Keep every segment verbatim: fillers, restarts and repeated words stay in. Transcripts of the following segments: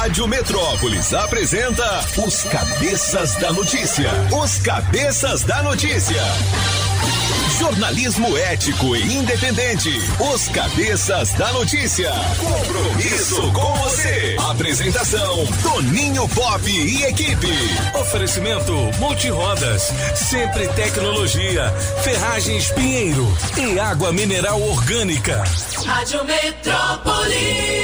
Rádio Metrópolis apresenta os Cabeças da Notícia. Os Cabeças da Notícia. Jornalismo ético e independente. Os Cabeças da Notícia. Compromisso com você. Apresentação: Toninho Pop e equipe. Oferecimento Multirodas, Sempre Tecnologia, Ferragens Pinheiro e Água Mineral Orgânica. Rádio Metrópolis.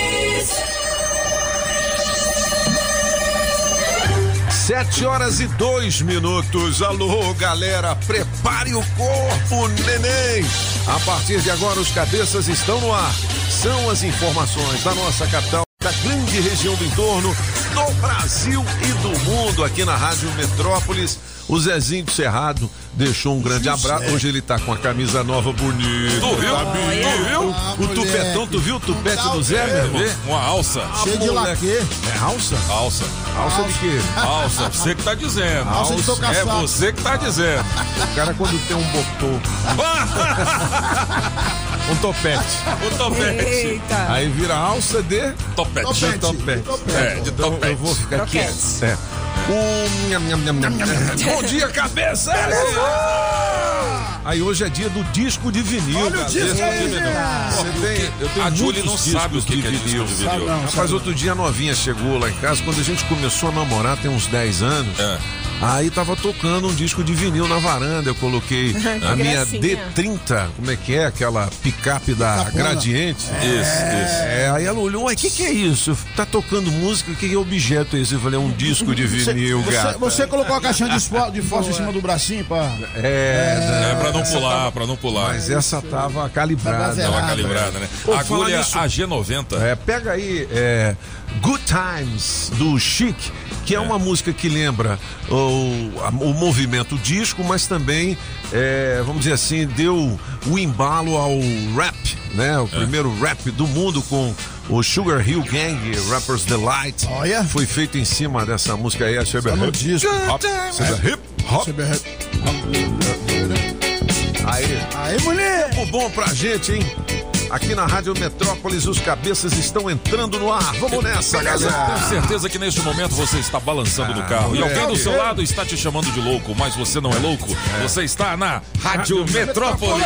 Sete horas e dois minutos. Alô, galera, prepare o corpo, neném. A partir de agora, os Cabeças estão no ar. São as informações da nossa capital, da grande região do entorno, do Brasil e do mundo, aqui na Rádio Metrópolis. O Zezinho do Cerrado deixou um grande abraço. Hoje ele tá com a camisa nova bonita. Tu viu? Tu viu? Ah, o tupetão, tu viu o tupete do Zé, meu irmão? Uma alça. Cheio de laque. É alça? Alça. Alça de quê? Alça, você que tá dizendo. Alça de tocaçado. É você que tá dizendo. O cara quando tem um botô. Um topete. O topete. Eita. Aí vira alça de Topete. de topete. É, de Então topete. eu vou ficar aqui. É. Um, nham, nham, nham, nham. Bom dia, cabeça! Aí hoje é dia do disco de vinil. Olha o galera. disco aí, de vinil. Você tem, eu tenho A Julie muitos não sabe o discos que de que é disco vinil. de vinil. Não, Rapaz, sabe. outro dia a novinha chegou lá em casa, quando a gente começou a namorar, tem uns dez anos. É. Aí tava tocando um disco de vinil na varanda, eu coloquei a minha gracinha. D trinta, como é que é? Aquela picape da Picapona. Gradiente. Isso, isso. É, aí ela olhou, ué, o que que é isso? Tá tocando música, que objeto é esse? Eu falei, é um disco de vinil, Você, gata. você colocou a caixinha de espo- de fósforo em cima do bracinho pra... É, É pra não essa pular, tava- pra não pular. Mas essa tava calibrada. Tava Dá uma zerada. calibrada, né? Pô, falar Agulha nisso- A G noventa. É, pega aí é, Good Times, do Chic, que é, uma música que lembra o, a- o movimento disco, mas também, é, vamos dizer assim, deu o embalo ao rap, né? O primeiro rap do mundo com o Sugar Hill Gang, Rapper's Delight. Olha. Foi feito em cima dessa música aí, a Sugar Tá no Hip disco. Hop. Sugar Hip Hop. Aí. Aí, mulher! Tempo bom pra gente, hein? Aqui na Rádio Metrópolis, os Cabeças estão entrando no ar. Vamos nessa, galera. Tenho certeza que neste momento você está balançando do carro e é. alguém do seu lado está te chamando de louco, mas você não é louco. Você está na Rádio Metrópolis.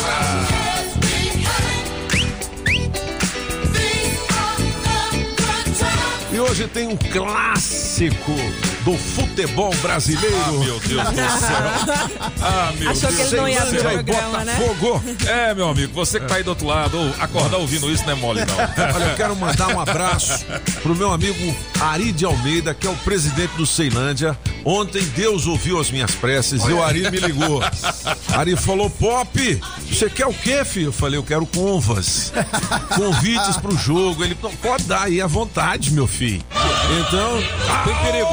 E hoje tem um clássico do futebol brasileiro. Ah, meu Deus do céu. Ah, meu Achou que Deus. ele não ia abrir o Ceilândia e programa, né? Botafogo. É, meu amigo, você que tá aí do outro lado, ou acordar ouvindo isso não é mole, não. Olha, eu quero mandar um abraço pro meu amigo Ari de Almeida, que é o presidente do Ceilândia. Ontem Deus ouviu as minhas preces e o Ari me ligou. Ari falou, Pop, você quer o quê, filho? Eu falei, eu quero convas. Convites pro jogo. Ele, não, pode dar aí à vontade, meu filho. Então, Tem perigo.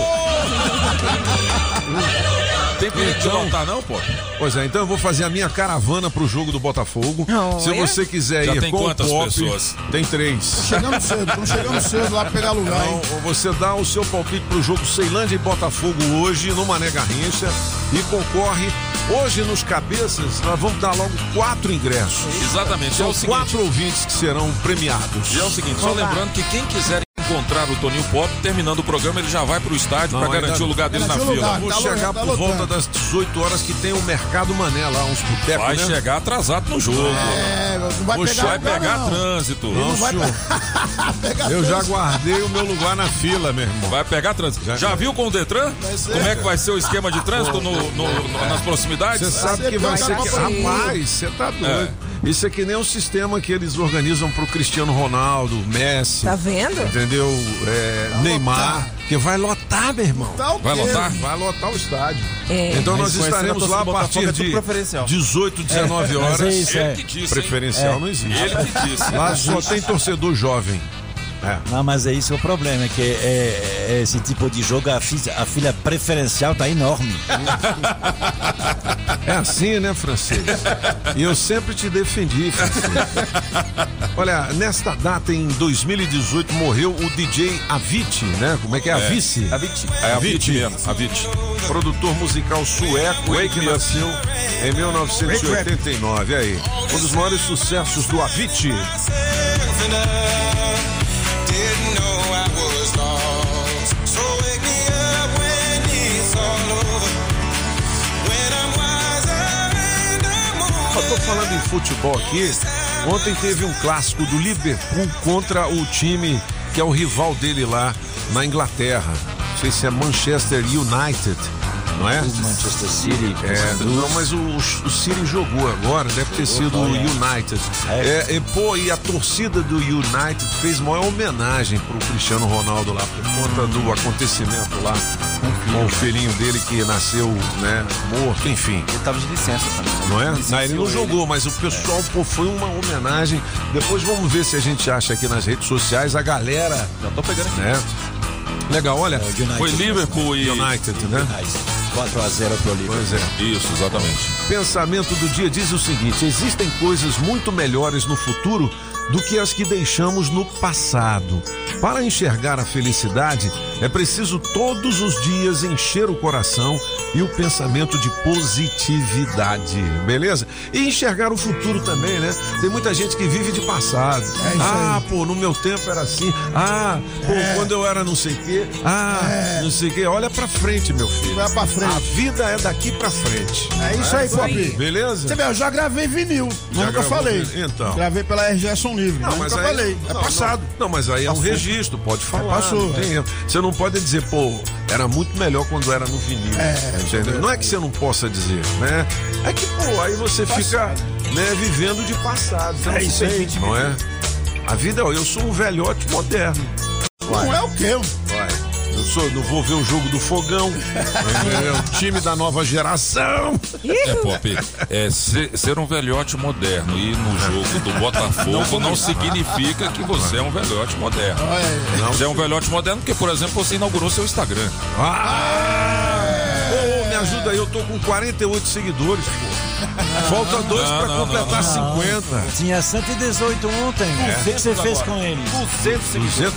Tem perigo de não tá, não, pô? pois é, então eu vou fazer a minha caravana pro jogo do Botafogo. Olha. Se você quiser Já ir tem com quantas o Pop, pessoas? tem três. Chegando cedo, estamos chegando cedo lá pra pegar lugar, hein? Então, você dá o seu palpite pro jogo Ceilândia e Botafogo hoje no Mané Garrincha e concorre. Hoje nos Cabeças nós vamos dar logo quatro ingressos. Exatamente. É São o seguinte. quatro ouvintes que serão premiados. E é o seguinte, só Olá. lembrando que quem quiser encontrar o Toninho Pop, terminando o programa, ele já vai pro estádio Não, pra ainda garantir não. o lugar dele na Garantir o fila. lugar. Vou Tá chegar lo- tá por volta lotando. das dezoito horas que tem o Mercado Mané lá, uns botecos, Vai né? chegar atrasado no jogo. É, não vai Poxa, pegar Vai lugar, pegar não. trânsito. Não, vai senhor. pegar Eu já trânsito. guardei o meu lugar na fila, meu irmão. Vai pegar trânsito. Já, Já. viu com o Detran? ser. Como é que vai ser o esquema de trânsito no, no- no- nas proximidades? Você sabe ser que vai pior ser que a que... Copa do Mundo. Rapaz, você tá doido. Isso é que nem o sistema que eles organizam pro Cristiano Ronaldo, Messi, Tá vendo? entendeu? É, Neymar, lotar. que vai lotar, meu irmão. Tá o Vai quê? lotar? Vai lotar o estádio. É. Então nós Mas conhecendo estaremos a lá a torcida do partir Botafogo, é tudo de preferencial. dezoito, dezenove Mas horas. é isso, Ele é. que disse, hein? Preferencial não existe. Ele que disse. Lá só tem torcedor jovem. É. Não, mas é isso o problema, é que é, é, esse tipo de jogo, a, fi- a fila preferencial tá enorme. É assim, né, francês? E eu sempre te defendi, francês. Olha, nesta data, em dois mil e dezoito, morreu o D J Avicii, né? Como é que é? Avicii? Avicii. É Avicii mesmo, Avicii. Produtor musical sueco, ele que nasceu em mil novecentos e oitenta e nove. Aí, um dos maiores sucessos do Avicii. Didn't know I was lost. tô falando em futebol aqui, ontem teve um clássico do Liverpool contra o time que é o rival dele lá na Inglaterra. Não sei se é Manchester United, não é? O Manchester City. É, não, mas o, o City jogou agora, deve ter sido o United. É, e, pô, e a torcida do United fez maior homenagem pro Cristiano Ronaldo lá, por conta do acontecimento lá com o filhinho dele que nasceu, né, morto, enfim. Ele tava de licença também. Não é? Não, ele não jogou, mas o pessoal, é. pô, foi uma homenagem. Depois vamos ver se a gente acha aqui nas redes sociais, a galera. Já tô pegando aqui. Né? Legal, olha, é, foi Liverpool e United, né? quatro a zero pro Liverpool. Pois é. Isso, exatamente. Pensamento do dia diz o seguinte: existem coisas muito melhores no futuro do que as que deixamos no passado. Para enxergar a felicidade, é preciso todos os dias encher o coração e o pensamento de positividade, beleza? E enxergar o futuro também, né? Tem muita gente que vive de passado. É isso ah, aí. pô, no meu tempo era assim. Ah, pô, É. quando eu era não sei o quê. Ah, É. não sei o quê. Olha pra frente, meu filho. Vai pra frente. A vida é daqui pra frente. É isso aí, Pop. Beleza? Você vê, eu já gravei vinil, Já nunca gravou falei. vinil? Então. Gravei pela R G Som Livre, Não, mas nunca aí, falei. É não, passado. Não, não, mas aí é um Passou. registro, pode falar. Passou, não tem erro. Você não pode dizer, pô, era muito melhor quando era no vinil. É, entendeu? Não é que você não possa dizer, né? É que, pô, aí você fica, né, vivendo de passado. Você É não isso tem, aí. não é? A vida, ó, eu sou um velhote moderno. Não é o quê? Vai. Eu sou, não vou ver o jogo do fogão. É o time da nova geração. É, Pop, é, ser, ser um velhote moderno e ir no jogo do Botafogo não significa que você é um velhote moderno. Não. Você é um velhote moderno porque, por exemplo, você inaugurou seu Instagram. Ah! Ô, ô, me ajuda aí, eu tô com quarenta e oito seguidores, pô. Falta dois Não, pra não, completar não, cinquenta. Tinha cento e dezoito ontem. O que que você fez com eles? duzentos,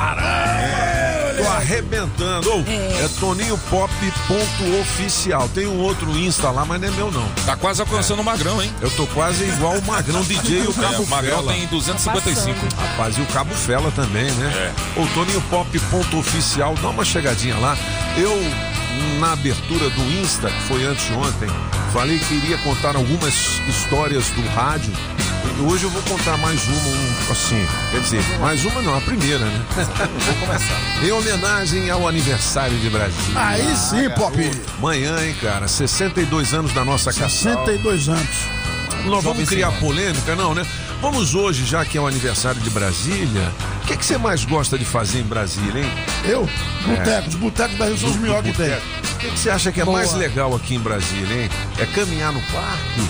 cara! Tô arrebentando. Ô, é Toninho Pop ponto oficial. Tem um outro Insta lá, mas não é meu não. Tá quase alcançando o Magrão, hein? Eu tô quase igual o Magrão D J e o É, Cabo o Magrão Fela. tem duzentos e cinquenta e cinco. Rapaz, e o Cabo Fela também, né? É. O Toninho Pop ponto oficial, dá uma chegadinha lá. Eu, na abertura do Insta, que foi anteontem, falei que iria contar algumas histórias do rádio. E hoje eu vou contar mais uma, um, assim, quer dizer, mais uma não, a primeira, né? Vou começar. Em homenagem ao aniversário de Brasília. Aí sim, Pop. Manhã, hein, cara? sessenta e dois anos da nossa capital. sessenta e dois anos. Nós vamos criar polêmica, não, né? Vamos hoje, já que é o aniversário de Brasília, o que, que você mais gosta de fazer em Brasília, hein? Eu? Botecos. Botecos da Rio são os melhores que tem. O que, que você acha que é Boa. mais legal aqui em Brasília, hein? É caminhar no parque?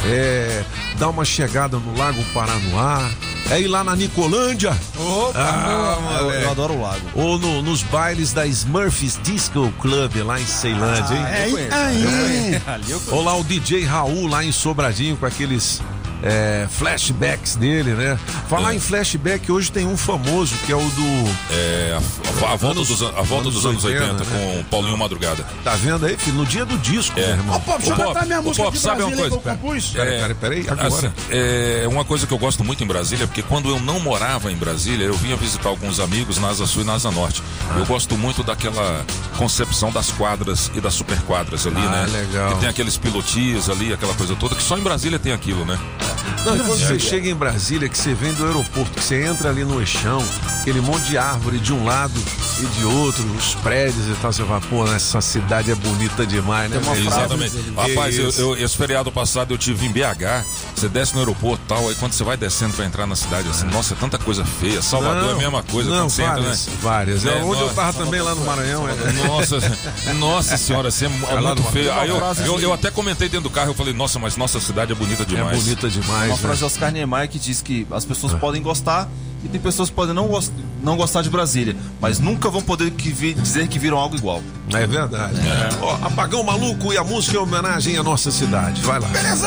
É dar uma chegada no Lago Paranoá? É ir lá na Nicolândia? Opa! Ah, eu, moleque. eu adoro o lago. Ou no- nos bailes da Smurfs Disco Club lá em Ceilândia, hein? É aí, aí. Ali eu Ou lá o D J Raul lá em Sobradinho com aqueles é, flashbacks dele, né? Falar em flashback, hoje tem um famoso que é o do... É, a, a volta, Anos- dos, a volta anos dos anos oitenta, oitenta, né? com o Paulinho Madrugada. Tá vendo aí, filho? No dia do disco, É. meu irmão. Ô, Pop, deixa eu Ô, Pop, cantar minha ô, música Pop, de sabe uma Brasília que eu coisa? compus. Peraí, peraí, peraí, agora. Assim, é uma coisa que eu gosto muito em Brasília, porque quando eu não morava em Brasília, eu vinha visitar alguns amigos na Asa Sul e na Asa Norte. Eu gosto muito daquela concepção das quadras e das superquadras ali, Ah, né? legal. Que tem aqueles pilotis ali, aquela coisa toda, que só em Brasília tem aquilo, né? Não, e quando você chega em Brasília, que você vem do aeroporto, que você entra ali no eixão, aquele monte de árvore de um lado e de outro, os prédios e tal, você fala, pô, essa cidade é bonita demais, né? velho? Exatamente. Que Rapaz, eu, isso. eu- esse feriado passado eu tive em B H, você desce no aeroporto e tal, aí quando você vai descendo pra entrar na cidade, assim, nossa, é tanta coisa feia. Salvador é a mesma coisa, Não, quando você entra, várias, né? várias. É, É, onde eu nós- tava também, lá no Maranhão. É. Nossa, nossa senhora, assim, é, é lá muito no- feio. Aí eu, frase eu, assim. eu até comentei dentro do carro, eu falei, nossa, mas nossa cidade é bonita É demais. bonita demais. Uma né? frase de Oscar Niemeyer que diz que as pessoas podem gostar e tem pessoas que podem não, gos- não gostar de Brasília, mas nunca vão poder que vi- dizer que viram algo igual. É verdade. Ó, Apagão Maluco e a música em homenagem à nossa cidade. Vai lá. Beleza!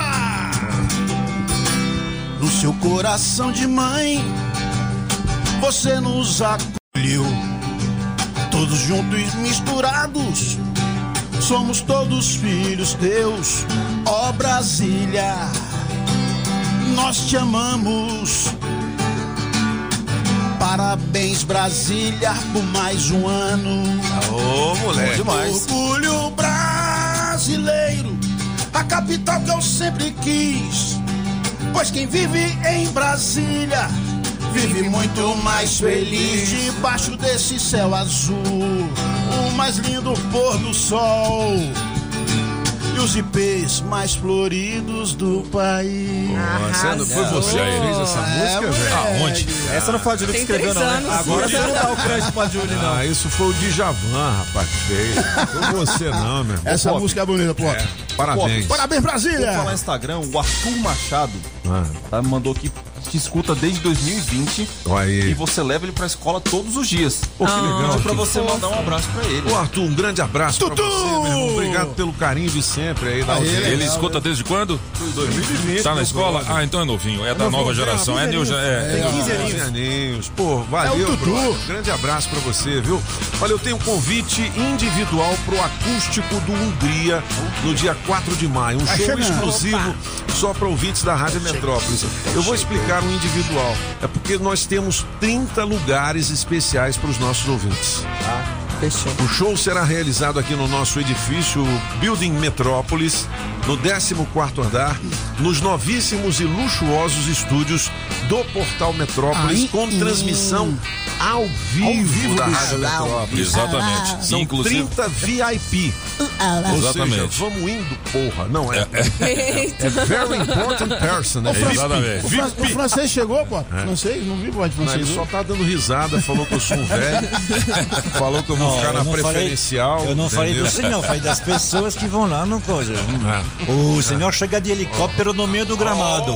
No seu coração de mãe, você nos acolheu. Todos juntos e misturados, somos todos filhos teus. Ó Brasília, nós te amamos. Parabéns, Brasília, por mais um ano. Ô, moleque. Orgulho brasileiro, a capital que eu sempre quis. Pois quem vive em Brasília vive muito mais feliz debaixo desse céu azul, o mais lindo pôr do sol e os ipês mais floridos do país. Nossa, foi você que fez essa música, velho? Aonde? Essa não foi a Júlia que escreveu, não, né? Agora você não dá o crédito pra Júlia, não. Ah, isso foi o Djavan, rapaz, que fez. Foi você não, meu irmão. Essa Pô, música é bonita, pô. É, parabéns. Pô, parabéns, Brasília! Vou falar no Instagram, o Arthur Machado Ah, tá, me mandou aqui, te escuta desde dois mil e vinte olha aí. e você leva ele pra escola todos os dias. Pô, que legal. Pediu pra Arthur. você mandar um abraço pra ele. Ô, Arthur, um grande abraço pra Tutu! você, meu irmão. Obrigado pelo carinho de sempre aí da Aí, audiência. Ele escuta desde quando? dois mil e vinte. Tá na meu escola? brother. Ah, então é novinho. É da Não, nova vou- geração. É, new, é, É, quinze quinze aninhos. Pô, valeu, É o Tutu. brother. Grande abraço pra você, viu? Olha, eu tenho um convite individual pro Acústico do Hungria no dia quatro de maio. Um Tá show chegando. exclusivo só para ouvintes da Rádio Metrópolis. Eu vou explicar um individual. É porque nós temos trinta lugares especiais para os nossos ouvintes. Fechou. O show será realizado aqui no nosso edifício Building Metrópolis, no décimo quarto andar, nos novíssimos e luxuosos estúdios do Portal Metrópolis, Ai, com transmissão ao vivo, da Rádio Metrópolis. Exatamente. São Inclusive. trinta V I P. Ou Exatamente. seja, vamos indo, porra. Não é. É, very important person, né? Ô, Fran- Exatamente. O, fran- o francês chegou, pô? Francês? Não vi voz de Não, francês. ele só não. tá dando risada, falou que eu sou um velho, falou que eu vou Não, ficar eu na não falei- preferencial. Eu não falei entendeu? do senhor, falei das pessoas que vão lá no coisa. É. O senhor chega de helicóptero no meio do gramado.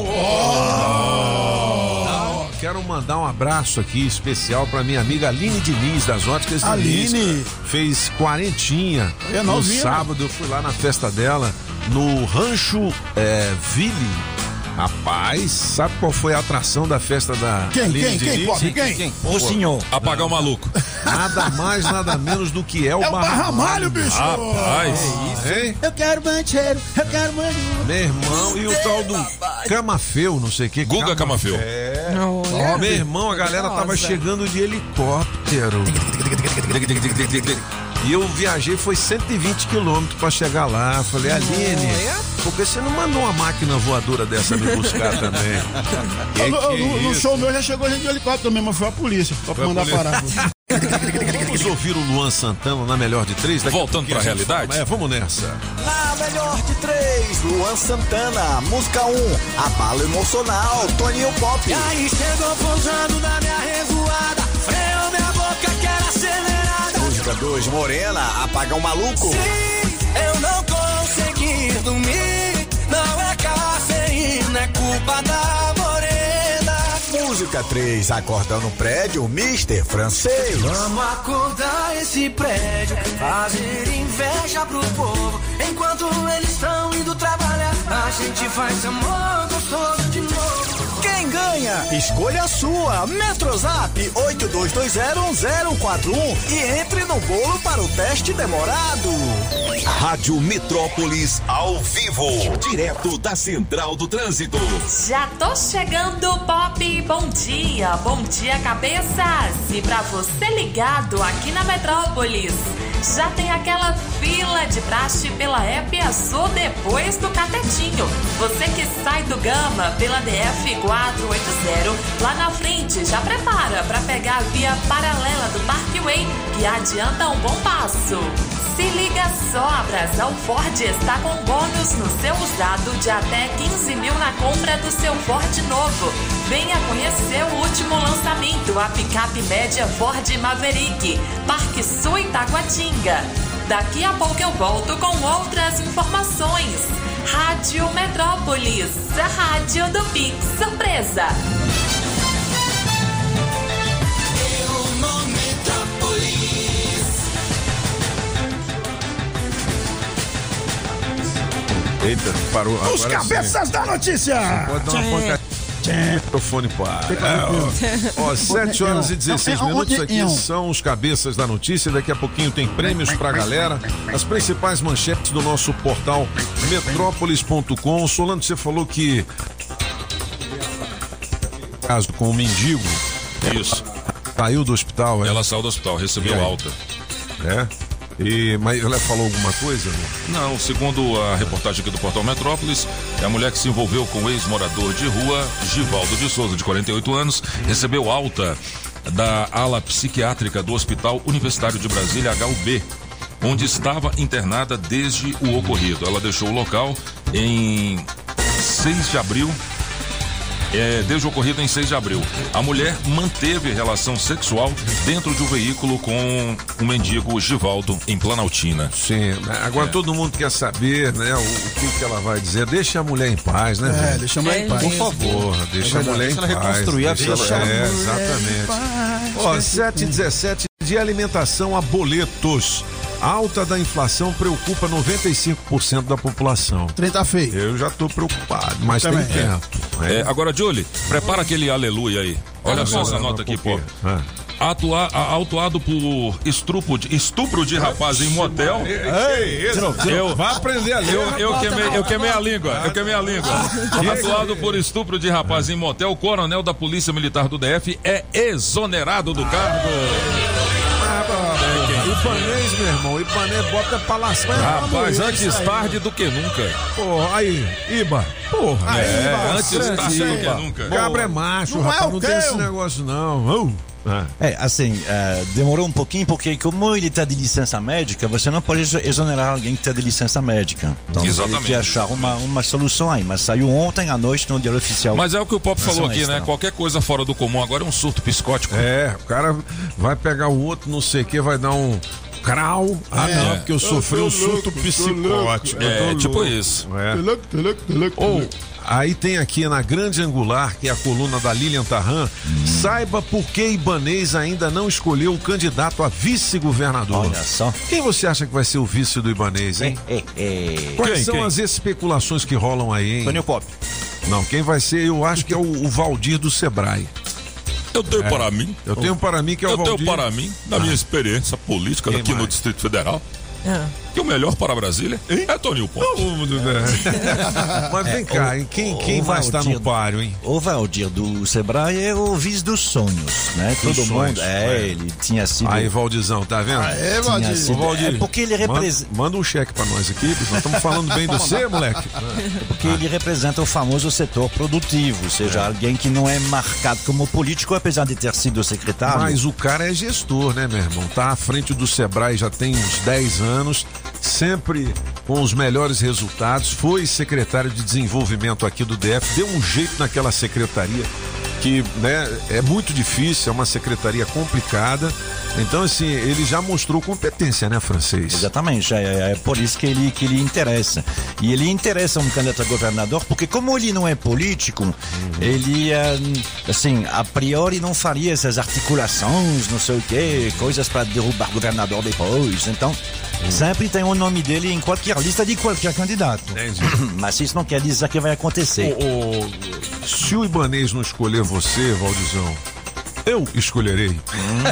Quero mandar um abraço aqui especial pra minha amiga Aline Diniz, das Óticas Diniz. Aline. Fez quarentinha É no novinha, sábado. Eu fui lá na festa dela, no Rancho é, Ville. Rapaz, sabe qual foi a atração da festa da Quem, Aline quem, quem, Diniz? pobre, quem? Ô senhor, Apagar o maluco. Nada mais, nada menos do que é o É o Barramalho, bicho! Rapaz. Hein? Eu quero banheiro, eu quero banheiro. Meu irmão, e o tal do Camafeu, não sei o que. Guga Camafeu. É. Olha. Ó, meu irmão, a galera tava Nossa. chegando de helicóptero. E eu viajei, foi cento e vinte quilômetros pra chegar lá. Falei, Aline, por que você não mandou uma máquina voadora dessa me buscar também? Que No, que é no- no isso? show meu já chegou gente de helicóptero mesmo, mas foi a polícia. Só pra Foi a mandar polícia. parar. Vamos ouvir o Luan Santana na melhor de três? Daqui a Voltando pouquinho pra a gente realidade? fala. É, vamos nessa. Na melhor de três, Luan Santana. Música um, Abalo Emocional, Toninho Pop. E aí chegou pousando na minha revoada, freou minha boca que era acelerada. Música dois, Morena, Apagão Maluco. Sim, eu não consegui dormir, não é cafeína, é culpa da morena. Música três, Acordando no Prédio, mister Francês. Vamos acordar esse prédio, fazer inveja pro povo. Enquanto eles estão indo trabalhar, a gente faz amor gostoso de novo. Quem ganha? Escolha a sua. Metrozap oito dois dois zero um zero quatro um e entre no bolo para o teste demorado. Rádio Metrópolis ao vivo, direto da Central do Trânsito. Já tô chegando, Pop. Bom dia, bom dia, cabeças. E pra você ligado aqui na Metrópolis, já tem aquela fila de praxe pela E P Azul depois do Catetinho. Você que sai do Gama pela D F quatrocentos e oitenta, lá na frente, já prepara pra pegar a via paralela do Parkway, que adianta um bom passo. Se liga só, a Brasal Ford está com bônus no seu usado de até quinze mil na compra do seu Ford novo. Venha conhecer o último lançamento, a picape média Ford Maverick, Parque Sul Itaguatinga. Daqui a pouco eu volto com outras informações. Rádio Metrópolis, a rádio do Pix Surpresa. Eu no Metrópolis. Eita, parou. Os Agora cabeças sim. da notícia! Pode dar uma pancadinha. Microfone para. Ó, sete horas e dezesseis minutos aqui são os cabeças da notícia. Daqui a pouquinho tem prêmios pra galera. As principais manchetes do nosso portal metrópolis ponto com. Solano, você falou que caso com o mendigo Isso. saiu do hospital, é? Ela saiu do hospital, recebeu E aí? alta. É? E, mas ela falou alguma coisa? Não, segundo a reportagem aqui do Portal Metrópolis, é a mulher que se envolveu com o ex-morador de rua, Givaldo de Souza, de quarenta e oito anos, recebeu alta da ala psiquiátrica do Hospital Universitário de Brasília, H U B, onde estava internada desde o ocorrido. Ela deixou o local em seis de abril. É, desde o ocorrido em seis de abril. A mulher manteve relação sexual dentro de um veículo com o mendigo Givaldo em Planaltina. Sim, agora é. todo mundo quer saber, né, o, o que, que ela vai dizer. Deixa a mulher em paz, né? É, velho? deixa a mulher é, em paz. Por favor, deixa é a mulher em deixa paz. Ela reconstruir a vida. Deixa ela, é, exatamente. Ó, sete e dezessete de alimentação a boletos. Alta da inflação preocupa noventa e cinco por cento da população. O trem tá feio. Eu já tô preocupado, mas Também. tem tempo. É. É, agora, Julie, prepara aquele aleluia aí. Olha ah, só essa nota aqui, pô. É. Atua, autuado por estupro de, estupro de rapaz em motel. Ei, ei, eu, vai aprender a ler. Eu, eu, queimei, eu queimei a língua. Eu queimei a língua. Atuado por estupro de rapaz em motel, o coronel da Polícia Militar do D F é exonerado do cargo. Ibanez, meu irmão, Ibanez bota pra lascar. Rapaz, antes tarde do que nunca. Porra, aí, Iba. Porra, é, aí, Iba, antes tarde do que nunca. Cabra é macho, não rapaz, é o não que tem eu... esse negócio não. Uh. É, assim, uh, demorou um pouquinho porque como ele está de licença médica, você não pode exonerar alguém que está de licença médica. Então exatamente. Tem que achar uma, uma solução aí, mas saiu ontem à noite no Diário Oficial. Mas é o que o Pop falou aqui, extra. né? Qualquer coisa fora do comum agora é um surto psicótico. É, o cara vai pegar o outro, não sei o que, vai dar um crau. Ah, é. não, porque eu sofri eu um surto louco, psicótico. É, tipo louco. Isso. É. Ou, aí tem aqui na Grande Angular, que é a coluna da Lilian Tarran, hum. saiba por que Ibanez ainda não escolheu o candidato a vice-governador. Olha só. Quem você acha que vai ser o vice do Ibanez, hein? É, é, é. Quais quem, são quem? as especulações que rolam aí, hein? Tônio Pop. Não, quem vai ser, eu acho que é o, o Valdir do Sebrae. Eu tenho é. para mim. Eu tenho para mim que é o eu Valdir. Eu tenho para mim, na ah. minha experiência política aqui no Distrito Federal, é. que o melhor para Brasília hein? é Toninho Pop. Mas vem é, cá, o, quem, quem vai estar no páreo, hein? O Valdir do Sebrae é o vice dos sonhos, né? Dos Todo sonhos, mundo. É, é, ele tinha sido. Aí, Valdizão, tá vendo? Ah, é, Valdir. Sido, Valdir. É porque ele representa. Manda, manda um cheque pra nós aqui, nós estamos falando bem do você, moleque. É porque ah. ele representa o famoso setor produtivo, ou seja, é. alguém que não é marcado como político, apesar de ter sido secretário. Mas o cara é gestor, né, meu irmão? Tá à frente do Sebrae já tem uns dez anos. Sempre com os melhores resultados, foi secretário de desenvolvimento aqui do D F, deu um jeito naquela secretaria que, né, é muito difícil, é uma secretaria complicada. Então, assim, ele já mostrou competência, né, Francês? Exatamente, é, é por isso que ele, que ele interessa. E ele interessa um candidato a governador, porque como ele não é político, uhum. ele, assim, a priori não faria essas articulações, não sei o quê, coisas para derrubar governador depois. Então, uhum. sempre tem o nome dele em qualquer lista de qualquer candidato. Entendi. Mas isso não quer dizer que vai acontecer. O, o, se o Ibanez não escolher você, Valdizão, eu escolherei. Hum.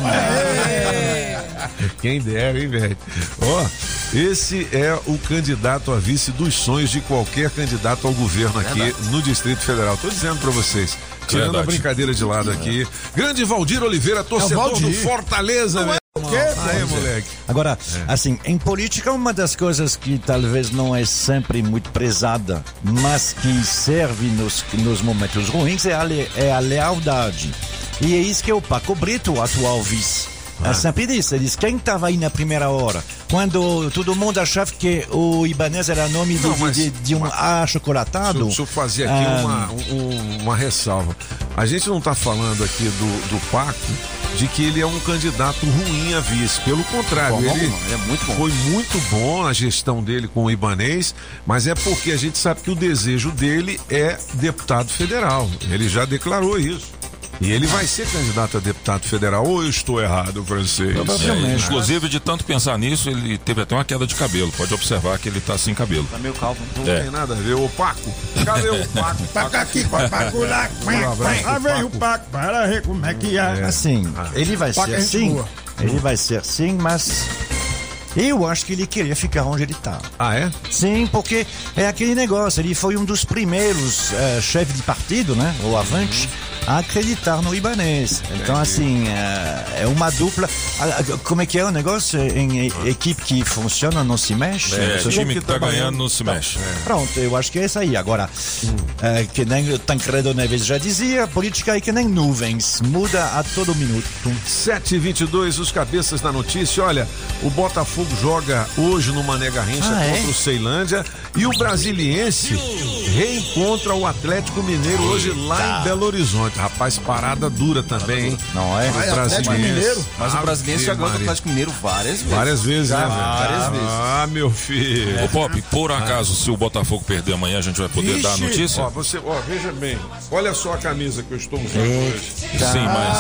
Quem dera, hein, velho? Ó, esse é o candidato a vice dos sonhos de qualquer candidato ao governo aqui Verdade. no Distrito Federal. Tô dizendo pra vocês. Tirando Verdade. a brincadeira de lado aqui. Grande Valdir Oliveira, torcedor é do Fortaleza, velho. Aí, moleque. Agora, é. assim, em política, uma das coisas que talvez não é sempre muito prezada, mas que serve nos, nos momentos ruins, é a, le, é a lealdade. E é isso que o Paco Brito, o atual vice, ah. sempre disse. Ele disse, quem estava aí na primeira hora? Quando todo mundo achava que o Ibanez era nome de, não, de, de um achocolatado. Deixa eu fazer aqui ah, uma, um, uma ressalva. A gente não está falando aqui do, do Paco de que ele é um candidato ruim a vice. Pelo contrário, bom, ele bom, é muito bom. foi muito bom a gestão dele com o Ibanez, mas é porque a gente sabe que o desejo dele é deputado federal. Ele já declarou isso. E ele vai ser candidato a deputado federal, ou eu estou errado, Francês? É, inclusive, de tanto pensar nisso, ele teve até uma queda de cabelo. Pode observar que ele tá sem cabelo. Tá meio calvo. Não é. tem nada a ver. Ô, Paco, cadê o Paco? Paco aqui, Paco lá. Lá vem o Paco, para ver como é que é. é. Assim, ele vai Paco ser sim. Ele vai ser sim, mas... eu acho que ele queria ficar onde ele tá. Ah, é? Sim, porque é aquele negócio. Ele foi um dos primeiros uh, chefes de partido, né? O Avante. Uhum. a acreditar no Ibanez. Então, assim, é uma dupla. Como é que é o negócio? Em equipe que funciona não se mexe? É, Você time que tá ganhando não se mexe. É. Pronto, eu acho que é isso aí. Agora, hum. é, que nem o Tancredo Neves já dizia, política é que nem nuvens, muda a todo minuto. sete e vinte e dois, os cabeças da notícia. Olha, o Botafogo joga hoje no Mané Garrincha ah, contra é? o Ceilândia e o Brasiliense reencontra o Atlético Mineiro hoje lá tá. em Belo Horizonte. Rapaz, parada dura também, hein? Não é? O Atlético Mineiro. Mas o Brasiliense já ganhou o Atlético Mineiro várias vezes. Várias vezes, já, né? Várias ah, vezes. Ah, meu filho. Ô, Pop, por acaso, ah. se o Botafogo perder amanhã, a gente vai poder Ixi. dar a notícia? Ó, você, ó, veja bem. Olha só a camisa que eu estou usando hoje. Sim, mas...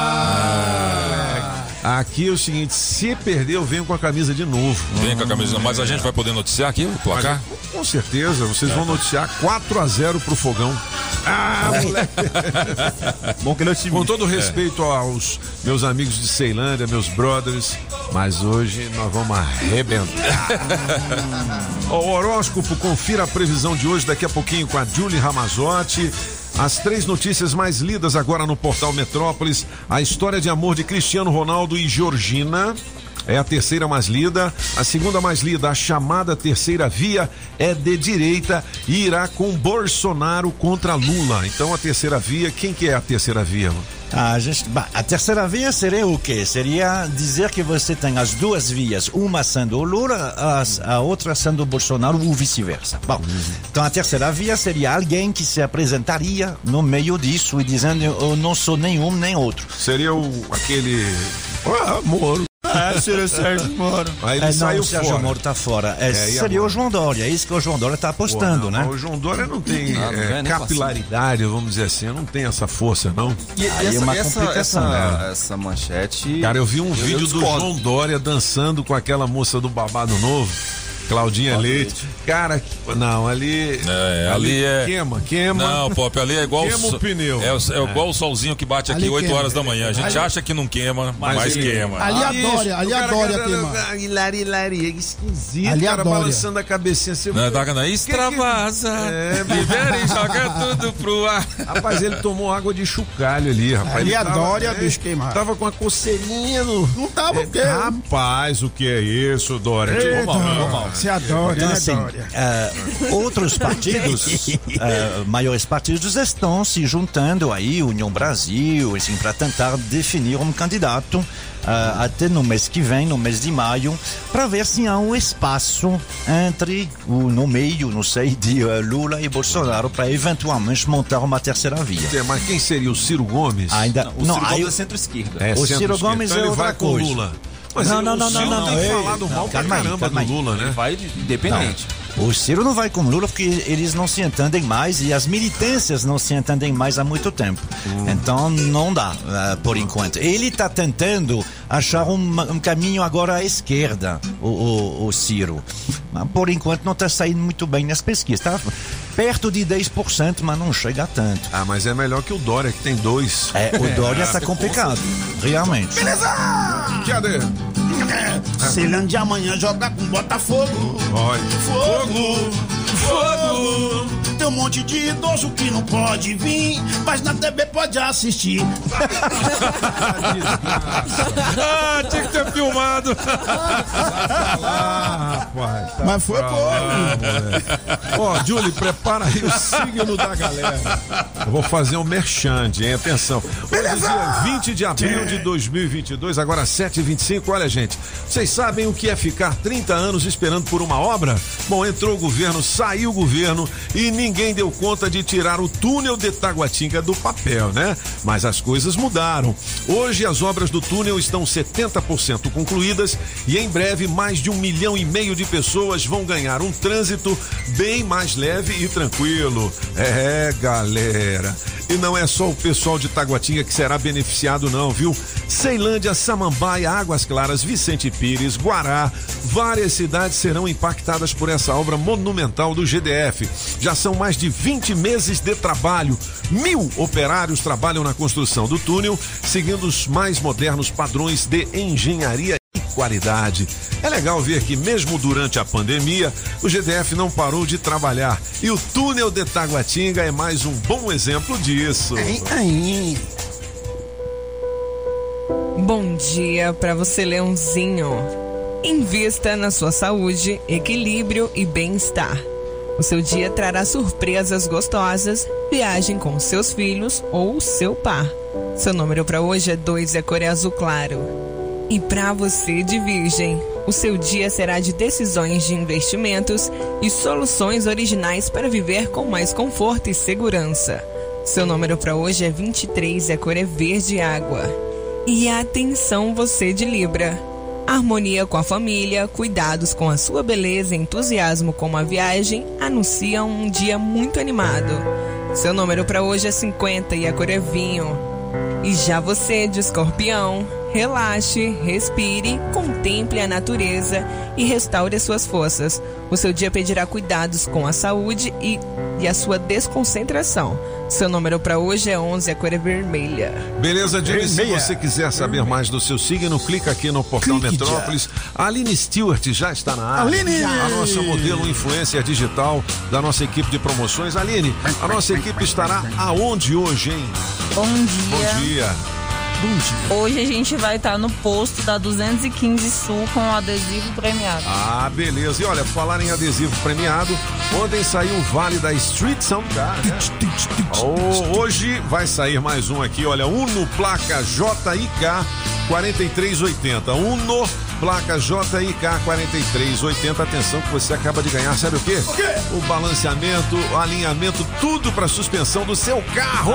Ah, aqui é o seguinte, se perder eu venho com a camisa de novo. Vem com a camisa, mas a gente vai poder noticiar aqui o placar? Mas, com certeza, vocês vão noticiar quatro a zero pro Fogão. Ah, moleque. Bom que ele é time. Com todo respeito é. aos meus amigos de Ceilândia, meus brothers, mas hoje nós vamos arrebentar. O horóscopo, confira a previsão de hoje daqui a pouquinho com a Julie Ramazotti. As três notícias mais lidas agora no Portal Metrópolis. A história de amor de Cristiano Ronaldo e Georgina é a terceira mais lida. A segunda mais lida, a chamada terceira via, é de direita e irá com Bolsonaro contra Lula. Então a terceira via, quem que é a terceira via? A, gente, bah, a terceira via seria o quê? Seria dizer que você tem as duas vias, uma sendo o Lula, as, a outra sendo o Bolsonaro ou vice-versa. Bom, uhum. Então a terceira via seria alguém que se apresentaria no meio disso e dizendo eu não sou nenhum nem outro. Seria o, aquele... Ah, Moro. É, seria o Sérgio Moro. Aí ele é, saiu não, o Sérgio fora. Moro tá fora. É, é, seria o João Dória, é isso que o João Dória tá apostando, Pô, não, né? O João Dória não tem não, não é, capilaridade, vamos dizer assim, não tem essa força, não. E, e essa, é uma essa, complicação, essa, né? essa manchete... Cara, eu vi um eu vídeo do João Dória dançando com aquela moça do Babado Novo. Claudinha Leite. Leite. Cara, não, ali. É, ali, ali é. Queima, queima. Não, Pop, ali é igual queima o, o pneu. É, é, é igual o solzinho que bate aqui oito horas da manhã. A gente ali acha que não queima, mas, mas ele, queima. Ali adora, ali adora queimar. Hilari, hilari, é esquisito. Ali cara adora. Balançando a cabecinha. Você não, tá na extravasa. É, viver e joga tudo pro ar. Rapaz, ele tomou água de chocalho ali, rapaz. Ali ele adora, tava, bicho queimar. Tava com a coceirinha no. Não tava, é, o quê? Rapaz, o que é isso, Dória? Você adora, né? Assim, uh, outros partidos, uh, maiores partidos estão se juntando aí, União Brasil, assim, para tentar definir um candidato uh, até no mês que vem, no mês de maio, para ver se há um espaço entre o no meio, não sei, de uh, Lula e Bolsonaro para eventualmente montar uma terceira via. É, mas quem seria o Ciro Gomes? Ainda não, o não, Ciro aí, Gomes é centro-esquerda. É, o Ciro Gomes então é ele outra vai com coisa. Lula. Mas não, ele, não, não, o não, Ciro não, tem não, falado não, mal pra caramba aí, do Lula, né? Ele vai independente. Não. O Ciro não vai com Lula porque eles não se entendem mais e as militâncias não se entendem mais há muito tempo. Hum. Então não dá, uh, por enquanto. Ele está tentando achar um, um caminho agora à esquerda, o, o, o Ciro. Mas por enquanto não está saindo muito bem nas pesquisas. Está perto de dez por cento, mas não chega a tanto. Ah, mas é melhor que o Dória, que tem dois. É, o Dória está é, complicado, realmente. Beleza! Cadê? Ceilândia amanhã joga com Botafogo. Olha. Fogo, fogo. Tem um monte de idoso que não pode vir, mas na T V pode assistir. Ah, tinha que ter filmado. Ah, rapaz. Tá mas foi bom. Ó, Julie, prepara aí o signo da galera. Eu vou fazer um merchan, hein? Atenção. Beleza. Hoje, dia vinte de abril de dois mil e vinte e dois, agora sete e vinte e cinco. Olha, gente, vocês sabem o que é ficar trinta anos esperando por uma obra? Bom, entrou o governo, saiu o governo e ninguém deu conta de tirar o túnel de Taguatinga do papel, né? Mas as coisas mudaram. Hoje as obras do túnel estão setenta por cento concluídas e em breve mais de um milhão e meio de pessoas vão ganhar um trânsito bem mais leve e tranquilo. É, galera. E não é só o pessoal de Taguatinga que será beneficiado não, viu? Ceilândia, Samambaia, Águas Claras, Vicente Pires, Guará, várias cidades serão impactadas por essa obra monumental do G D F. Já são mais de vinte meses de trabalho. Mil operários trabalham na construção do túnel, seguindo os mais modernos padrões de engenharia e qualidade. É legal ver que mesmo durante a pandemia, o G D F não parou de trabalhar. E o túnel de Taguatinga é mais um bom exemplo disso. Aí, aí. Bom dia para você, Leãozinho. Invista na sua saúde, equilíbrio e bem-estar. O seu dia trará surpresas gostosas, viagem com seus filhos ou seu par. Seu número para hoje é dois e a cor é azul claro. E para você de Virgem, o seu dia será de decisões de investimentos e soluções originais para viver com mais conforto e segurança. Seu número para hoje é vinte e três e a cor é verde água. E atenção você de Libra. Harmonia com a família, cuidados com a sua beleza e entusiasmo com uma viagem anunciam um dia muito animado. Seu número para hoje é cinquenta e a cor é vinho. E já você de Escorpião, relaxe, respire, contemple a natureza e restaure as suas forças. O seu dia pedirá cuidados com a saúde e, e a sua desconcentração. Seu número para hoje é onze, a cor é vermelha. Beleza, Jimmy? Se você quiser saber mais do seu signo, clica aqui no portal Clique Metrópolis. Já. A Aline Stewart já está na área. Aline! A nossa modelo influencer digital da nossa equipe de promoções. Aline, a nossa equipe estará aonde hoje, hein? Bom dia. Bom dia. Hoje a gente vai estar no posto da duzentos e quinze Sul com o adesivo premiado. Ah, beleza. E olha, falar em adesivo premiado, ontem saiu o Vale da Street Sound Car, né? Oh, hoje vai sair mais um aqui, olha, Uno placa J I K quarenta e três oitenta. Uno placa J I K quarenta e três oitenta. Atenção que você acaba de ganhar, sabe o quê? O quê? O balanceamento, o alinhamento, tudo para suspensão do seu carro.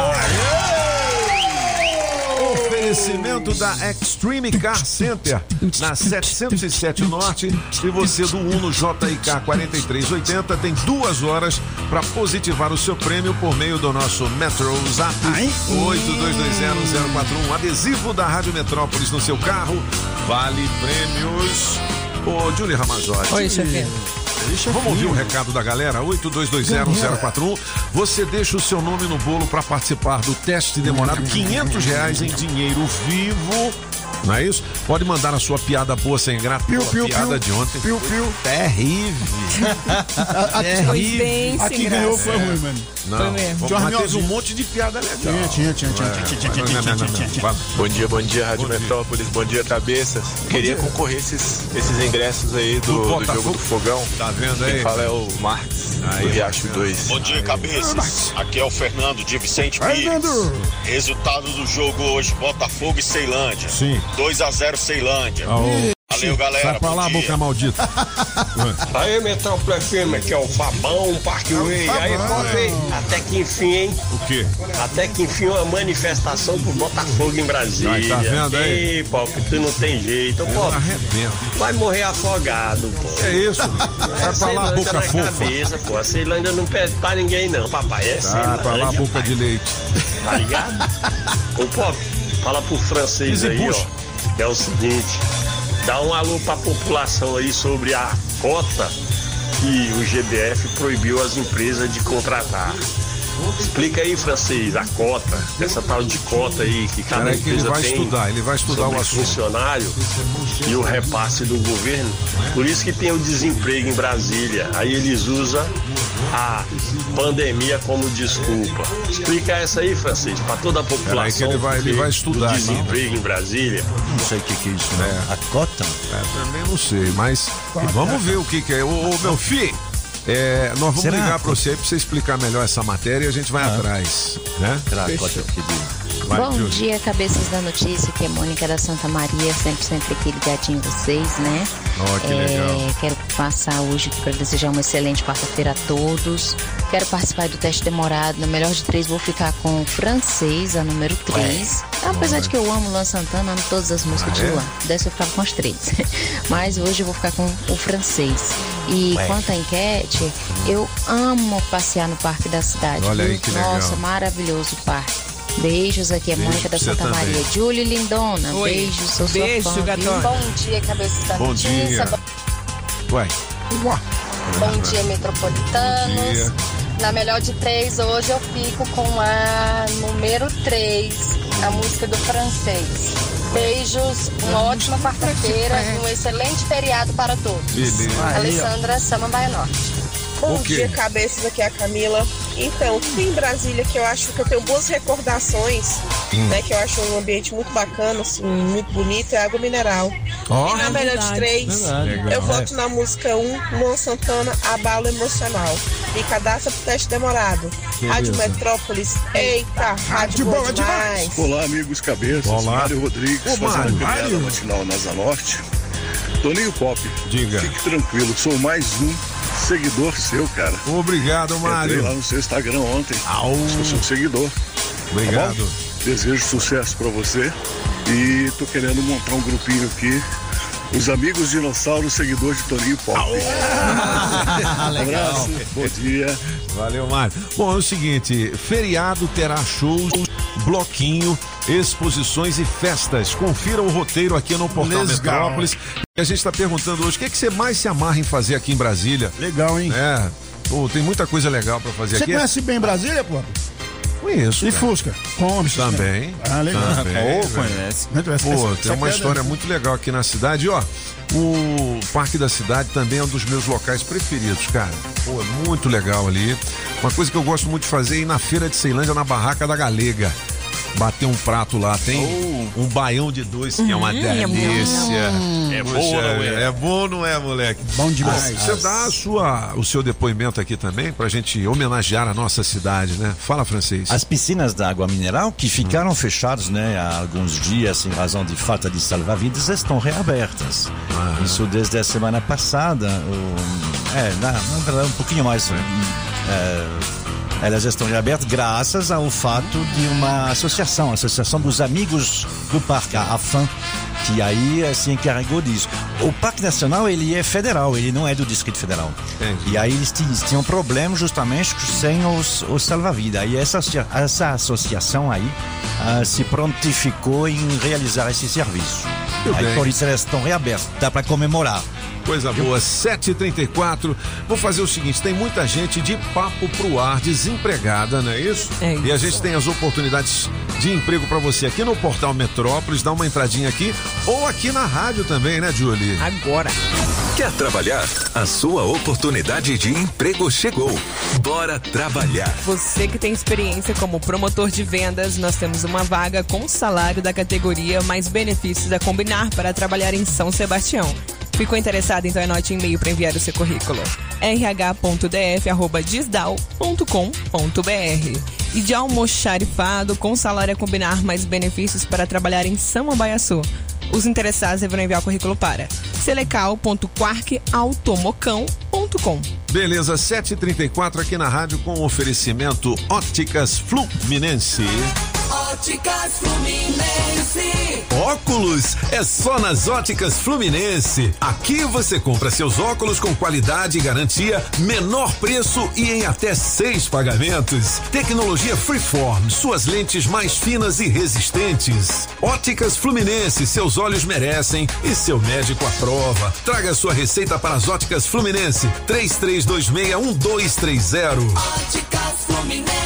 Oferecimento da Extreme Car Center na setecentos e sete Norte. E você do Uno J I K quarenta e três oitenta tem duas horas para positivar o seu prêmio por meio do nosso Metro Zap oito dois dois zero zero quatro um. Adesivo da Rádio Metrópolis no seu carro. Vale prêmios. Ô, Julie Ramazotti. Oi, chefe. Vamos ouvir o recado da galera, oito dois dois zero zero quatro um. Você deixa o seu nome no bolo para participar do teste demorado, quinhentos reais em dinheiro vivo. Não é isso? Pode mandar a sua piada boa sem graça. Piu, piu, piada piu, de ontem. Piu, piu. Terrível. Terrível. A que ganhou foi ruim, mano. Não, foi mesmo. mas teve um monte de piada legal. Tinha, tinha, tinha, tinha, tinha. Bom dia, bom dia, Rádio Metrópolis, bom dia, cabeças. Queria concorrer esses, esses ingressos aí do, do jogo do Fogão. Tá vendo aí? Quem fala é o Marcos, do Riacho dois. Bom dia, cabeças. Aqui é o Fernando de Vicente Pires. Resultado do jogo hoje, Botafogo e Ceilândia. Sim. dois a zero Ceilândia. Oh. Valeu, galera. Sai pra lá, boca maldita. Aí, Metrópole F M, que é o Fabão Parkway. Aí, Pop, até que enfim, hein? O quê? Até que enfim, uma manifestação pro Botafogo em Brasília. Aí, tá vendo aí? Ei, Pop, tu não tem jeito. Pop, vai morrer afogado, pô. É isso. Vai pra lá, boca fofa. Cabeça, pô. A Ceilândia não perde pra ninguém, não, papai. É Ceilândia. Ah, pra lá, boca pai. de leite. Tá ligado? Ô, Pop, fala pro francês Easy aí, push. ó. É o seguinte. Dá um alô para a população aí sobre a cota que o G D F proibiu as empresas de contratar. Explica aí, francês, a cota, essa tal de cota aí que cada Peraí que ele empresa vai tem estudar, ele vai estudar o assunto. Funcionário e o repasse do governo. Por isso que tem o desemprego em Brasília. Aí eles usam a pandemia como desculpa. Explica essa aí, francês, para toda a população. Peraí que ele vai, ele vai estudar. O desemprego não? Em Brasília. Não sei o que, que é isso, né? A cota? É, também não sei, mas vamos ver o que, que é. Ô, ô meu filho. É, nós vamos Será? ligar para você aí para você explicar melhor essa matéria e a gente vai ah. atrás, né? Vai, Bom Júlio. dia, cabeças da notícia, que é Mônica da Santa Maria, sempre, sempre aqui ligadinho em vocês, né? Oh, que é, legal. Quero passar hoje para desejar uma excelente quarta-feira a todos. Quero participar do teste demorado. Na melhor de três, vou ficar com o francês, a número três. Ué. Apesar Ué. de que eu amo Luan Santana, amo todas as músicas ah, de Luan. É? Dessa eu ficava com as três. Mas hoje eu vou ficar com o francês. E Ué. quanto à enquete, eu amo passear no Parque da Cidade. Olha aí que legal. Nossa, maravilhoso o parque. Beijos, aqui é Mônica da Santa também. Maria. Julie Lindona, Oi. beijos, sou Beijo, sua fã. gatona. Bom dia, cabeças da Bom notícia. dia. Ué. Bom, Bom dia, metropolitanos. Bom dia. Na melhor de três, hoje eu fico com a número três, a música do francês. Beijos, uma ótima quarta-feira e um excelente feriado para todos. Beleza. Alessandra, Samambaia Norte. Bom Ok. dia, cabeças, aqui é a Camila. Então, fui em Brasília, que eu acho que eu tenho boas recordações, Hum. né? Que eu acho um ambiente muito bacana, assim, muito bonito, é água mineral. Ó. E na melhor de três, Verdade. Legal, eu é. voto na música um, Luan Santana, Abalo Emocional. E cadastra pro teste demorado. Rádio Beleza. Metrópolis, eita, rádio boa demais. Olá, amigos cabeças. Olá. Mário Rodrigues, Ô, fazendo Mário. a caminhada Mário. matinal na Asa Norte. Toninho Pop, diga. Fique tranquilo, sou mais um seguidor seu, cara. Obrigado, Mário. Entrei lá no seu Instagram ontem. Sou seu seguidor. Obrigado. Tá bom? Desejo sucesso pra você. E tô querendo montar um grupinho aqui. Os amigos dinossauros, seguidores de Toninho Pop. Um abraço, bom dia. Valeu, Mário. Bom, é o seguinte, feriado terá shows, bloquinho, exposições e festas. Confira o roteiro aqui no Portal Legal. Metrópolis. E a gente está perguntando hoje, o que, é que você mais se amarra em fazer aqui em Brasília? Legal, hein? É, pô, tem muita coisa legal para fazer Você aqui. conhece bem Brasília, pô? Conheço. E cara. Fusca? Kombi. Também. Ah, legal. Também, Oh, velho. conhece. Pô, tem uma Essa história pedra- muito legal aqui na cidade. E, ó, o Parque da Cidade também é um dos meus locais preferidos, cara. Pô, é muito legal ali. Uma coisa que eu gosto muito de fazer é ir na Feira de Ceilândia, na Barraca da Galega. Bater um prato lá. Tem um baião de dois, que é uma Hum, delícia. é Poxa, bom, não é? É bom, não é, moleque? Bom demais. Você dá a sua, o seu depoimento aqui também pra gente homenagear a nossa cidade, né? Fala, Francês. As piscinas da água mineral que ficaram fechadas, né, há alguns dias em razão de falta de salva-vidas estão reabertas. Isso desde a semana passada. um, é, na, na verdade, um pouquinho mais. é, elas estão reabertas graças ao fato de uma associação, a Associação dos Amigos do Parque, a AFAM, que aí se encarregou disso. O Parque Nacional, ele é federal, ele não é do Distrito Federal. Entendi. E aí eles, t- eles tinham problema justamente sem os, os salva-vidas. E essa, associa- essa associação aí ah, se prontificou em realizar esse serviço. Muito Aí bem. por isso elas estão reabertas, dá para comemorar. Coisa boa, sete e trinta e quatro. Vou fazer o seguinte: tem muita gente de papo pro ar, desempregada, não é isso? É E a isso. gente tem as oportunidades de emprego pra você aqui no Portal Metrópolis. Dá uma entradinha aqui ou aqui na rádio também, né, Julie? Agora. Quer trabalhar? A sua oportunidade de emprego chegou. Bora trabalhar. Você que tem experiência como promotor de vendas, nós temos uma vaga com salário da categoria mais benefícios a combinar para trabalhar em São Sebastião. Ficou interessado? Então anote um e-mail para enviar o seu currículo. r h ponto d f arroba disdal ponto com ponto b r. E de almoxarifado com salário a combinar mais benefícios para trabalhar em Samambaiaçu. Os interessados deverão enviar o currículo para selecal ponto quark automocão ponto com. Beleza, sete e trinta e quatro aqui na rádio com oferecimento Óticas Fluminense. Óticas Fluminense. Óculos é só nas Óticas Fluminense. Aqui você compra seus óculos com qualidade e garantia, menor preço e em até seis pagamentos. Tecnologia Freeform, suas lentes mais finas e resistentes. Óticas Fluminense, seus olhos merecem e seu médico aprova. Traga sua receita para as Óticas Fluminense. três três dois seis um dois três zero. Óticas Fluminense.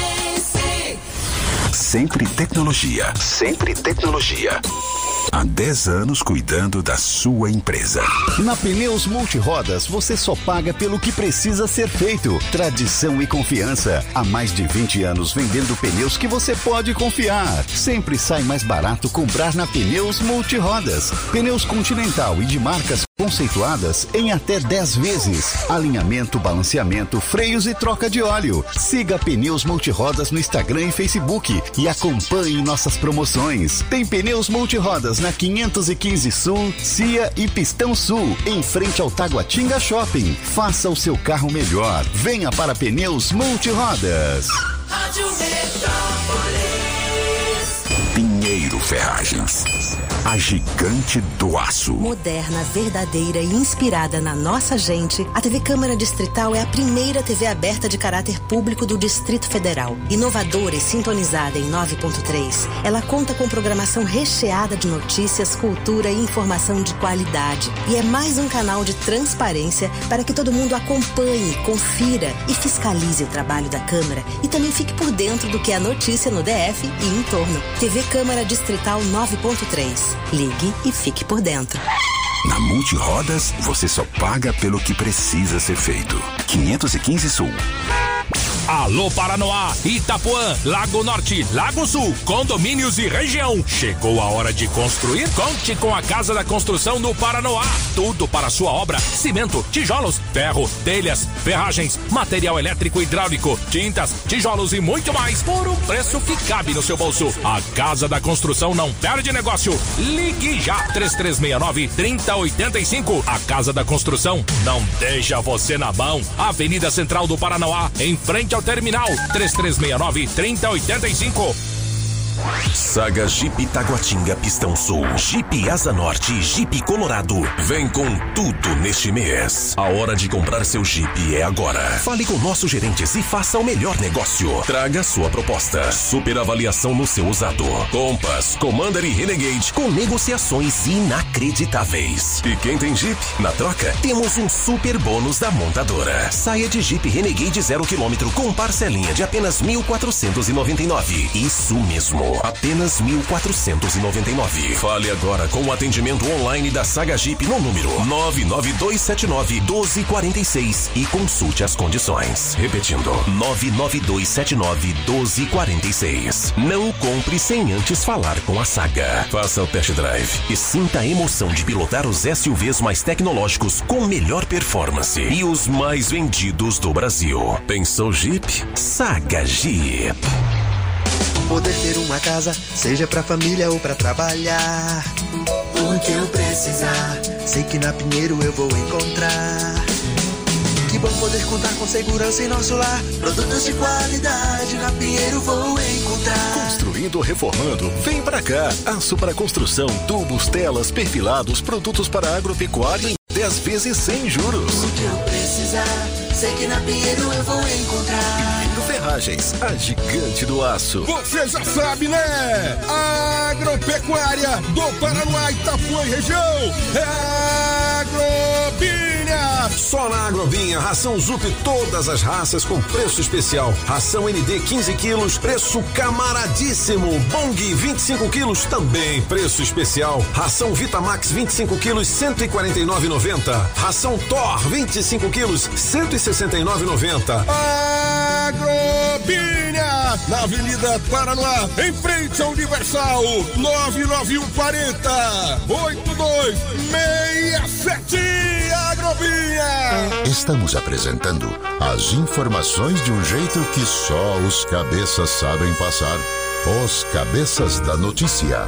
Sempre tecnologia. Sempre tecnologia. Há dez anos cuidando da sua empresa. Na Pneus Multirodas, você só paga pelo que precisa ser feito. Tradição e confiança. Há mais de vinte anos vendendo pneus que você pode confiar. Sempre sai mais barato comprar na Pneus Multirodas. Pneus Continental e de marcas conceituadas em até dez vezes. Alinhamento, balanceamento, freios e troca de óleo. Siga Pneus Multirodas no Instagram e Facebook e acompanhe nossas promoções. Tem Pneus Multirodas na quinhentos e quinze Sul, Cia e Pistão Sul, em frente ao Taguatinga Shopping. Faça o seu carro melhor. Venha para Pneus Multirodas. Rádio Metrópolis. Pinheiro Ferragens. A gigante do aço. Moderna, verdadeira e inspirada na nossa gente, a T V Câmara Distrital é a primeira T V aberta de caráter público do Distrito Federal. Inovadora e sintonizada em nove ponto três, ela conta com programação recheada de notícias, cultura e informação de qualidade. E é mais um canal de transparência para que todo mundo acompanhe, confira e fiscalize o trabalho da Câmara e também fique por dentro do que é notícia no D F e em torno. T V Câmara Distrital Distrital nove ponto três. Ligue e fique por dentro. Na Multirodas, você só paga pelo que precisa ser feito. quinhentos e quinze Sul. Alô Paranoá, Itapuã, Lago Norte, Lago Sul, condomínios e região. Chegou a hora de construir? Conte com a Casa da Construção do Paranoá. Tudo para sua obra: cimento, tijolos, ferro, telhas, ferragens, material elétrico e hidráulico, tintas, tijolos e muito mais por um preço que cabe no seu bolso. A Casa da Construção não perde negócio. Ligue já três três seis nove, três zero oito cinco. A Casa da Construção não deixa você na mão. Avenida Central do Paranoá, em frente ao terminal. Três três seis nove, três zero oito cinco. Saga Jeep Taguatinga Pistão Sul, Jeep Asa Norte e Jeep Colorado. Vem com tudo neste mês. A hora de comprar seu Jeep é agora. Fale com nossos gerentes e faça o melhor negócio. Traga sua proposta. Super avaliação no seu usado. Compass, Commander e Renegade com negociações inacreditáveis. E quem tem Jeep, na troca, temos um super bônus da montadora. Saia de Jeep Renegade zero quilômetro com parcelinha de apenas mil quatrocentos e noventa e nove. Isso mesmo. Apenas mil quatrocentos e noventa e nove. Fale agora com o atendimento online da Saga Jeep no número nove nove dois sete nove, um dois quatro seis e consulte as condições. Repetindo, nove nove dois sete nove, um dois quatro seis. Não compre sem antes falar com a Saga. Faça o test drive e sinta a emoção de pilotar os S U Vs mais tecnológicos com melhor performance e os mais vendidos do Brasil. Pensou Jeep? Saga Jeep. Poder ter uma casa, seja pra família ou pra trabalhar. O que eu precisar, sei que na Pinheiro eu vou encontrar. Que bom poder contar com segurança em nosso lar. Produtos de qualidade na Pinheiro vou encontrar. Construindo ou reformando, vem pra cá. Aço para construção, tubos, telas, perfilados, produtos para agropecuária em dez vezes sem juros. O que eu precisar, sei que na Pinheiro eu vou encontrar. Pinheiro Ferragens, a gigante do aço. Você já sabe, né? Agropecuária do Paranoá, Itapuã e região. É Agrobinha. Só na Agrobinha, ração Zup todas as raças com preço especial. Ração N D quinze quilos, preço camaradíssimo. Bong vinte e cinco quilos, também preço especial. Ração Vitamax vinte e cinco quilos, cento e quarenta e nove reais e noventa centavos. Ração Thor vinte e cinco quilos, cento e sessenta e nove reais e noventa centavos. Agrobinha, na Avenida Paranoá, em frente ao Universal, nove nove um quatro zero, oito dois seis sete. Agrobinha. Estamos apresentando as informações de um jeito que só os cabeças sabem passar. Os Cabeças da Notícia.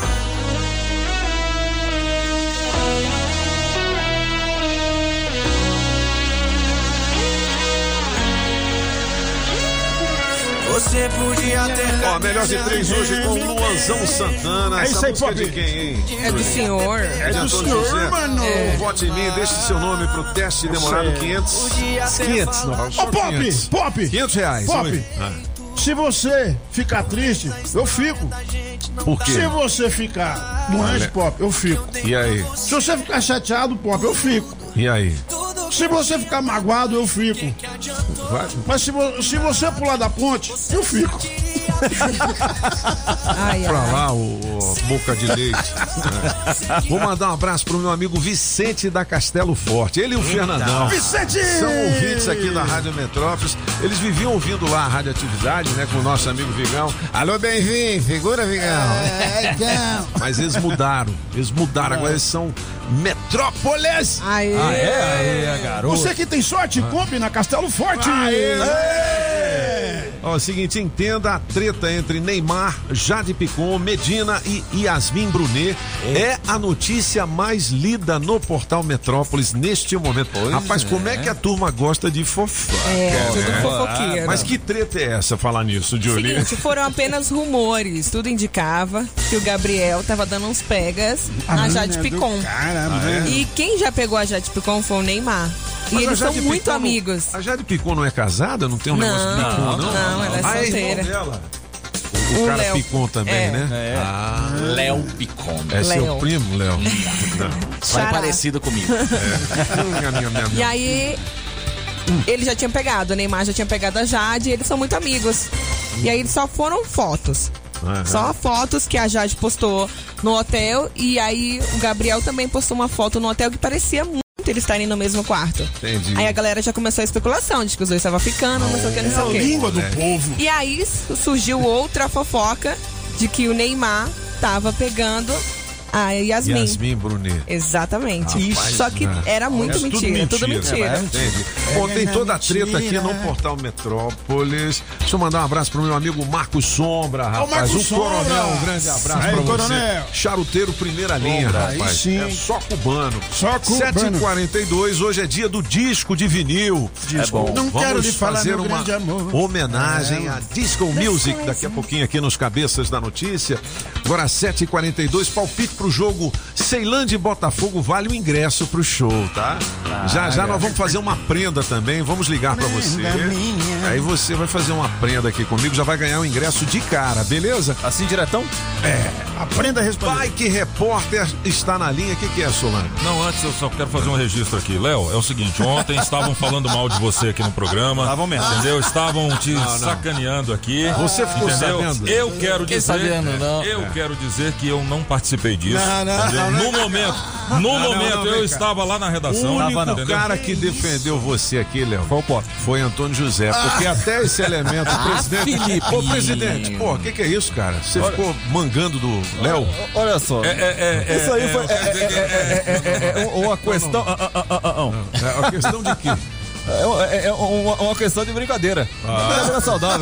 Você podia ter. Ó, melhor de três hoje com o Luanzão Santana. É Essa isso aí, música Pop. de quem, hein? É do senhor. É do Antônio senhor, José. mano. É. Vote em mim, deixe seu nome pro teste demorado Você- quinhentos. quinhentos, não. Só Ô, Pop, quinhentos. Pop. quinhentos reais. Pop. Oi. Ah. Se você ficar triste, eu fico. Por quê? Se você ficar doente, Olha. Pop, eu fico. E aí? Se você ficar chateado, Pop, eu fico. E aí? Se você ficar magoado, eu fico. Vai. Mas se, vo- se você pular da ponte, eu fico. Ai, Pra ai. lá, o, o boca de leite. É. Vou mandar um abraço pro meu amigo Vicente da Castelo Forte. Ele e o Fernandão. Vicente! São ouvintes aqui da Rádio Metrópolis. Eles viviam ouvindo lá a radioatividade, né? Com o nosso amigo Vigão. Alô, bem-vindo, figura, Vigão. É, então. Mas eles mudaram. Eles mudaram. Agora eles são Metrópolis. Aê. Ah, é? Aí, garoto. Você que tem sorte, compre na Castelo Forte. Ó, é o seguinte, entenda a treta entre Neymar, Jade Picon, Medina e Yasmin Brunet. É a notícia mais lida no portal Metrópolis neste momento. Rapaz, é. como é que a turma gosta de fofoca? É, tudo né? fofoqueiro. Mas que treta é essa, falar nisso, Julie? Seguinte, foram apenas rumores. Tudo indicava que o Gabriel tava dando uns pegas na Jade Picon. Caramba. E quem já pegou a Jade Picon foi o Neymar. E Mas a eles são Jade muito Picon não- amigos. A Jade Picon não é casada? Não tem um Não, negócio de Picon, não? não, ela é Ah, solteira. irmão dela. O, o O cara Léo. Picon também, É. né? É. Ah, Léo Picon. é seu Léo. primo, Léo? Não. Vai Xará. parecido comigo. Minha, minha, minha, E minha. aí, ele já tinha pegado, o Neymar já tinha pegado a Jade, e eles são muito amigos. E aí, eles só foram fotos. Uhum. Só fotos que a Jade postou no hotel. E aí o Gabriel também postou uma foto no hotel que parecia muito eles estarem no mesmo quarto. Entendi. Aí a galera já começou a especulação de que os dois estavam ficando, não sei o que, não sei o que. É a língua do povo. E aí surgiu outra fofoca de que o Neymar tava pegando a Yasmin. Yasmin Brunet. Exatamente. Rapaz, Só que né? era muito É mentira, tudo mentira. É, entendi. Bom, tem toda a treta aqui no Portal Metrópolis. Deixa eu mandar um abraço pro meu amigo Marcos Sombra, rapaz. Marcos Um Sombra. coronel, um grande abraço Aí, pra coronel. você. Charuteiro primeira linha, Aí rapaz. sim. É só cubano. Só cubano. sete e quarenta e dois, hoje é dia do disco de vinil. Disco. É bom. Não Vamos quero lhe falar, fazer meu uma grande amor. homenagem É. à Disco Music daqui a pouquinho aqui nos Cabeças da Notícia. Agora sete e quarenta e dois, palpite pro jogo Ceilândia e Botafogo, vale o ingresso pro show, tá? Ah, já já é. nós vamos fazer uma prenda também, vamos ligar pra você. Aí você vai fazer uma prenda aqui comigo, já vai ganhar o ingresso de cara, beleza? Assim diretão? É. Aprenda a responder. Bike Repórter está na linha, o que que é, Solano? Não, antes eu só quero fazer um registro aqui. Léo, é o seguinte, ontem estavam falando mal de você aqui no programa. Estavam mesmo. Entendeu? Estavam te Não, não. sacaneando aqui. Você ficou entendeu? sabendo? Eu quero Fiquei dizer. sabendo, não. Eu É. quero dizer que eu não participei disso. Não, não, entendeu? não, não. No momento, no Não, não, momento não, eu vem cá. estava lá na O redação. único entendeu? cara que defendeu você aqui, Léo, Foi o Potter. foi Antônio José, porque até esse elemento, o presidente. Felipe. Ô, presidente, pô, o que, que é isso, cara? Você Olha- ficou mangando do Léo? Olha só. É, é, é, Isso aí é, foi é, é, é, é, é, é, é uma questão. ah, ah, ah, ah, ah. É uma questão de quê? É, uma- é uma, uma questão de brincadeira. Brincadeira saudável.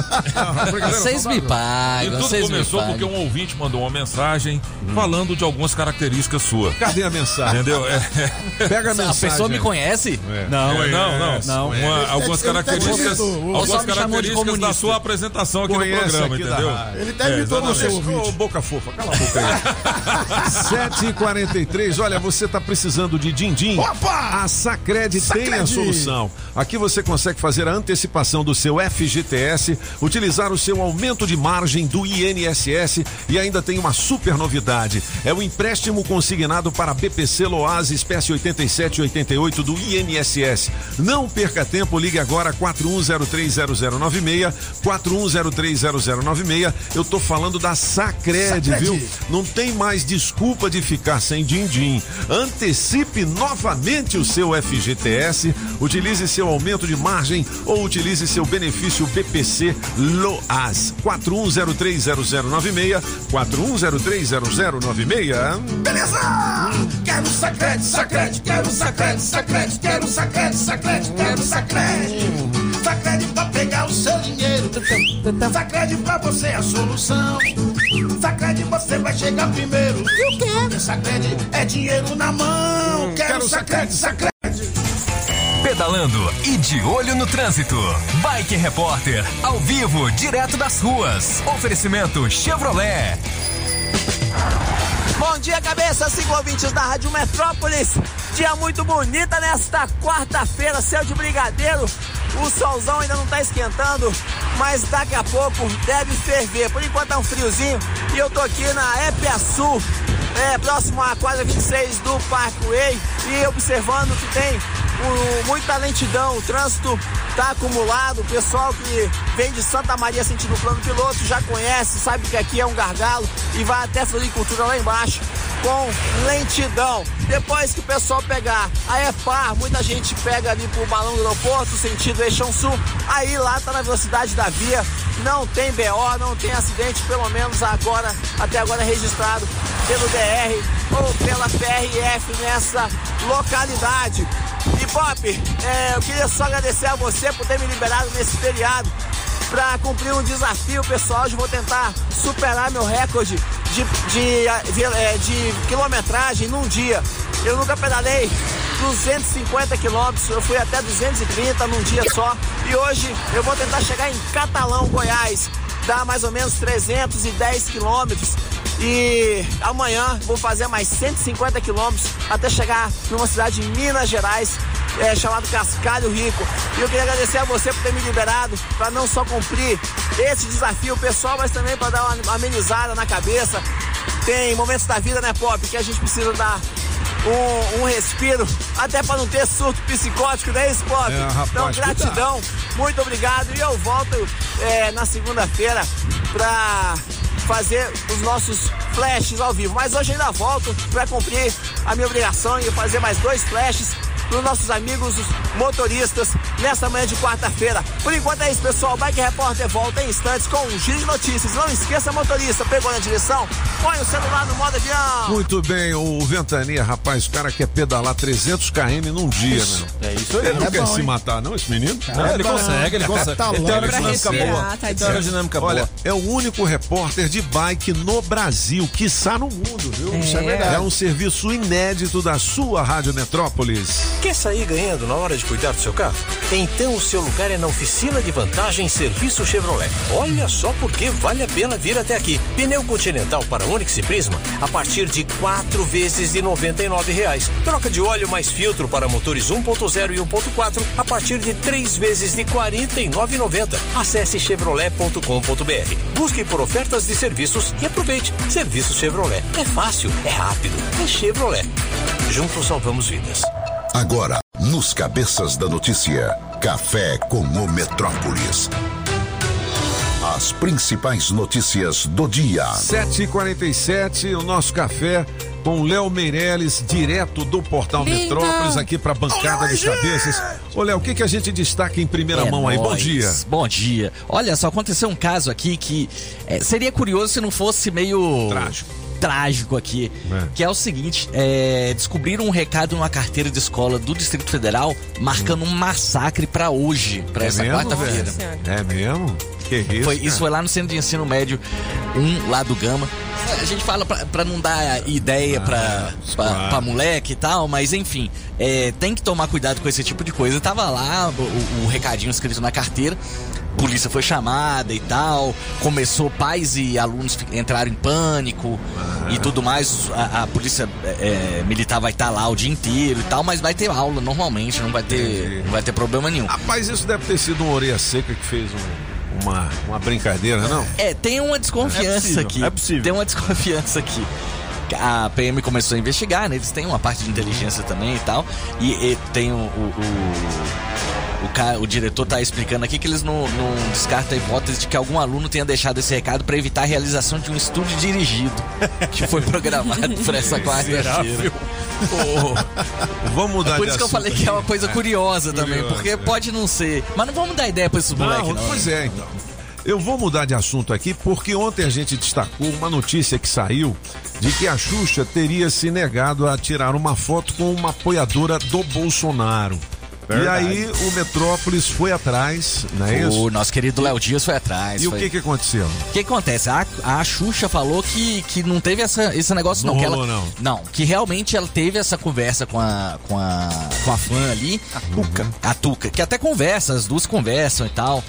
Vocês me E pagam, tudo vocês me começou pagam. porque um ouvinte mandou uma mensagem falando de algumas características suas. Cadê a mensagem? Entendeu? É, Pega a A mensagem. pessoa me conhece? É. não, é, não, não, não. Uma- algumas Ele tá características, dizendo, o- algumas só me chamou de características da comunista. sua apresentação aqui Conhece no programa, aqui da entendeu? rádio. Ele tá imitando o seu Ô, ouvinte. boca fofa, cala a boca aí. sete e quarenta e três, olha, você tá precisando de din-din? Opa! A Sacred tem a Sacred. solução. Aqui você consegue fazer a antecipação do seu F G T S, utilizar o seu aumento de margem do I N S S e ainda tem uma super novidade. É o empréstimo consignado para B P C Loas espécie oitenta e sete e oitenta e oito do I N S S. Não perca tempo, ligue agora quatro um zero três zero zero nove seis, quatro um zero três zero zero nove seis. Eu tô falando da Sacred, Sacred. viu? Não tem mais desculpa de ficar sem din-din. Antecipe novamente o seu F G T S, utilize seu aumento de margem ou utilize seu benefício B P C Loas. quatro um zero três zero zero nove seis, quatro um zero três zero zero nove seis. Beleza! Quero Sacred, Sacred, quero Sacred, Sacred, quero Sacred, Sacred, quero Sacred. Sacred pra pegar o seu dinheiro. Sacred pra você é a solução. Sacred você vai chegar primeiro. E o quê? Porque Sacred é dinheiro na mão. Quero Sacred, Sacred. Pedalando e de olho no trânsito. Bike Repórter, ao vivo, direto das ruas. Oferecimento Chevrolet. Bom dia, cabeça, cinco ouvintes da Rádio Metrópolis. Dia muito bonita nesta quarta-feira, céu de brigadeiro. O solzão ainda não tá esquentando, mas daqui a pouco deve ferver. Por enquanto é um friozinho e eu tô aqui na Epiaçu, é, próximo à quadra vinte e seis do Parkway, e observando que tem um, muita lentidão. O trânsito tá acumulado. O pessoal que vem de Santa Maria sentido plano piloto já conhece, sabe que aqui é um gargalo e vai até Floricultura lá embaixo com lentidão. Depois que o pessoal pegar a EPAR, muita gente pega ali pro balão do aeroporto, sentido Eixão Sul, aí lá tá na velocidade da via, não tem B O, não tem acidente, pelo menos agora, até agora registrado pelo D R ou pela P R F nessa localidade. E Pop, é, eu queria só agradecer a você por ter me liberado nesse feriado para cumprir um desafio, pessoal. Hoje vou tentar superar meu recorde de, de, de, de quilometragem num dia. Eu nunca pedalei duzentos e cinquenta quilômetros, eu fui até duzentos e trinta num dia só. E hoje eu vou tentar chegar em Catalão, Goiás, dá mais ou menos trezentos e dez quilômetros. E amanhã vou fazer mais cento e cinquenta quilômetros até chegar numa cidade de Minas Gerais, é, chamado Cascalho Rico. E eu queria agradecer a você por ter me liberado para não só cumprir esse desafio pessoal, mas também para dar uma amenizada na cabeça. Tem momentos da vida, né, Pop, que a gente precisa dar um, um respiro, até para não ter surto psicótico, não é isso, Pop? É, rapaz, então, gratidão, muito obrigado. E eu volto é, na segunda-feira para fazer os nossos flashes ao vivo. Mas hoje ainda volto para cumprir a minha obrigação e fazer mais dois flashes para os nossos amigos os motoristas nesta manhã de quarta-feira. Por enquanto é isso, pessoal. Bike Repórter volta em instantes com um giro de notícias. Não esqueça, motorista, pegou na direção, põe o celular no modo avião. Muito bem, o Ventania, rapaz, o cara quer pedalar trezentos quilômetros num dia, meu. É isso aí. Ele não é quer bom, se hein? matar, não, esse menino? Não, ele consegue, ele consegue. Tá ele tem uma aerodinâmica boa. Tá Tem uma aerodinâmica boa. Olha, é o único repórter de bike no Brasil, quiçá no mundo, viu? É. Isso é verdade. É um serviço inédito da sua Rádio Metrópolis. Quer sair ganhando na hora de cuidar do seu carro? Então o seu lugar é na Oficina de Vantagem Serviço Chevrolet. Olha só porque vale a pena vir até aqui. Pneu Continental para Onix e Prisma a partir de quatro vezes de noventa e nove reais. Troca de óleo mais filtro para motores um ponto zero e um ponto quatro a partir de três vezes de quarenta e nove reais e noventa centavos. Acesse chevrolet ponto com ponto br. Busque por ofertas de serviços e aproveite. Serviço Chevrolet. É fácil, é rápido, é Chevrolet. Juntos salvamos vidas. Agora, nos Cabeças da Notícia, Café com o Metrópolis. As principais notícias do dia. sete e quarenta e sete, o nosso café com Léo Meirelles, direto do Portal Lindo. Metrópolis, aqui pra bancada dos cabeças. Ô, Léo, o que, que a gente destaca em primeira É mão aí? Bom nóis. dia. Bom dia. Olha só, aconteceu um caso aqui que é, seria curioso se não fosse meio... Trágico. Trágico aqui, É. que é o seguinte, é, descobriram um recado numa carteira de escola do Distrito Federal marcando um massacre pra hoje, pra É essa mesmo, quarta-feira. velho? É mesmo? Que isso, Foi, cara? isso foi lá no Centro de Ensino Médio um, lá do Gama. A gente fala pra, pra não dar ideia Ah, pra, pra, claro. pra moleque e tal, mas enfim, é, tem que tomar cuidado com esse tipo de coisa. Tava lá o, o- o recadinho escrito na carteira, polícia foi chamada e tal, começou, pais e alunos fi- entraram em pânico Ah. e tudo mais. A, a polícia é, militar vai estar lá o dia inteiro e tal, mas vai ter aula normalmente, não vai ter, não vai ter problema nenhum. Rapaz, isso deve ter sido uma orelha seca que fez um- uma, uma brincadeira, não? É, tem uma desconfiança É possível, aqui. é possível. Tem uma desconfiança aqui. A P M começou a investigar, né? Eles têm uma parte de inteligência também e tal. E, e tem o. o, o, o, ca- o diretor tá explicando aqui que eles não, não descartam a hipótese de que algum aluno tenha deixado esse recado para evitar a realização de um estudo dirigido que foi programado para essa quarta-feira. Vamos mudar Por de isso que eu assunto falei que é uma aqui. coisa curiosa também, Curiosa, porque é. pode não ser. Mas não vamos dar ideia pra esses moleques, não. Pois é, então. Eu vou mudar de assunto aqui porque ontem a gente destacou uma notícia que saiu de que a Xuxa teria se negado a tirar uma foto com uma apoiadora do Bolsonaro. Verdade. E aí o Metrópolis foi atrás, não é isso? O nosso querido Léo Dias foi atrás. E o foi- que que aconteceu? O que acontece? A, a Xuxa falou que, que não teve essa, esse negócio, não. Não que rolou, ela, não. que realmente ela teve essa conversa com a, com a, com a fã ali. A Tuca. A Tuca, que até conversa, as duas conversam e tal.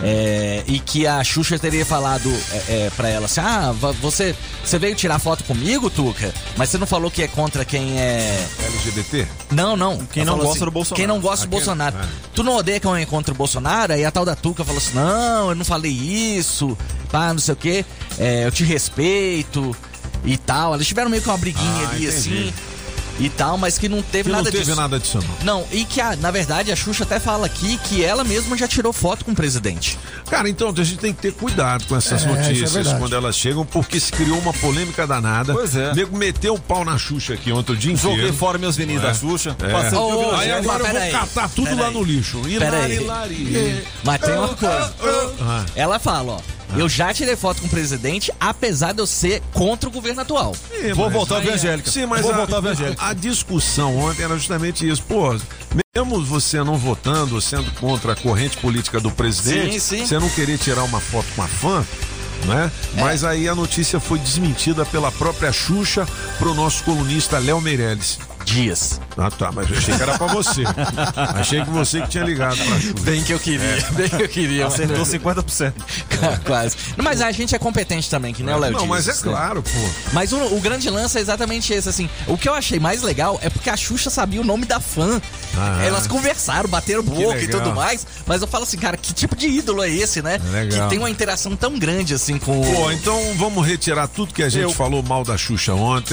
É, e que a Xuxa teria falado é, é, pra ela assim: ah, va- você, você veio tirar foto comigo, Tuca? Mas você não falou que é contra quem é. L G B T? Não, não. Quem Ela não falou gosta do Bolsonaro. Quem não gosta do Aquele- Bolsonaro. é. Tu não odeia quem é contra o Bolsonaro? Aí a tal da Tuca falou assim: não, eu não falei isso, pá, não sei o quê, é, eu te respeito e tal. Eles tiveram meio que uma briguinha Ah, ali entendi. assim e tal, mas que não teve Que não nada teve disso. nada disso, não. Não, e que a- na verdade a Xuxa até fala aqui que ela mesma já tirou foto com o presidente. Cara, então a gente tem que ter cuidado com essas É, isso é notícias verdade. quando elas chegam, porque se criou uma polêmica danada. Pois é. O nego meteu o pau na Xuxa aqui ontem o dia inteiro. Joguei fora meus vinis É. da Xuxa. É. Passei Ô, pelo ô, Vila Aí Mas agora eu pera vou aí, catar tudo pera lá aí. no lixo. Pera Hilari, aí. hilari. Mas tem uma coisa. Ah. Ela fala, ó. Eu já tirei foto com o presidente, apesar de eu ser contra o governo atual. Sim, Vou mas- voltar aí, evangélica. Sim, mas Vou a, voltar evangélica. a discussão ontem era justamente isso. Pô, mesmo você não votando, sendo contra a corrente política do presidente, Sim, sim. você não querer tirar uma foto com a fã, né? Mas aí a notícia foi desmentida pela própria Xuxa pro nosso colunista Léo Meirelles. Dias. Ah, tá, mas eu achei que era pra você. Achei que você que tinha ligado pra Xuxa. Bem que eu queria, bem que eu queria. mas- Acertou cinquenta por cento. Quase. Mas a gente é competente também, que nem o Léo Não, Dias, mas é né? claro, pô. Mas o, o grande lance é exatamente esse, assim. O que eu achei mais legal é porque a Xuxa sabia o nome da fã. Ah. Elas conversaram, bateram boca e legal. tudo mais. Mas eu falo assim, cara, que tipo de ídolo é esse, né? Legal. Que tem uma interação tão grande, assim, com o... Pô, então vamos retirar tudo que a gente Eu- falou mal da Xuxa ontem.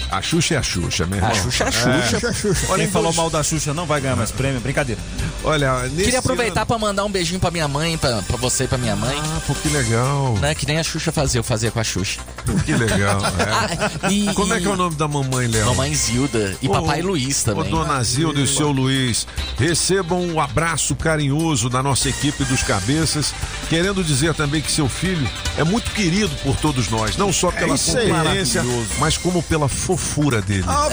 A Xuxa é a Xuxa, meu irmão. A Xuxa é a Xuxa. É. Xuxa. Olha, Quem falou dois... mal da Xuxa não vai ganhar mais prêmio, brincadeira. Olha, nesse Queria aproveitar ano... pra mandar um beijinho pra minha mãe, pra, pra você e pra minha mãe. Ah, pô, que legal. Né? Que nem a Xuxa fazia, eu fazia com a Xuxa. Que legal. É. Ah, e, Como é que é o nome da mamãe, Léo? Mamãe Zilda e ô, papai Luiz também. Ô, dona Zilda e o seu Luiz, recebam um abraço carinhoso da nossa equipe dos Cabeças, querendo dizer também que seu filho é muito querido por todos nós, não só pela isso aí, competência, mas como pela fofura dele. Ah,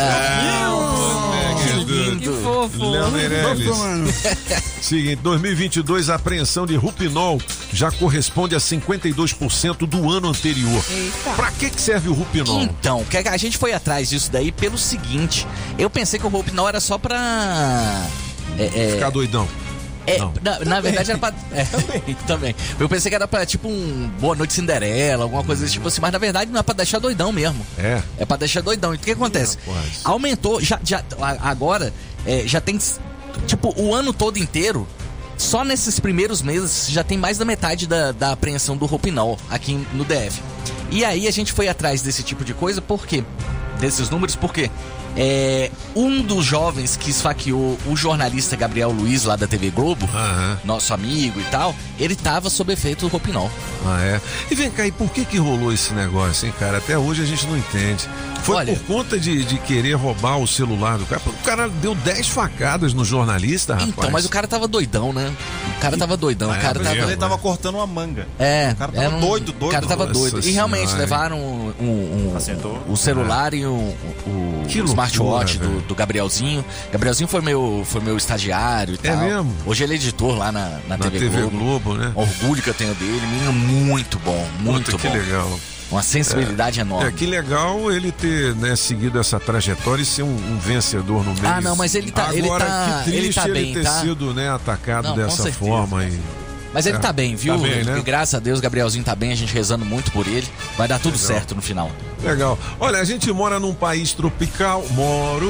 É, que lindo. Que fofo. Léo Meirelles. Seguinte, dois mil e vinte e dois, a apreensão de Rupinol já corresponde a cinquenta e dois por cento do ano anterior. Eita. Pra que que serve o Rupinol? Então, que a gente foi atrás disso daí pelo seguinte, eu pensei que o Rupinol era só pra... É, é, Ficar doidão. É, na, na verdade era pra. É, também, também. Eu pensei que era pra tipo um Boa Noite Cinderela, alguma coisa desse tipo assim, mas na verdade não é pra deixar doidão mesmo. É. É pra deixar doidão. E o que acontece? Rapaz. Aumentou, já, já, agora, é, já tem, tipo, o ano todo inteiro, só nesses primeiros meses já tem mais da metade da, da apreensão do Rupinol aqui no D F. E aí a gente foi atrás desse tipo de coisa, por quê? Desses números, por quê? É, um dos jovens que esfaqueou o jornalista Gabriel Luiz lá da T V Globo, Aham. nosso amigo e tal, ele tava sob efeito do Rupinol. Ah, é? E vem cá, e por que que rolou esse negócio, hein, cara? Até hoje a gente não entende. Foi Olha, por conta de, de querer roubar o celular do cara. O cara deu dez facadas no jornalista, rapaz. Então, mas o cara tava doidão, né? O cara tava doidão. É, o cara tava... Ele tava cortando uma manga. É, O cara tava era um- doido, doido. O cara tava Nossa doido. E realmente senhora. levaram um, um- um- Acertou. o celular e o, o Que smartwatch loucura, do, velho. do Gabrielzinho. Gabrielzinho foi meu, foi meu estagiário e É tal. mesmo? Hoje ele é editor lá na, na, Na T V, T V Globo. Globo, né? Orgulho que eu tenho dele. Menino muito bom, muito Puta, que bom. legal. Uma sensibilidade enorme. É, que legal ele ter, né, seguido essa trajetória e ser um, um vencedor no meio. Ah, não, mas ele tá- Agora, ele tá- que triste ele tá bem, ter tá? sido, né, atacado Não, com dessa certeza. forma. E... Mas ele É, tá bem, viu? Tá bem, né? E graças a Deus, Gabrielzinho tá bem, a gente rezando muito por ele. Vai dar tudo Legal. certo no final. Legal. Olha, a gente mora num país tropical. Moro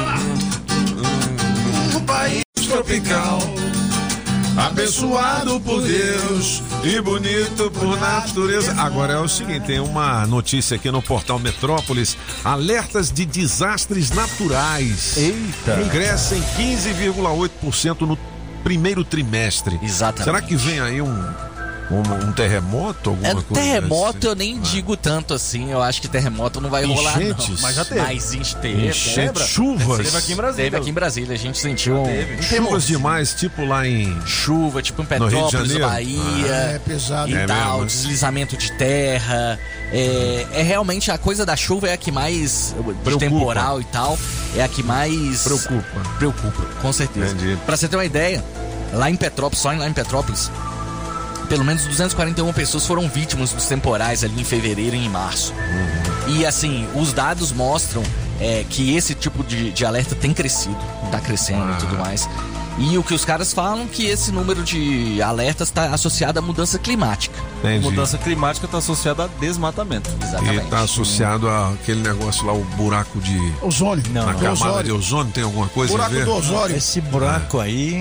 num país tropical. Abençoado por Deus e bonito por natureza. Agora é o seguinte, tem uma notícia aqui no portal Metrópolis. Alertas de desastres naturais. Eita. Crescem quinze vírgula oito por cento no primeiro trimestre. Exatamente. Será que vem aí um, um, um terremoto? Alguma É, coisa terremoto assim? eu nem digo tanto assim. Eu acho que terremoto não vai rolar, Enchentes? não. Mas já teve. Mas enche- teve, Enchente, lembra? chuvas. Teve aqui em Brasília. Teve aqui em Brasília. A gente sentiu um, teve. um Chuvas demais, tipo lá em... chuva, tipo em No Rio de Petrópolis, Janeiro? Bahia. Ah, é pesado. E É tal, mesmo, né? deslizamento de terra. É, é realmente a coisa da chuva é a que mais. De Preocupa. temporal e tal. É a que mais. Preocupa. Preocupa, com certeza. Entendi. Pra você ter uma ideia, lá em Petrópolis, só lá em Petrópolis, pelo menos duzentas e quarenta e uma pessoas foram vítimas dos temporais ali em fevereiro e em março. Uhum. E assim, os dados mostram é, que esse tipo de, de alerta tem crescido, tá crescendo Ah. e tudo mais. E o que os caras falam é que esse número de alertas está associado à mudança climática. Entendi. Mudança climática está associada a desmatamento. Exatamente. E tá associado àquele negócio lá, o buraco de... Ozônio. Na Do camada ozônio. de ozônio tem alguma coisa Buraco a ver? do ozônio. Esse buraco aí.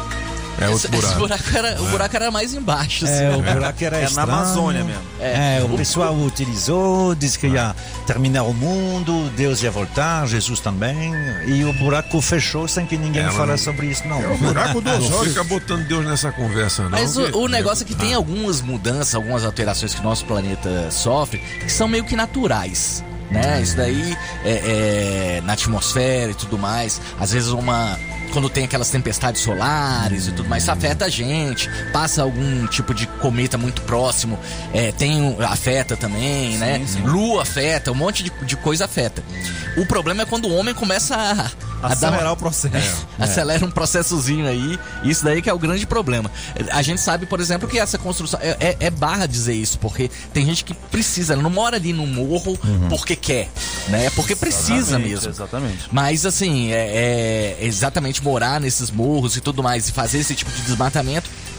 É Esse, outro buraco. esse buraco era, o buraco era mais embaixo. É, assim. o buraco era É na estranho. Amazônia mesmo. É, o o- pessoal utilizou, disse que ia terminar o mundo, Deus ia voltar, Jesus também, e o buraco fechou sem que ninguém É, mas fale não- sobre isso, não. É o buraco do Não ozônio. fica botando Deus nessa conversa, não. Mas o, que- o negócio é que tem algumas mudanças, algumas alterações que o nosso planeta sofre, que são meio que naturais. Né? Isso daí é, é na atmosfera e tudo mais. Às vezes uma. Quando tem aquelas tempestades solares e tudo mais, isso afeta a gente. Passa algum tipo de cometa muito próximo, é, tem um- afeta também, né? Lua afeta, um monte de, de coisa afeta. O problema é quando o homem começa a, a Acelerar dar uma- o processo. Acelera um processozinho aí. Isso daí que é o grande problema. A gente sabe, por exemplo, que essa construção. É, é- é barra dizer isso, porque tem gente que precisa, ela não mora ali no morro porque quer, né? É porque precisa Exatamente, mesmo. Exatamente. Mas assim, é, é exatamente morar nesses morros e tudo mais e fazer esse tipo de desmatamento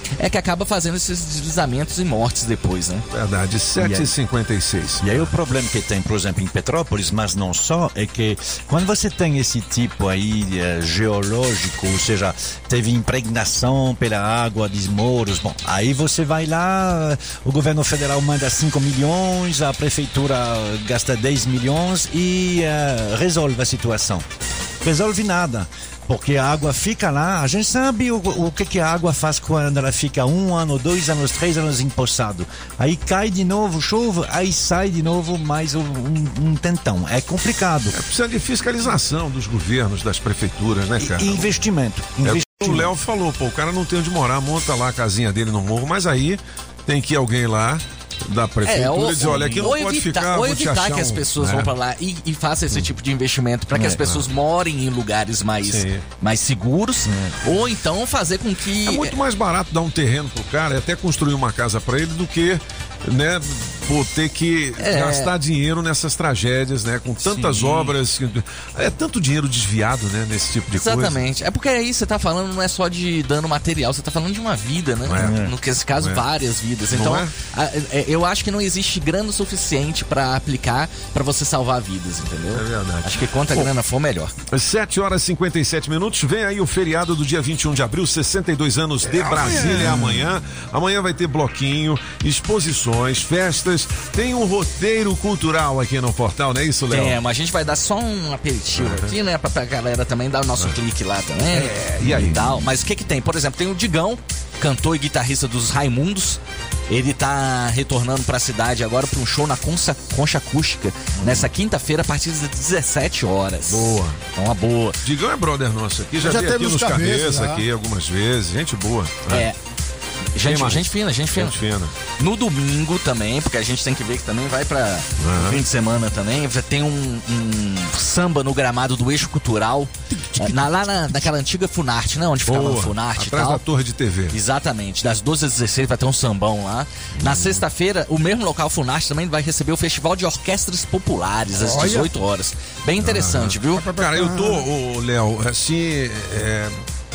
é que acaba fazendo esses deslizamentos e mortes depois, né? Verdade, sete e cinquenta e seis. E aí o problema que tem, por exemplo, em Petrópolis, mas não só, é que quando você tem esse tipo aí uh, geológico, ou seja, teve impregnação pela água dos muros, bom, aí você vai lá, o governo federal manda cinco milhões, a prefeitura gasta dez milhões e uh, resolve a situação. Resolve nada. Porque a água fica lá, a gente sabe o, o que, que a água faz quando ela fica um ano, dois anos, três anos empoçado. Aí cai de novo, chove, aí sai de novo mais um, um, um tentão. É complicado. É, precisa de fiscalização dos governos, das prefeituras, né, cara? E investimento. investimento. É, o Léo falou, pô, o cara não tem onde morar, monta lá a casinha dele no morro, mas aí tem que ir alguém lá da prefeitura é, ou, e dizer, olha, aqui não pode evitar, ficar, ou vou evitar te que as um, pessoas né? vão pra lá e, e façam esse tipo de investimento para que é, as pessoas é. morem em lugares mais, mais seguros, é. ou então fazer com que... É muito mais barato dar um terreno pro cara e até construir uma casa para ele do que, né, por ter que é. gastar dinheiro nessas tragédias, né, com tantas Sim. obras, é tanto dinheiro desviado, né, nesse tipo de Exatamente. coisa. Exatamente, é porque aí você tá falando não é só de dano material, você tá falando de uma vida, né, é. no nesse caso é. várias vidas, então é? a, a, eu acho que não existe grana suficiente para aplicar para você salvar vidas, entendeu? É verdade. Acho que quanto a grana for, melhor. sete horas e cinquenta e sete minutos, vem aí o feriado do dia vinte e um de abril, sessenta e dois anos de Brasília, é amanhã. Amanhã vai ter bloquinho, exposições, festas, tem um roteiro cultural aqui no portal, não é isso, Léo? É, mas a gente vai dar só um aperitivo uhum. aqui, né, pra, pra galera também dar o nosso uhum. clique lá também. É, e aí? E tal. Mas o que que tem? Por exemplo, tem o Digão, cantor e guitarrista dos Raimundos. Ele tá retornando pra cidade agora pra um show na Concha, Concha Acústica hum. nessa quinta-feira a partir das dezessete horas. Boa. É uma boa. Digão é brother nosso aqui, já, já veio aqui nos cabeças aqui algumas vezes, gente boa. É. é. Gente, gente fina, gente fina. Gente fina. No domingo também, porque a gente tem que ver que também vai pra uhum. fim de semana também. Tem um, um samba no gramado do Eixo Cultural, na, lá na, naquela antiga Funarte, né? Onde ficava Boa. o Funarte e tal. Atrás da torre de T V. Exatamente. Das doze às dezesseis vai ter um sambão lá. Na uhum. sexta-feira, o mesmo local Funarte também vai receber o Festival de Orquestras Populares, às Olha. dezoito horas. Bem interessante, uhum. viu? Cara, eu tô, Léo, assim... É...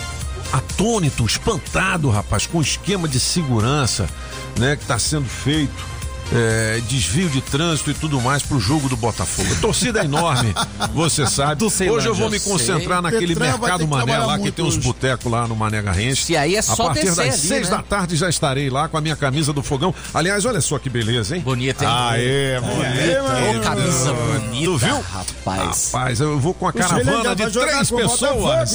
atônito, espantado, rapaz, com o esquema de segurança, né, que está sendo feito, é, desvio de trânsito e tudo mais pro jogo do Botafogo. A torcida é enorme, você sabe. Hoje eu vou me concentrar sei. naquele Petran mercado Mané lá, que tem uns botecos lá no Mané Garrincha. E aí é só A partir das ali, seis né? da tarde já estarei lá com a minha camisa do Fogão. Aliás, olha só que beleza, hein? Bonita, hein? Ah, é, bonita. Ô, camisa bonita, tu viu? Rapaz. Rapaz, eu vou com a caravana de três pessoas.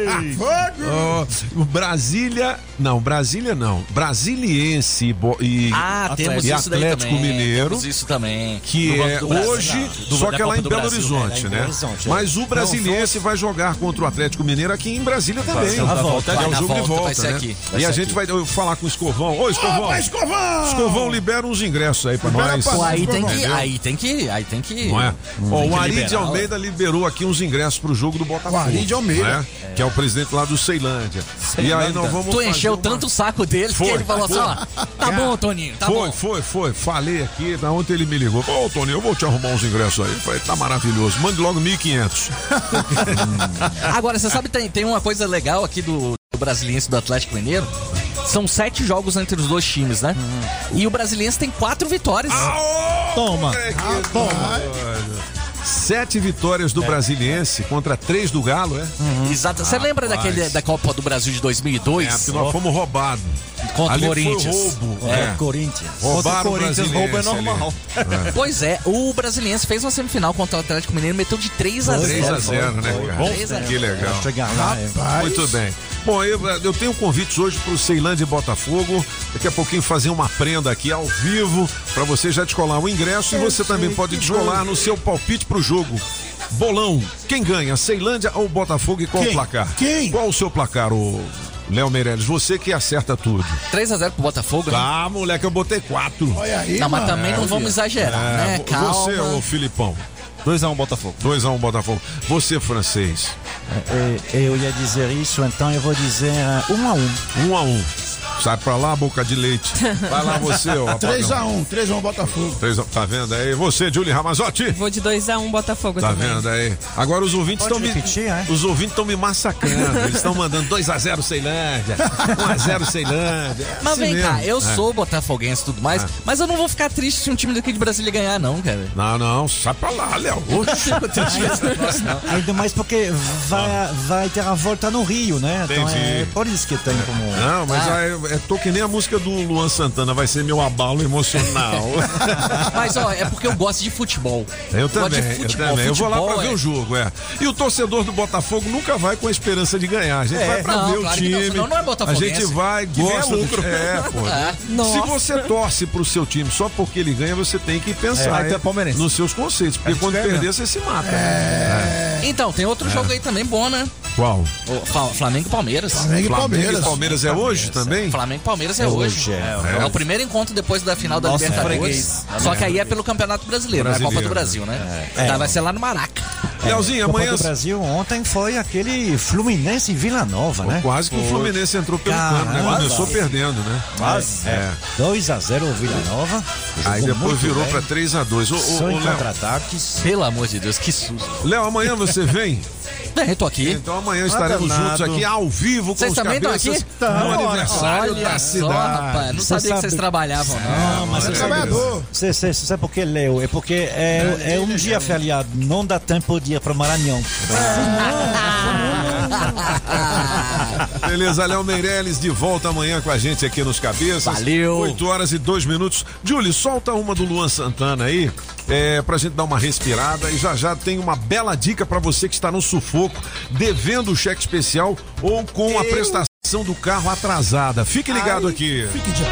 oh, Brasília, não, Brasília não. Brasiliense e, ah, temos e isso Atlético também, Mineiro. Temos isso também. Que é hoje, do, só que é lá em Belo Brasil, Horizonte, é, né? Horizonte, é. Mas o Brasiliense vai jogar contra o Atlético Mineiro aqui em Brasília também. Na volta, é o jogo volta, de volta, vai ser né? aqui, vai e a ser gente aqui. vai falar com o Escovão. Ô, Escovão! Opa, Escovão! Escovão, libera uns ingressos aí pra nós. Pô, aí tem que, aí tem que, aí tem que. Não é? Hum, Ó, tem o que Ari de liberar, Almeida ó. liberou aqui uns ingressos pro jogo do Botafogo. O Ari de Almeida. Né? É. Que é o presidente lá do Ceilândia. Ceilândia. E aí nós vamos Tu encheu uma... tanto o saco dele foi, que ele falou foi. assim, ó, tá bom, Toninho, tá foi, bom. Foi, foi, foi. Falei aqui, da ontem ele me ligou. Ô, Toninho, eu vou te arrumar uns ingressos aí. Eu falei, tá maravilhoso. Mande logo mil e quinhentos. Agora, você sabe, tem, tem uma coisa legal aqui do, do Brasiliense e do Atlético Mineiro. São sete jogos entre os dois times, né? Uhum. E o Brasiliense tem quatro vitórias. Ah, toma. Ah, toma. Sete vitórias do é. Brasiliense contra três do Galo, é? Uhum. Exato. Você ah, lembra daquele, da Copa do Brasil de dois mil e dois? É, porque nós fomos roubados. Contra o Corinthians. Foi roubo. É, é. Corinthians. Roubaram o Corinthians, roubo é normal. É. Pois é, o Brasiliense fez uma semifinal contra o Atlético Mineiro, meteu de três a zero. três a zero, né, cara? três a zero. Que legal. Lá, é. Muito bem. Bom, eu, eu tenho convites hoje pro Ceilândia e Botafogo. Daqui a pouquinho fazer uma prenda aqui ao vivo para você já descolar o ingresso e você também pode descolar no seu palpite pro jogo. Bolão, quem ganha, Ceilândia ou Botafogo e qual quem? o placar? Quem? Qual o seu placar, o Léo Meirelles? Você que acerta tudo. três a zero pro Botafogo, né? Ah, moleque, eu botei quatro. Olha aí, Não, mano. mas também não é, vamos exagerar, é, né? Calma. Você, ô Filipão. dois a um Botafogo. dois a um Botafogo. Você, francês. É, eu ia dizer isso, então eu vou dizer um a um. um a um. Sai pra lá, boca de leite. Vai lá você, ó. três a um, três a um Botafogo. três a um, tá vendo aí? Você, Julie Ramazotti? Vou de dois a um Botafogo tá também. Tá vendo aí? Agora os ouvintes estão me... é? Os ouvintes estão me massacrando. Eles estão mandando dois a zero Ceilândia, um a zero Ceilândia. Mas assim vem mesmo. cá, eu é. sou botafoguense e tudo mais, é. mas eu não vou ficar triste se um time daqui de Brasília ganhar, não, cara. Não, não, sai pra lá, Léo. Ainda mais porque vai, vai ter a volta no Rio, né? Entendi. Então é por isso que tem como... Não, mas ah. é, é, tô que nem a música do Luan Santana, vai ser meu abalo emocional. Mas ó, é porque eu gosto de futebol. Eu também, de futebol. eu também. Eu vou lá pra é... ver o jogo, é. E o torcedor do Botafogo nunca vai com a esperança de ganhar. A gente é, vai pra não, ver claro o time. Não, senão não é a gente vai, gosta do lucro. É, pô. É. Se você torce pro seu time só porque ele ganha, você tem que pensar é, é nos seus conceitos. Porque quando perder, mesmo. Você se mata. É. É. Então, tem outro é. jogo aí também bom, né? Qual? O Flamengo e Palmeiras. Flamengo e Palmeiras. Flamengo e Palmeiras é hoje também? Flamengo e Palmeiras é, é hoje. É. É. é o primeiro encontro depois da final da Nossa, Libertadores. É. Só que aí é pelo Campeonato Brasileiro, brasileiro. não é a Copa do Brasil, né? É. Tá, vai ser lá no Maraca. É. Leozinho, Copa amanhã... do Brasil ontem foi aquele Fluminense e Vila Nova, Pô, né? Quase que o Fluminense entrou pelo Caramba, campo, né? Começou quase. perdendo, né? Quase. É. dois a zero o Vila Nova. Aí depois virou bem. pra três a dois. Só em contra-ataques. Pelo amor de Deus, que susto. Léo, amanhã você vem? É, eu tô aqui. Então amanhã estaremos juntos aqui ao vivo com vocês os também cabeças aqui? no aniversário Olha da cidade. Só, rapaz, não sabia que vocês trabalhavam, não. Não, mas você sabe, você, você, sabe por que, Léo? É porque é, é um dia feriado, não dá tempo de ir para Maranhão. Beleza, Léo Meirelles de volta amanhã com a gente aqui nos Cabeças. Valeu. oito horas e dois minutos. Julie, solta uma do Luan Santana aí, é, pra gente dar uma respirada. E já já tem uma bela dica pra você que está no sufoco, devendo o cheque especial ou com Eu... a prestação do carro atrasada. Fique ligado Ai, aqui. Fique já.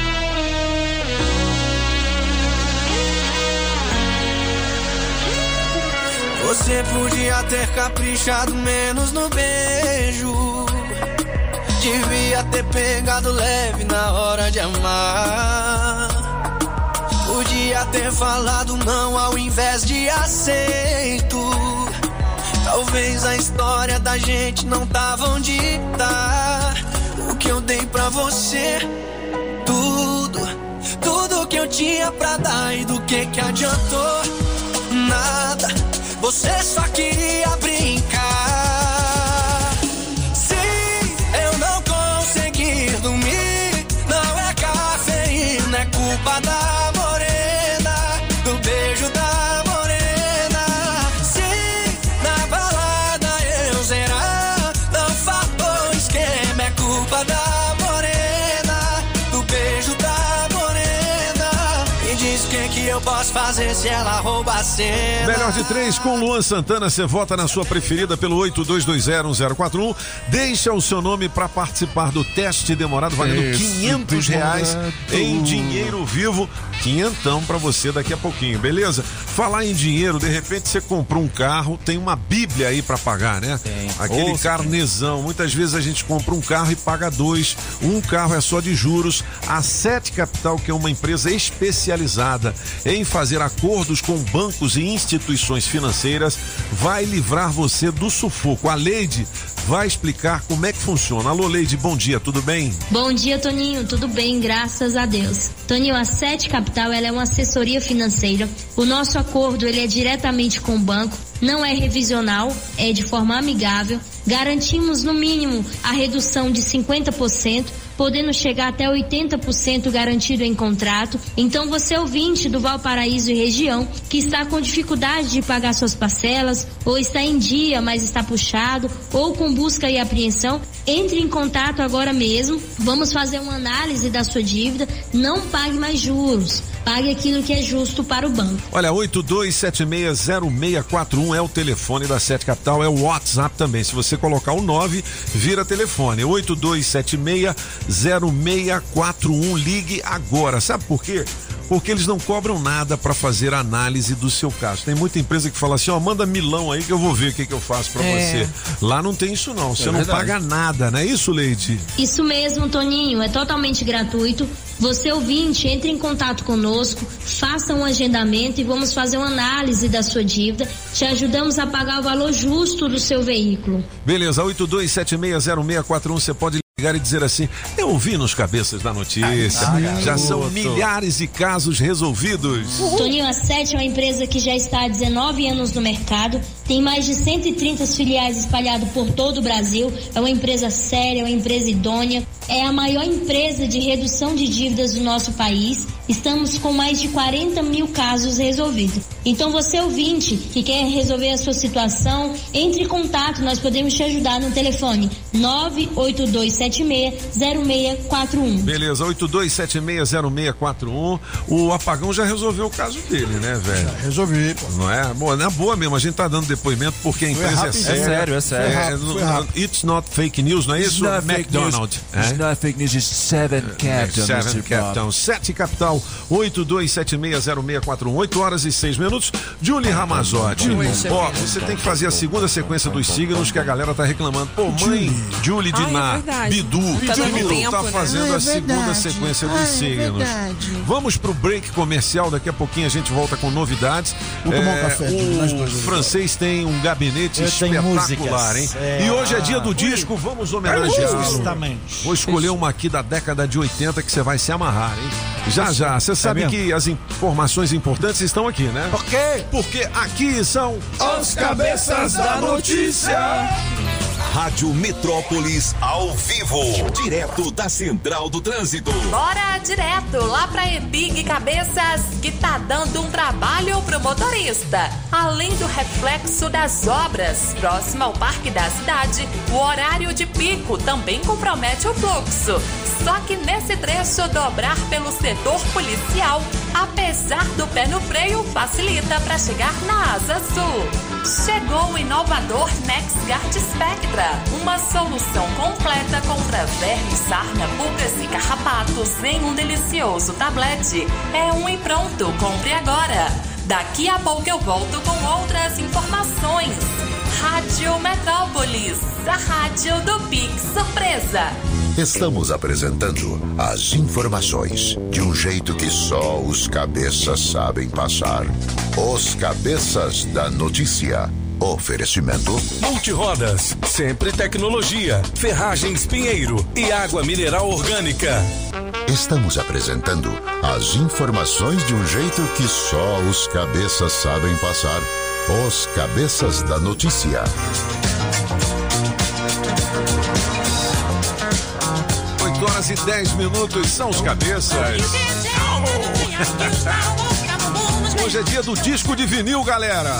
Você podia ter caprichado menos no beijo. Devia ter pegado leve na hora de amar. Podia ter falado não ao invés de aceito. Talvez a história da gente não tava onde tá. O que eu dei pra você, tudo, tudo que eu tinha pra dar. E do que que adiantou? Nada, você só queria brincar. Se eu não conseguir dormir, não é cafeína, é culpa da morena, do beijo da morena. Se na balada eu zerar, não faltou esquema, é culpa da morena, do beijo da morena. E diz o que que eu posso fazer se ela rouba a cena. Melhor de três com Luan Santana, você vota na sua preferida pelo oito dois dois zero um zero quatro um. Deixa o seu nome para participar do teste demorado, valendo Esse quinhentos reais em dinheiro vivo. Quinhentão para você daqui a pouquinho, beleza? Falar em dinheiro, de repente você comprou um carro, tem uma bíblia aí para pagar, né? Tem. Aquele Ouça, carnezão. Tem. Muitas vezes a gente compra um carro e paga dois. Um carro é só de juros. A Sete Capital, que é uma empresa especializada em fazer acordos com bancos e instituições financeiras, vai livrar você do sufoco. A Leide vai explicar como é que funciona. Alô, Leide, bom dia, tudo bem? Bom dia, Toninho, tudo bem, graças a Deus. Toninho, a Sete Capital, ela é uma assessoria financeira. O nosso acordo, ele é diretamente com o banco, não é revisional, é de forma amigável. Garantimos, no mínimo, a redução de cinquenta por cento, podendo chegar até oitenta por cento garantido em contrato. Então, você ouvinte do Valparaíso e região, que está com dificuldade de pagar suas parcelas, ou está em dia, mas está puxado, ou com busca e apreensão, entre em contato agora mesmo. Vamos fazer uma análise da sua dívida. Não pague mais juros. Pague aquilo que é justo para o banco. Olha, oito dois sete seis zero seis quatro um é o telefone da Sete Capital, é o WhatsApp também. Se você colocar o nove, vira telefone. oito dois sete seis zero seis quatro um, ligue agora. Sabe por quê? Porque eles não cobram nada para fazer a análise do seu caso. Tem muita empresa que fala assim, ó, manda milão aí que eu vou ver o que, que eu faço para é. você. Lá não tem isso não, você é não verdade. paga nada, não é isso, Leide? Isso mesmo, Toninho, é totalmente gratuito. Você ouvinte, entre em contato conosco, faça um agendamento e vamos fazer uma análise da sua dívida. Te ajudamos a pagar o valor justo do seu veículo. Beleza, oito dois sete seis zero seis quatro um, você pode ligar e dizer assim, eu vi nos Cabeças da Notícia, Ai, já são garoto. milhares de casos resolvidos. Toninho A sete é uma empresa que já está há dezenove anos no mercado, tem mais de cento e trinta filiais espalhadas por todo o Brasil, é uma empresa séria, é uma empresa idônea, é a maior empresa de redução de dívidas do nosso país, estamos com mais de quarenta mil casos resolvidos. Então você ouvinte que quer resolver a sua situação, entre em contato, nós podemos te ajudar no telefone nove oito dois sete seis zero seis quatro um. Beleza, oito dois sete seis zero seis quatro um. O Apagão já resolveu o caso dele, né, velho? Já resolvi, pô. Não é? Bom, na boa mesmo, a gente tá dando depoimento porque a empresa é séria. É sério, é sério. É, Foi rápido, foi não- rápido. It's not fake news, não é It's isso? not fake McDonald's. news. It's not fake news, it's seven Captain, Seven mister Captain, Bob. sete Capital, oito dois sete seis zero seis quatro um, oito horas e seis minutos. Julie Ramazotti. Oi, Ó, chefe. você tem que fazer a segunda sequência dos signos que a galera tá reclamando. Pô, mãe, Julie de Ai, é Ná, verdade. Bidu, Tá dando Bidu tempo, tá né? fazendo Ah, é a segunda verdade. sequência Ah, dos é signos. verdade. Vamos pro break comercial, daqui a pouquinho a gente volta com novidades. Vou tomar um café, Julie, nós dois, o Julie. francês tem um gabinete Eu tenho espetacular, músicas. hein? É, E hoje é ah, dia do ui. disco, vamos homenageá-lo. Justamente. Vou escolher uma aqui da década de oitenta que você vai se amarrar, hein? Já, já. Você sabe mesmo? que as informações importantes estão aqui, né? Por quê? Porque aqui são Os Cabeças da Notícia. Rádio Metrópolis ao vivo, direto da Central do Trânsito. Bora direto lá pra Epig Cabeças, que tá dando um trabalho pro motorista. Além do reflexo das obras próximo ao Parque da Cidade, o horário de pico também compromete o fluxo. Só que nesse trecho, dobrar pelo setor policial, apesar do pé no freio, facilita para chegar na Asa Sul. Chegou o inovador NexGuard Spectra, uma solução completa contra vermes, sarna, pulgas e carrapatos em um delicioso tablete. É um e pronto, compre agora. Daqui a pouco eu volto com outras informações. Rádio Metrópolis, a rádio do Pix Surpresa. Estamos apresentando as informações de um jeito que só os cabeças sabem passar. Os Cabeças da Notícia. Oferecimento Multirodas, sempre tecnologia, ferragens Pinheiro e água mineral orgânica. Estamos apresentando as informações de um jeito que só os cabeças sabem passar. Os Cabeças da Notícia. oito horas e dez minutos, são os cabeças. Hoje é dia do disco de vinil, galera.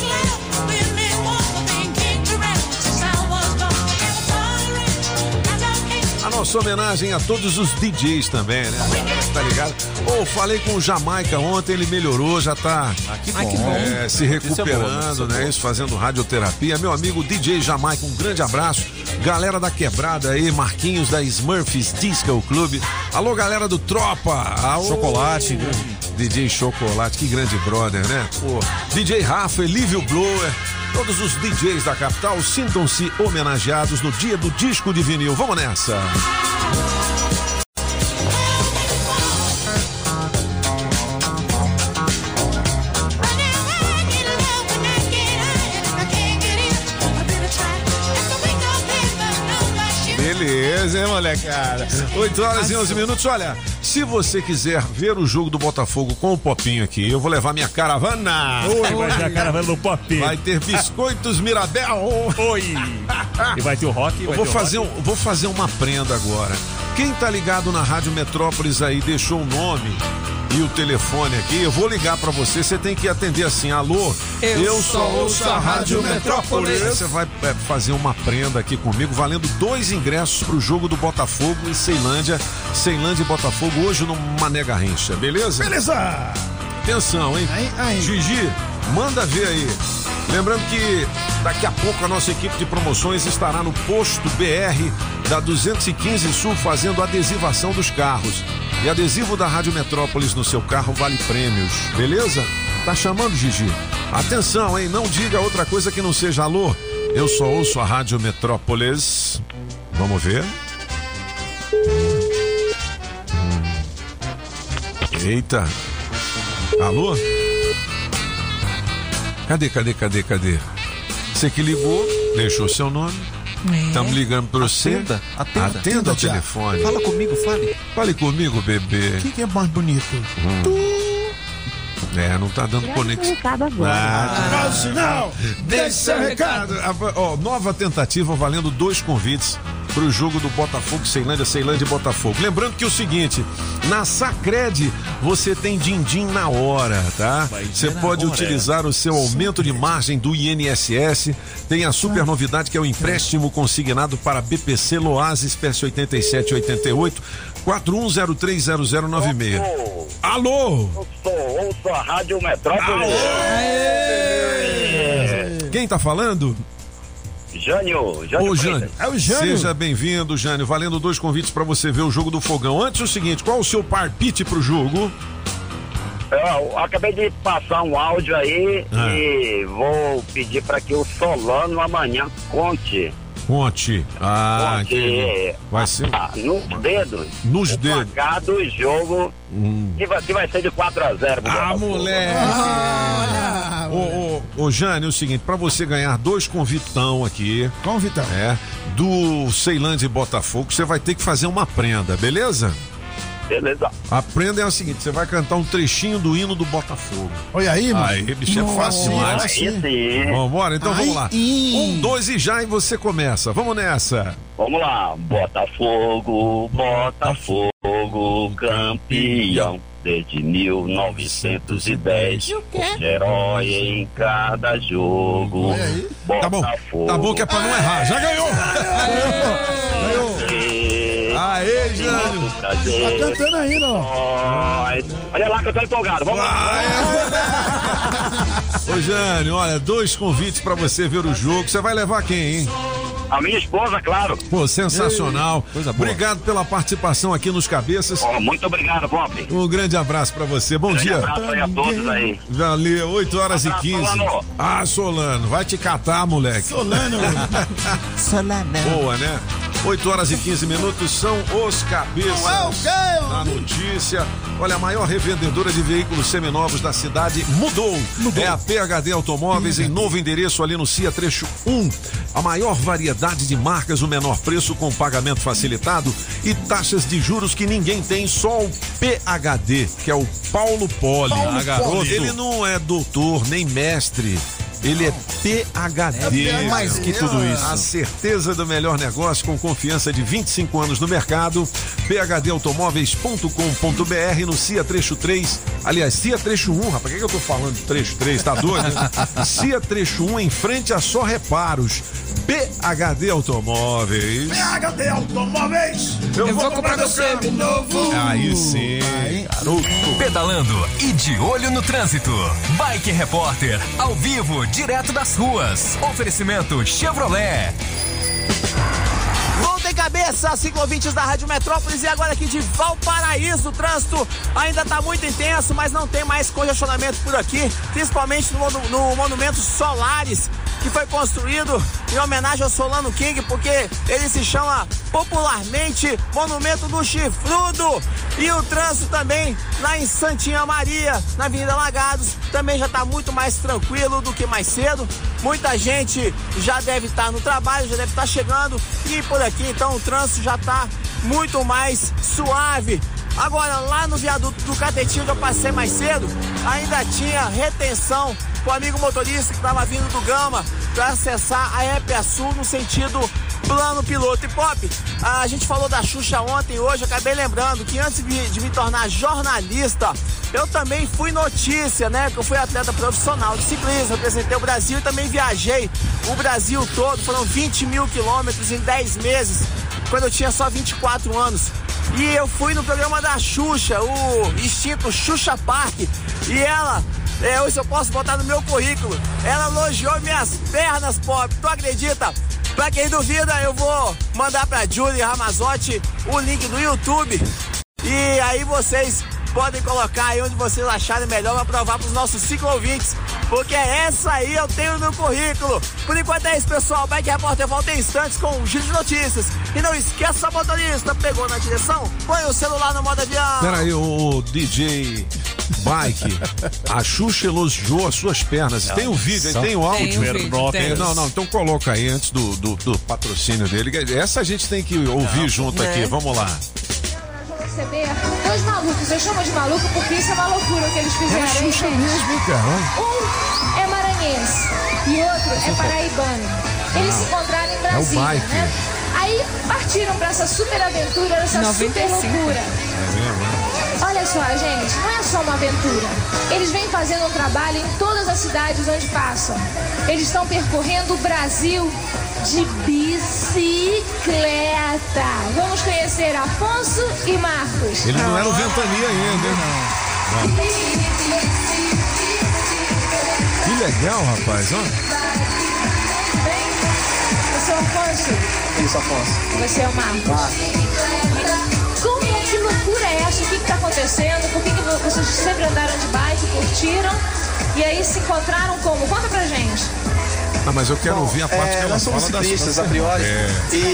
A nossa homenagem a todos os D Js também, né? Tá ligado? Ô, falei com o Jamaica ontem, ele melhorou, já tá que bom. Ah, que bom. é, se Notícia recuperando, boa, notícia né? boa. Isso, fazendo radioterapia. Meu amigo D J Jamaica, um grande abraço. Galera da Quebrada aí, Marquinhos da Smurfs Disco Club. Alô, galera do Tropa. Alô, Chocolate. D J Chocolate, que grande brother, né? Pô, D J Rafa, Elívio Blower. Todos os D Js da capital sintam-se homenageados no dia do disco de vinil. Vamos nessa! Beleza, hein, molecada? oito horas e onze minutos. Olha, se você quiser ver o jogo do Botafogo com o Popinho aqui, eu vou levar minha caravana. Oi, vai ter a caravana do Popinho. Vai ter biscoitos Mirabel. Oi. E vai ter o rock. Eu vai vou ter o fazer, rock. um, vou fazer uma prenda agora. Quem tá ligado na Rádio Metrópolis aí, deixou o nome e o telefone aqui, eu vou ligar pra você, você tem que atender assim, alô, Eu só ouço a Rádio Metrópolis. Você vai é, fazer uma prenda aqui comigo, valendo dois ingressos pro jogo do Botafogo em Ceilândia, Ceilândia e Botafogo, hoje no Mané Garrincha, beleza? Beleza! Atenção, hein? Aí, aí. Gigi, manda ver aí. Lembrando que daqui a pouco a nossa equipe de promoções estará no posto B R da duzentos e quinze Sul fazendo adesivação dos carros. E adesivo da Rádio Metrópolis no seu carro vale prêmios, beleza? Tá chamando, Gigi? Atenção, hein? Não diga outra coisa que não seja alô. Eu só ouço a Rádio Metrópolis. Vamos ver. Eita. Alô? Cadê, cadê, cadê, cadê? Você que ligou, deixou seu nome, Estamos ligando para você. Atenda, atenda. Atenda o já. telefone. Fala comigo, fale. Fale comigo, bebê. O que, que é mais bonito? Hum. Tu. É, não tá dando conexão. Ah, sinal! Deixa seu recado! Ó, nova tentativa valendo dois convites para o jogo do Botafogo, Ceilândia, Ceilândia e Botafogo. Lembrando que é o seguinte, na Sacred você tem din-din na hora, tá? Você pode utilizar o seu aumento de margem do I N S S, tem a super novidade que é o empréstimo consignado para B P C Loases, espécie oitenta e sete oitenta e oito, quatro um zero três zero zero nove seis. Alô? Eu sou, ouço a Rádio Metrópole. Quem tá falando? Jânio, Jânio. Ô, Jânio. É o Jânio. Seja bem-vindo, Jânio. Valendo dois convites para você ver o jogo do Fogão. Antes, o seguinte, qual o seu palpite pro jogo? Eu acabei de passar um áudio aí Ah. e vou pedir para que o Solano amanhã conte. Conte. Ah, conte entendi. Vai ser ah, nos dedos. nos o dedos. placar do jogo Hum. que, vai, que vai ser de quatro a zero. Ah, moleque! Ah, Ô, ô, ô, Jânio, é o seguinte, pra você ganhar dois convitão aqui. Convitão. É, do Ceilândia e Botafogo, você vai ter que fazer uma prenda, beleza? Beleza. A prenda é o seguinte, você vai cantar um trechinho do hino do Botafogo. Olha aí, mano. Aí, bicho, é fácil demais. Aí sim. Vambora, então Aí vamos lá. sim. Um, dois e já, e você começa. Vamos nessa. Vamos lá. Botafogo, Botafogo, campeão. Desde mil novecentos e dez, herói em cada jogo. Tá bom, tá bom que é pra não errar. Já ganhou! Aê, Jânio! Tá cantando ainda, ó. Olha lá que eu tô empolgado. Vamos lá. Ô, Jânio, olha, dois convites pra você ver o jogo. Você vai levar quem, hein? A minha esposa, claro. Pô, sensacional. Ei, coisa boa. Obrigado pela participação aqui nos Cabeças. Oh, muito obrigado, Bob. Um grande abraço pra você. Bom Grande dia. abraço aí a todos aí. Valeu, oito horas Abraço, e quinze. Solano. Ah, Solano, vai te catar, moleque. Solano. Solano. Boa, né? oito horas e quinze minutos são os Cabeças. Não é o quê? Na notícia, olha, a maior revendedora de veículos seminovos da cidade mudou. Mudou. É a P H D Automóveis em novo endereço ali no CIA Trecho um. A maior variedade de marcas, o menor preço com pagamento facilitado e taxas de juros que ninguém tem, só o P H D, que é o Paulo Poli. Paulo Ah, garoto, Poli. ele não é doutor nem mestre. Ele é P H D. É mais que tudo isso. A certeza do melhor negócio com confiança de vinte e cinco anos no mercado. p h d automóveis ponto com ponto b r no CIA Trecho três. Aliás, CIA Trecho um, rapaz. Por que, que eu tô falando Trecho três? Tá doido? Né? CIA Trecho um em frente a Só Reparos. P H D Automóveis. P H D Automóveis. Eu, Eu vou comprar meu carro novo. Aí sim. Garoto. Pedalando e de olho no trânsito. Bike Repórter, ao vivo, direto das ruas. Oferecimento Chevrolet. Volta em cabeça, ciclovintes da Rádio Metrópolis, e agora aqui de Valparaíso, o trânsito ainda está muito intenso, mas não tem mais congestionamento por aqui, principalmente no, monu- no Monumento Solares, que foi construído em homenagem ao Solano King, porque ele se chama popularmente Monumento do Chifrudo. E o trânsito também lá em Santinha Maria, na Avenida Lagados, também já está muito mais tranquilo do que mais cedo. Muita gente já deve estar no trabalho, já deve estar chegando, e por aqui então o trânsito já está muito mais suave. Agora, lá no viaduto do Catetinho, que eu passei mais cedo, ainda tinha retenção pro amigo motorista que estava vindo do Gama para acessar a E P A Sul no sentido plano piloto. E Pop, a gente falou da Xuxa ontem, hoje eu acabei lembrando que antes de, de me tornar jornalista, eu também fui notícia, né? Que eu fui atleta profissional de ciclismo, representei o Brasil e também viajei o Brasil todo, foram vinte mil quilômetros em dez meses, quando eu tinha só vinte e quatro anos. E eu fui no programa da Xuxa, o extinto Xuxa Park, e ela, é, hoje eu posso botar no meu currículo, ela elogiou minhas pernas, Pop, tu acredita? Pra quem duvida, eu vou mandar pra Julie Ramazotti o link do YouTube, e aí vocês podem colocar aí onde vocês acharem melhor pra provar pros nossos ciclo-ouvintes, porque essa aí eu tenho no currículo. Por enquanto é isso, pessoal. Bike Repórter volta em instantes com um giro de notícias. E não esqueça, motorista, pegou na direção? Põe o celular no modo avião. Pera aí, o D J bike. A Xuxa elogiou as suas pernas. Tem o vídeo, Só- tem o áudio. Tem o vídeo, tem. Não, não, então coloca aí antes do, do, do patrocínio dele. Essa a gente tem que ouvir junto né? aqui. Vamos lá. Receber dois malucos, eu chamo de maluco porque isso é uma loucura o que eles fizeram. É a hein, Xuxa gente? mesmo, cara. Um é maranhense e outro é paraibano. Eles se encontraram em Brasília, bike. né? Aí partiram pra essa super aventura, essa noventa e super cinco. loucura. É mesmo? Olha só, gente, não é só uma aventura. Eles vêm fazendo um trabalho em todas as cidades onde passam. Eles estão percorrendo o Brasil de bicicleta. Vamos conhecer Afonso e Marcos. Ele não era o Ventania ainda, hein? Não. Que legal, rapaz, ó. Você é o Afonso? Isso, Afonso. Você é o Marcos? Marcos. Como, que loucura é essa? O que está acontecendo? Por que, que vocês sempre andaram de bike, curtiram? E aí se encontraram como? Conta pra gente. Ah, mas eu quero Bom, ouvir a parte é, que ela nós somos fala das ciclistas, das- a priori, É.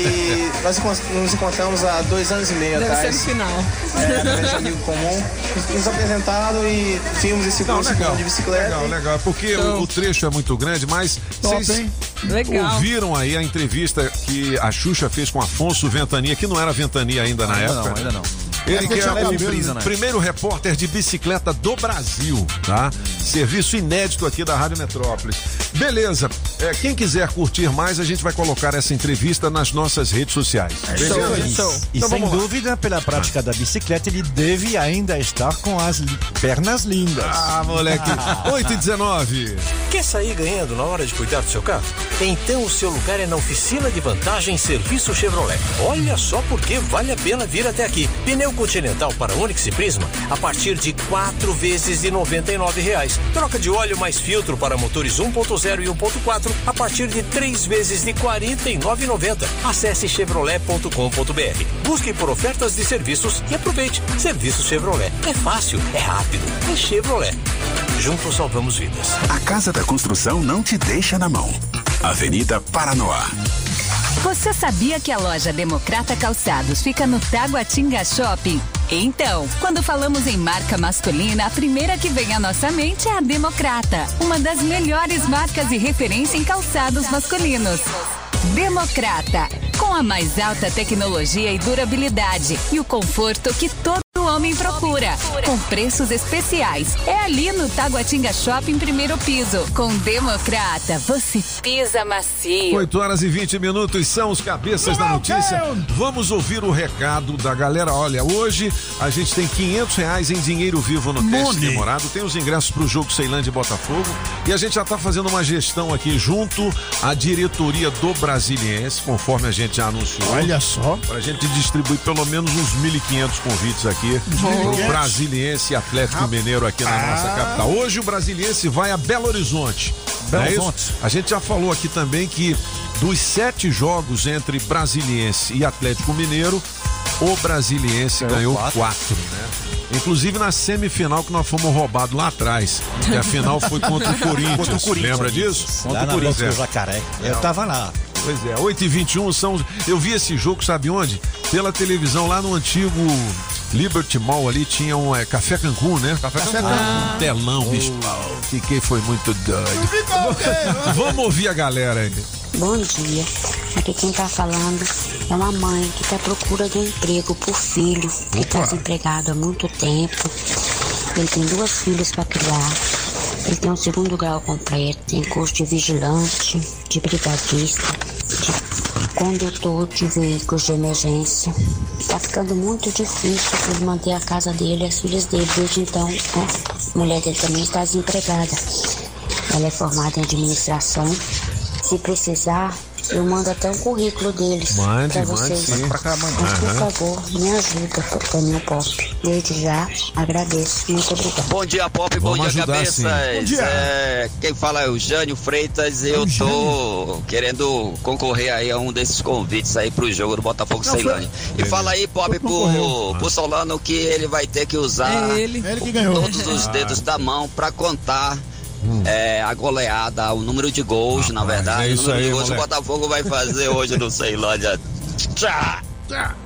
e nós nos encontramos há dois anos e meio Deve atrás. ser no final. É, através de amigo comum, nos apresentaram e tínhamos esse Não, curso legal, de bicicleta. legal, legal. Porque o, o trecho é muito grande, mas Top, vocês hein? Legal. ouviram aí a entrevista que a Xuxa fez com Afonso Ventania, que não era Ventania ainda na Ainda época. não, ainda não. Ele É porque que é tinha o leve brisa, né? primeiro repórter de bicicleta do Brasil, tá? Serviço inédito aqui da Rádio Metrópolis. Beleza, é, quem quiser curtir mais, a gente vai colocar essa entrevista nas nossas redes sociais. Beleza? E Então, sem vamos lá. dúvida, pela prática da bicicleta, ele deve ainda estar com as li- pernas lindas. Ah, moleque. oito e dezenove. Quer sair ganhando na hora de cuidar do seu carro? Então o seu lugar é na oficina de vantagem Serviço Chevrolet. Olha só porque vale a pena vir até aqui. Pneu Continental para Onix e Prisma a partir de quatro vezes de noventa e nove reais. Troca de óleo mais filtro para motores um ponto zero e um ponto quatro a partir de três vezes de quarenta e nove reais e noventa centavos. Acesse chevrolet ponto com ponto br. Busque por ofertas de serviços e aproveite. Serviço Chevrolet. É fácil, é rápido, é Chevrolet. Juntos salvamos vidas. A Casa da Construção não te deixa na mão. Avenida Paranoá. Você sabia que a loja Democrata Calçados fica no Taguatinga Shopping? Então, quando falamos em marca masculina, a primeira que vem à nossa mente é a Democrata, uma das melhores marcas e referência em calçados masculinos. Democrata, com a mais alta tecnologia e durabilidade e o conforto que todo homem procura, com preços especiais. É ali no Taguatinga Shopping, primeiro piso. Com Democrata, você pisa macio. oito horas e vinte minutos são os cabeças da notícia. Vamos ouvir o recado da galera. Olha, hoje a gente tem quinhentos reais em dinheiro vivo no teste demorado. Tem os ingressos para o jogo Ceilândia e Botafogo. E a gente já está fazendo uma gestão aqui junto à diretoria do Brasiliense, conforme a gente já anunciou. Olha só. Para a gente distribuir pelo menos uns mil e quinhentos convites aqui pro Brasiliense e Atlético Mineiro aqui na nossa capital. Hoje o Brasiliense vai a Belo Horizonte. Belo Não é isso? Horizonte. A gente já falou aqui também que dos sete jogos entre Brasiliense e Atlético Mineiro, o Brasiliense ganhou quatro, quatro né? Inclusive na semifinal que nós fomos roubados lá atrás. E a final foi contra o Corinthians. Contra o Corinthians. Lembra disso? Contra Lá o na Corinthians. Lógica do Jacaré. Eu tava lá. Pois é, oito e vinte e um são. Eu vi esse jogo, sabe onde? Pela televisão, lá no antigo Liberty Mall ali tinha um é, Café Cancún, né? Café Cancún. Um telão, bicho. Fiquei, foi muito doido. Vamos ouvir a galera aí. Bom dia, aqui quem tá falando é uma mãe que tá à procura de um emprego pro filho, que tá desempregado há muito tempo. Ele tem duas filhas para criar, ele tem um segundo grau completo, tem curso de vigilante, de brigadista, de condutor de veículos de emergência. Tá ficando muito difícil para ele manter a casa dele e as filhas dele. Desde então, a mulher dele também está desempregada. Ela é formada em administração. Se precisar, eu mando até um currículo deles Mande, para mande, vocês. sim. Pra cá, mande. Mas, por Aham. favor, me ajuda, Toninho Pop. Desde já, agradeço. Muito obrigada. Bom dia, Pop. Bom Vamos dia, ajudar, cabeças. sim. Bom dia. É, quem fala é o Jânio Freitas. Eu tô querendo concorrer aí a um desses convites aí pro jogo do Botafogo Não, Ceilândia. foi- E fala aí, Pop, pro, pro Solano que ele vai ter que usar É ele. Ele que ganhou. todos os dedos da mão pra contar é, a goleada, o número de gols, na verdade. é o isso número aí, de gols que o moleque. Botafogo vai fazer hoje no Ceilândia. Tchá!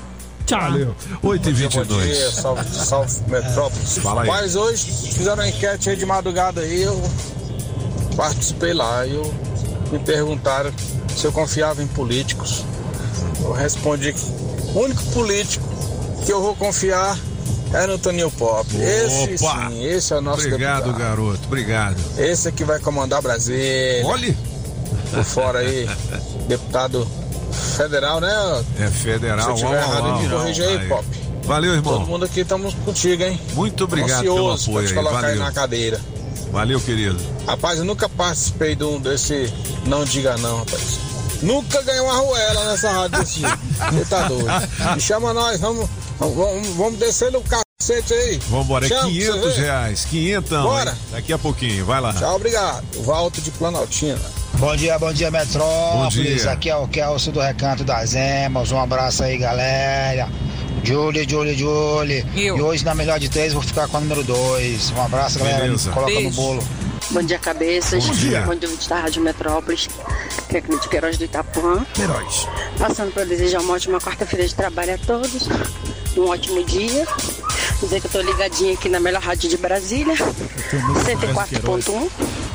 Tchau. Valeu. oito e vinte e dois. Bom dia, salve, salve Metrópolis. Fala aí. Mas hoje fizeram uma enquete aí de madrugada aí, eu participei lá e eu, me perguntaram se eu confiava em políticos. Eu respondi que o único político que eu vou confiar é no Toninho Pop. Esse Opa! sim, esse é o nosso Obrigado, deputado. garoto. Obrigado. Esse aqui vai comandar Brasília. Olhe. Por fora aí, deputado federal, né? É federal. Se eu tiver uau, errado, uau, me corrija aí, aí. Pop. Valeu, irmão. Todo mundo aqui estamos contigo, hein? Muito obrigado Ansioso pelo apoio pra te aí. colocar aí Valeu. na cadeira. Valeu, querido. Rapaz, eu nunca participei de um desse Não Diga Não, rapaz. Nunca ganhei uma arruela nessa rádio desse jeito. Você tá doido. Me chama nós, vamos, vamos, vamos descer no cacete aí. Vambora, é Chama, quinhentos você vê. reais. quinhentão. Bora. Hein? Daqui a pouquinho, vai lá. Tchau, obrigado. Valto de Planaltina. Bom dia, bom dia, Metrópolis. Bom dia. Aqui é o Kelso do Recanto das Emas. Um abraço aí, galera. Julie, Julie, Julie. E hoje, na melhor de três, vou ficar com a número dois. Um abraço, galera. Beleza. Coloca Beijo. no bolo. Bom dia, cabeças. Bom dia. Bom dia, ouvinte da Rádio Metrópolis. Que é Clídio Queiroz do Itapuã. Queiroz. Passando para desejar uma ótima quarta-feira de trabalho a todos. Um ótimo dia. Dizer que eu tô ligadinha aqui na melhor rádio de Brasília. cento e quatro ponto um.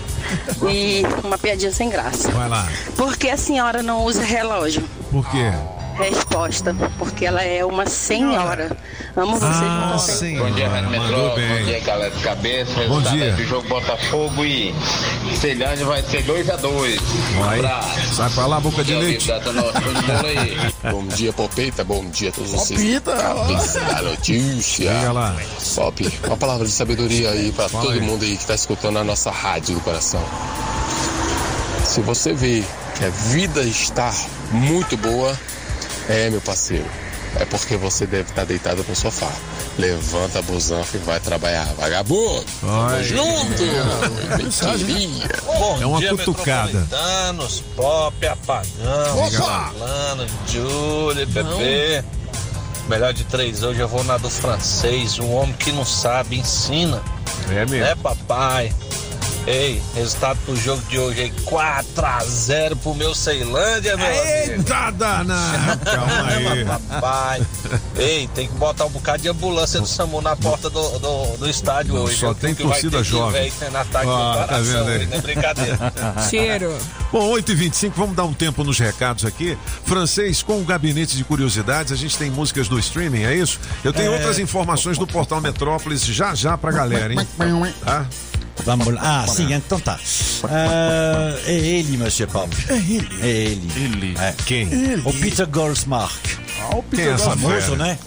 E uma piadinha sem graça. Vai lá. Por que a senhora não usa relógio? Por quê? Resposta, porque ela é uma senhora. Amo vocês. Ah, vocês. sim. Bom dia, Rádio Mandou Metrópole. bem. Bom dia, galera de cabeça. Bom Resultado dia. do jogo Botafogo e Celhândia vai ser dois a dois. Um Vai. abraço. Sai pra lá, boca de leite. Bom dia, Popeta. Bom dia a todos vocês. Popita. Da notícia. Diga lá. Pop, uma palavra de sabedoria aí pra Fala todo aí. mundo aí que tá escutando a nossa rádio do coração. Se você vê que a vida está muito boa, é, meu parceiro, é porque você deve estar deitado no sofá. Levanta a busanfa e vai trabalhar, vagabundo. Vai. Tamo junto. Mentirinha. É uma cutucada. Metropolitanos, Pop, Apagão, Opa! Plano, Júlia, Pepe. Melhor de três hoje eu vou na do francês. Um homem que não sabe, ensina. É mesmo. É, papai. Ei, resultado do jogo de hoje aí, quatro a zero pro meu Ceilândia, meu amigo. Eita, dana! Calma aí. Papai. Ei, tem que botar um bocado de ambulância do SAMU na porta do, do, do estádio Não, hoje. só viu? tem Porque vai torcida ter que jovem. ver aí, ataque Ah, no tá coração, vendo aí? hein? Não é brincadeira. Cheiro. Bom, oito e vinte e cinco, vamos dar um tempo nos recados aqui. Francês, com o gabinete de curiosidades, a gente tem músicas do streaming, é isso? Eu tenho É. outras informações do Portal Metrópolis já já pra galera, hein? Tá? Vamos lá. Ah, sim, então tá. Ah, é ele, Monsieur Pop. É ele. É ele. Ele. É. Quem? O Peter Goldsmark. Ah, o Quem é essa Famoso, fera? né?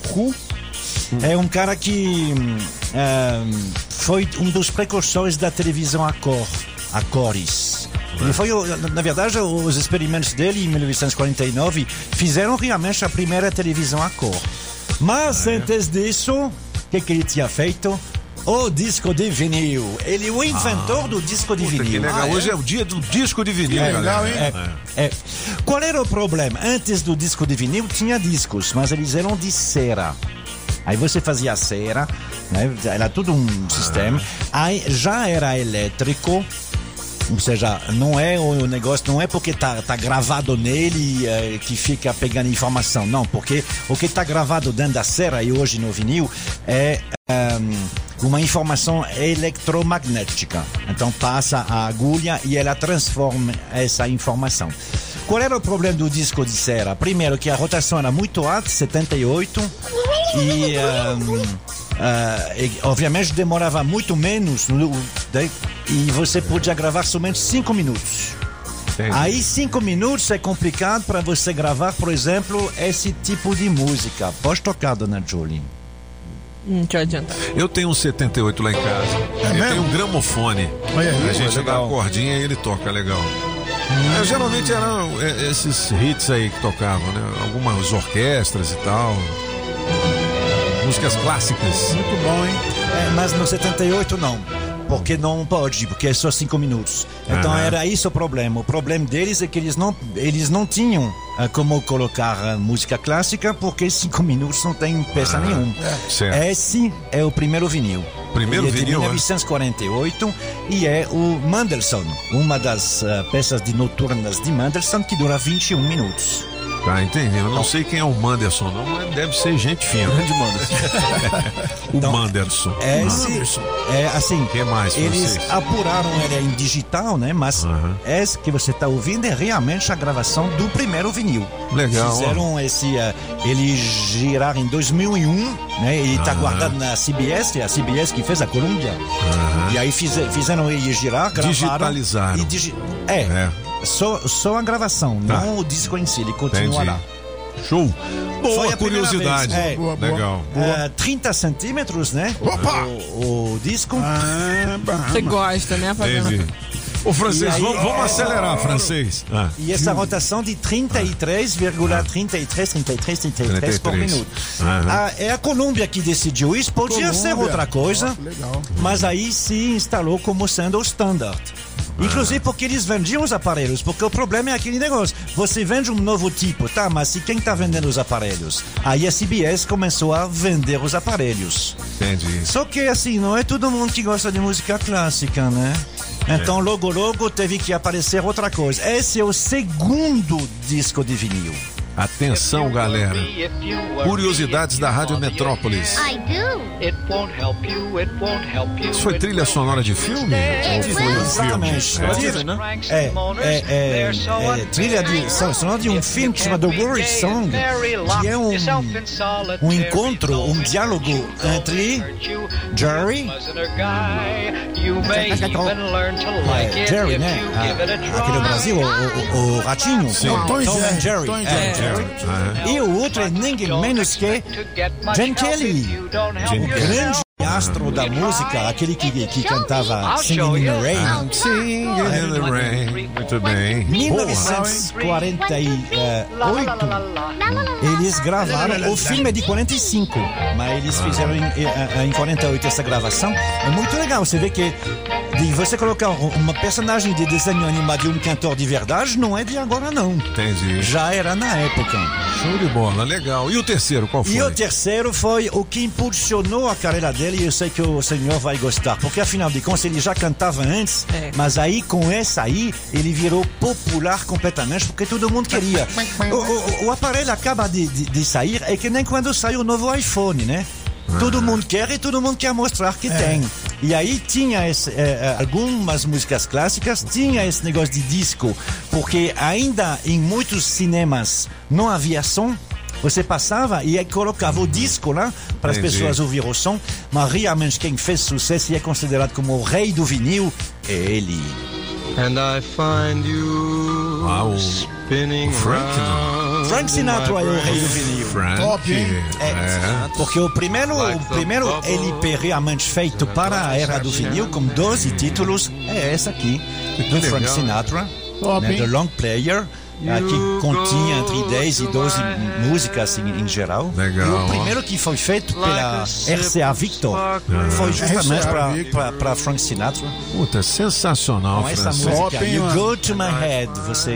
É um cara que hum, ah, foi um dos precursores da televisão a cor, a cores. Ele foi, o- na verdade, os experimentos dele em mil novecentos e quarenta e nove fizeram realmente a primeira televisão a cor. Mas antes disso, o que, que ele tinha feito? O disco de vinil. Ele é o inventor do disco de Puta, vinil. que legal. Ah, Hoje é o dia do disco de vinil, é, galera. legal, hein? É, é. Qual era o problema? Antes do disco de vinil tinha discos, mas eles eram de cera. Aí você fazia cera, né? Era tudo um sistema. Aí já era elétrico. Ou seja, não é o negócio, não é porque tá, tá gravado nele eh, que fica pegando informação, não, porque o que tá gravado dentro da cera e hoje no vinil é um, uma informação eletromagnética. Então passa a agulha e ela transforma essa informação. Qual era o problema do disco de cera? Primeiro que a rotação era muito alta, setenta e oito, e, um, uh, e obviamente demorava muito menos no- de- e você podia gravar somente cinco minutos. Entendi. Aí cinco minutos é complicado para você gravar, por exemplo, esse tipo de música. Pode tocar, dona Julie. Hum, deixa eu adiantar. Eu tenho um setenta e oito lá em casa. É eu mesmo? tenho um gramofone. Olha aí, a gente dá legal. a cordinha e ele toca legal. É, geralmente eram é, esses hits aí que tocavam, né? Algumas orquestras e tal. Músicas clássicas. Muito bom, hein? É, mas no setenta e oito não. Porque não pode, porque é só cinco minutos. Então Aham. era isso o problema. O problema deles é que eles não, eles não tinham ah, como colocar ah, música clássica, porque cinco minutos não tem peça Ah, nenhuma. certo. Esse é o primeiro vinil. Primeiro Ele é de vinil, é? mil novecentos e quarenta e oito e é o Mendelssohn, uma das ah, peças de noturnas de Mendelssohn que dura vinte e um minutos. Tá, entendi. Eu não sei quem é o Manderson, não, mas deve ser gente fina. Grande Manderson. o então, Manderson. Esse, é assim, que mais, eles vocês? apuraram ele em digital, né? Mas uhum. esse que você está ouvindo é realmente a gravação do primeiro vinil. Legal. Fizeram esse, uh, ele girar em dois mil e um, né? Ele está uhum. guardado na C B S, é a C B S que fez a Columbia. Uhum. E aí fiz, fizeram ele girar, gravaram. Digitalizaram. E digi é. é. Só, só a gravação, tá. não o disco em si, ele continuará. Entendi. Show! Boa curiosidade. É, boa, boa. Legal. Uh, trinta centímetros, né? Opa! O, o disco. Você ah, gosta, né, Fazendo? Ô, francês, aí, vamos, vamos acelerar, francês. Ah. E essa rotação de trinta e três vírgula trinta e três, trinta e três, trinta e três por minuto. Ah, é a Columbia que decidiu isso, podia Columbia. ser outra coisa, oh, mas aí se instalou como sendo o standard. Inclusive porque eles vendiam os aparelhos, porque o problema é aquele negócio, você vende um novo tipo, tá, mas e quem tá vendendo os aparelhos? Aí a C B S começou a vender os aparelhos. Entendi. Só que assim, não é todo mundo que gosta de música clássica, né? Então logo logo teve que aparecer outra coisa. Esse é o segundo disco de vinil. Atenção, galera. Curiosidades da Rádio Metrópolis. Isso foi trilha sonora de filme? Ou foi um filme? É, é, é, é, é trilha de, sonora de um filme que se chama The Worry Song, que é um, um encontro, um diálogo entre Jerry, é, Jerry, né? Ah, aqui no Brasil, o, o, o ratinho, Sim. Tom and Jerry. É. Uhum. E o outro é ninguém menos que Gene Kelly, o grande astro da música, aquele que, que cantava Singing in the Rain. Singing in the Rain. Muito bem. mil novecentos e quarenta e oito, eles gravaram, o filme é de quarenta e cinco, mas eles fizeram em, em quarenta e oito essa gravação. É muito legal, você vê que de você colocar uma personagem de desenho animado de um cantor de verdade não é de agora não. Entendi. Já era na época. Show de bola, legal. E o terceiro, qual foi? E o terceiro foi o que impulsionou a carreira dele, e eu sei que o senhor vai gostar, porque afinal de contas ele já cantava antes, é. mas aí com essa aí ele virou popular completamente, porque todo mundo queria. O, o, o aparelho acaba de, de, de sair, é que nem quando saiu o novo iPhone, né? Todo mundo quer e todo mundo quer mostrar que é. tem. E aí tinha esse, eh, algumas músicas clássicas, tinha esse negócio de disco, porque ainda em muitos cinemas não havia som. Você passava e aí colocava o disco lá para as pessoas ouvirem o som, mas realmente quem fez sucesso e é considerado como o rei do vinil é ele. And I find you wow. spinning Frank, round. Frank Sinatra é o rei do vinil. Frank. Top, é, é. Porque o primeiro, o primeiro L P realmente feito para a era do vinil, com doze títulos, é essa aqui, do Frank Sinatra, né, The Long Player. Que continha entre dez e doze músicas em, em geral. Legal. E o primeiro que foi feito pela R C A Victor ah. foi justamente para Frank Sinatra. Puta, sensacional, com essa francês. música, You Go To My Head, você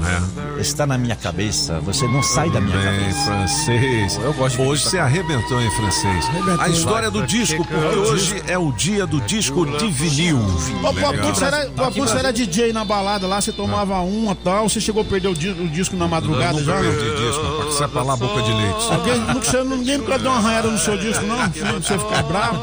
é. está na minha cabeça, você não sai da minha Bem, cabeça. Francês. Eu gosto de hoje você arrebentou, hein, francês? Arrebentou. A história do disco, porque hoje é o dia do disco de vinil. O Papu, você era D J na balada lá, você tomava uma e tal, você chegou a perder o disco na madrugada não, já? Não, perdi disco, rapaz. Sai pra lá, boca de leite. Alguém, você, ninguém nunca deu uma arranhada no seu disco, não? Pra você ficar bravo?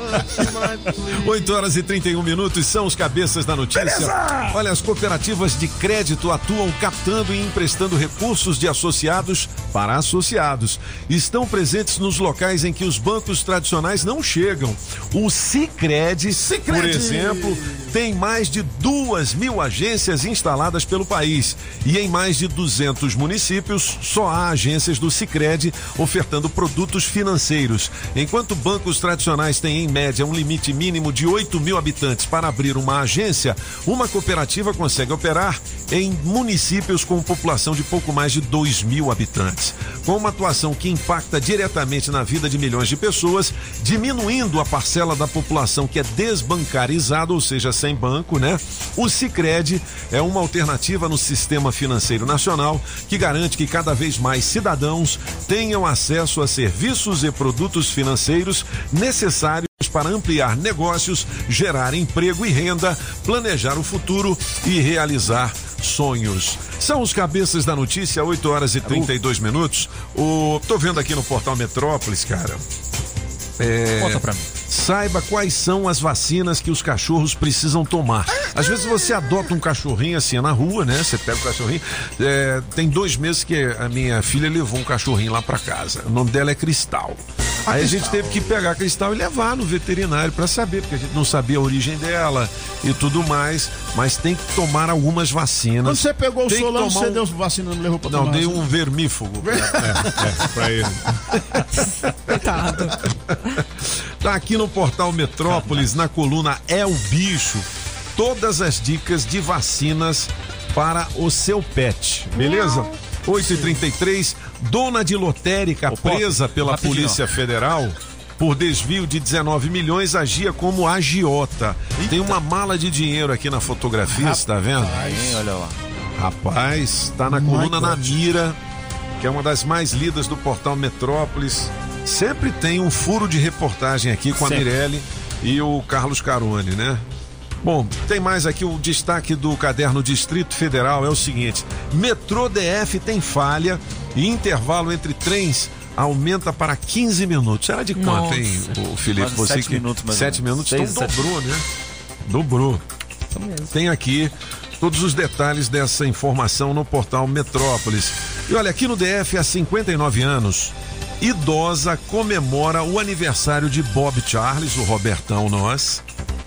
oito horas e trinta e um minutos são os cabeças da notícia. Beleza! Olha, as cooperativas de crédito atuam captando e emprestando recursos de associados para associados. Estão presentes nos locais em que os bancos tradicionais não chegam. O Sicredi, Sicredi, por exemplo, tem mais de duas mil agências instaladas pelo país. E em mais de duzentos municípios, só há agências do Sicredi ofertando produtos financeiros. Enquanto bancos tradicionais têm, em média, um limite mínimo de oito mil habitantes para abrir uma agência, uma cooperativa consegue operar em municípios com população de pouco mais de dois mil habitantes. Com uma atuação que impacta diretamente na vida de milhões de pessoas, diminuindo a parcela da população que é desbancarizada, ou seja, sem banco, né? O Sicredi é uma alternativa no sistema financeiro nacional que garante que cada vez mais cidadãos tenham acesso a serviços e produtos financeiros necessários para ampliar negócios, gerar emprego e renda, planejar o futuro e realizar sonhos. São os cabeças da notícia, oito horas e trinta e dois minutos. O, tô vendo aqui no portal Metrópolis, cara. É, Conta pra mim. Saiba quais são as vacinas que os cachorros precisam tomar. Às vezes você adota um cachorrinho assim na rua, né? Você pega o cachorrinho. É, tem dois meses que a minha filha levou um cachorrinho lá pra casa. O nome dela é Cristal. Aí a gente teve que pegar a Cristal e levar no veterinário pra saber, porque a gente não sabia a origem dela e tudo mais. Mas tem que tomar algumas vacinas. Quando você pegou o Tem que Solano, tomar você um- deu vacina, não levou pra Não, tomar? dei um vermífugo pra, é, é, pra ele. Coitado. Tá aqui no portal Metrópolis, na coluna É o Bicho, todas as dicas de vacinas para o seu pet, beleza? oito e trinta e três, dona de lotérica presa pela rapidinho. Polícia Federal por desvio de dezenove milhões, agia como agiota. Tem uma mala de dinheiro aqui na fotografia, você tá vendo? Hein, olha lá. Rapaz, tá na coluna Na Mira, que é uma das mais lidas do portal Metrópolis. Sempre tem um furo de reportagem aqui com a Sempre. Mirelle e o Carlos Carone, né? Bom, tem mais aqui o destaque do caderno Distrito Federal, é o seguinte: metrô D F tem falha e intervalo entre trens aumenta para quinze minutos. Será de quanto, Nossa. hein, o Felipe? Mais de Você sete que minutos, mais ou sete menos. minutos, Seis, então sete. dobrou, né? Dobrou. Tem aqui todos os detalhes dessa informação no portal Metrópolis. E olha, aqui no D F há cinquenta e nove anos, idosa comemora o aniversário de Bob Charles, o Robertão nós.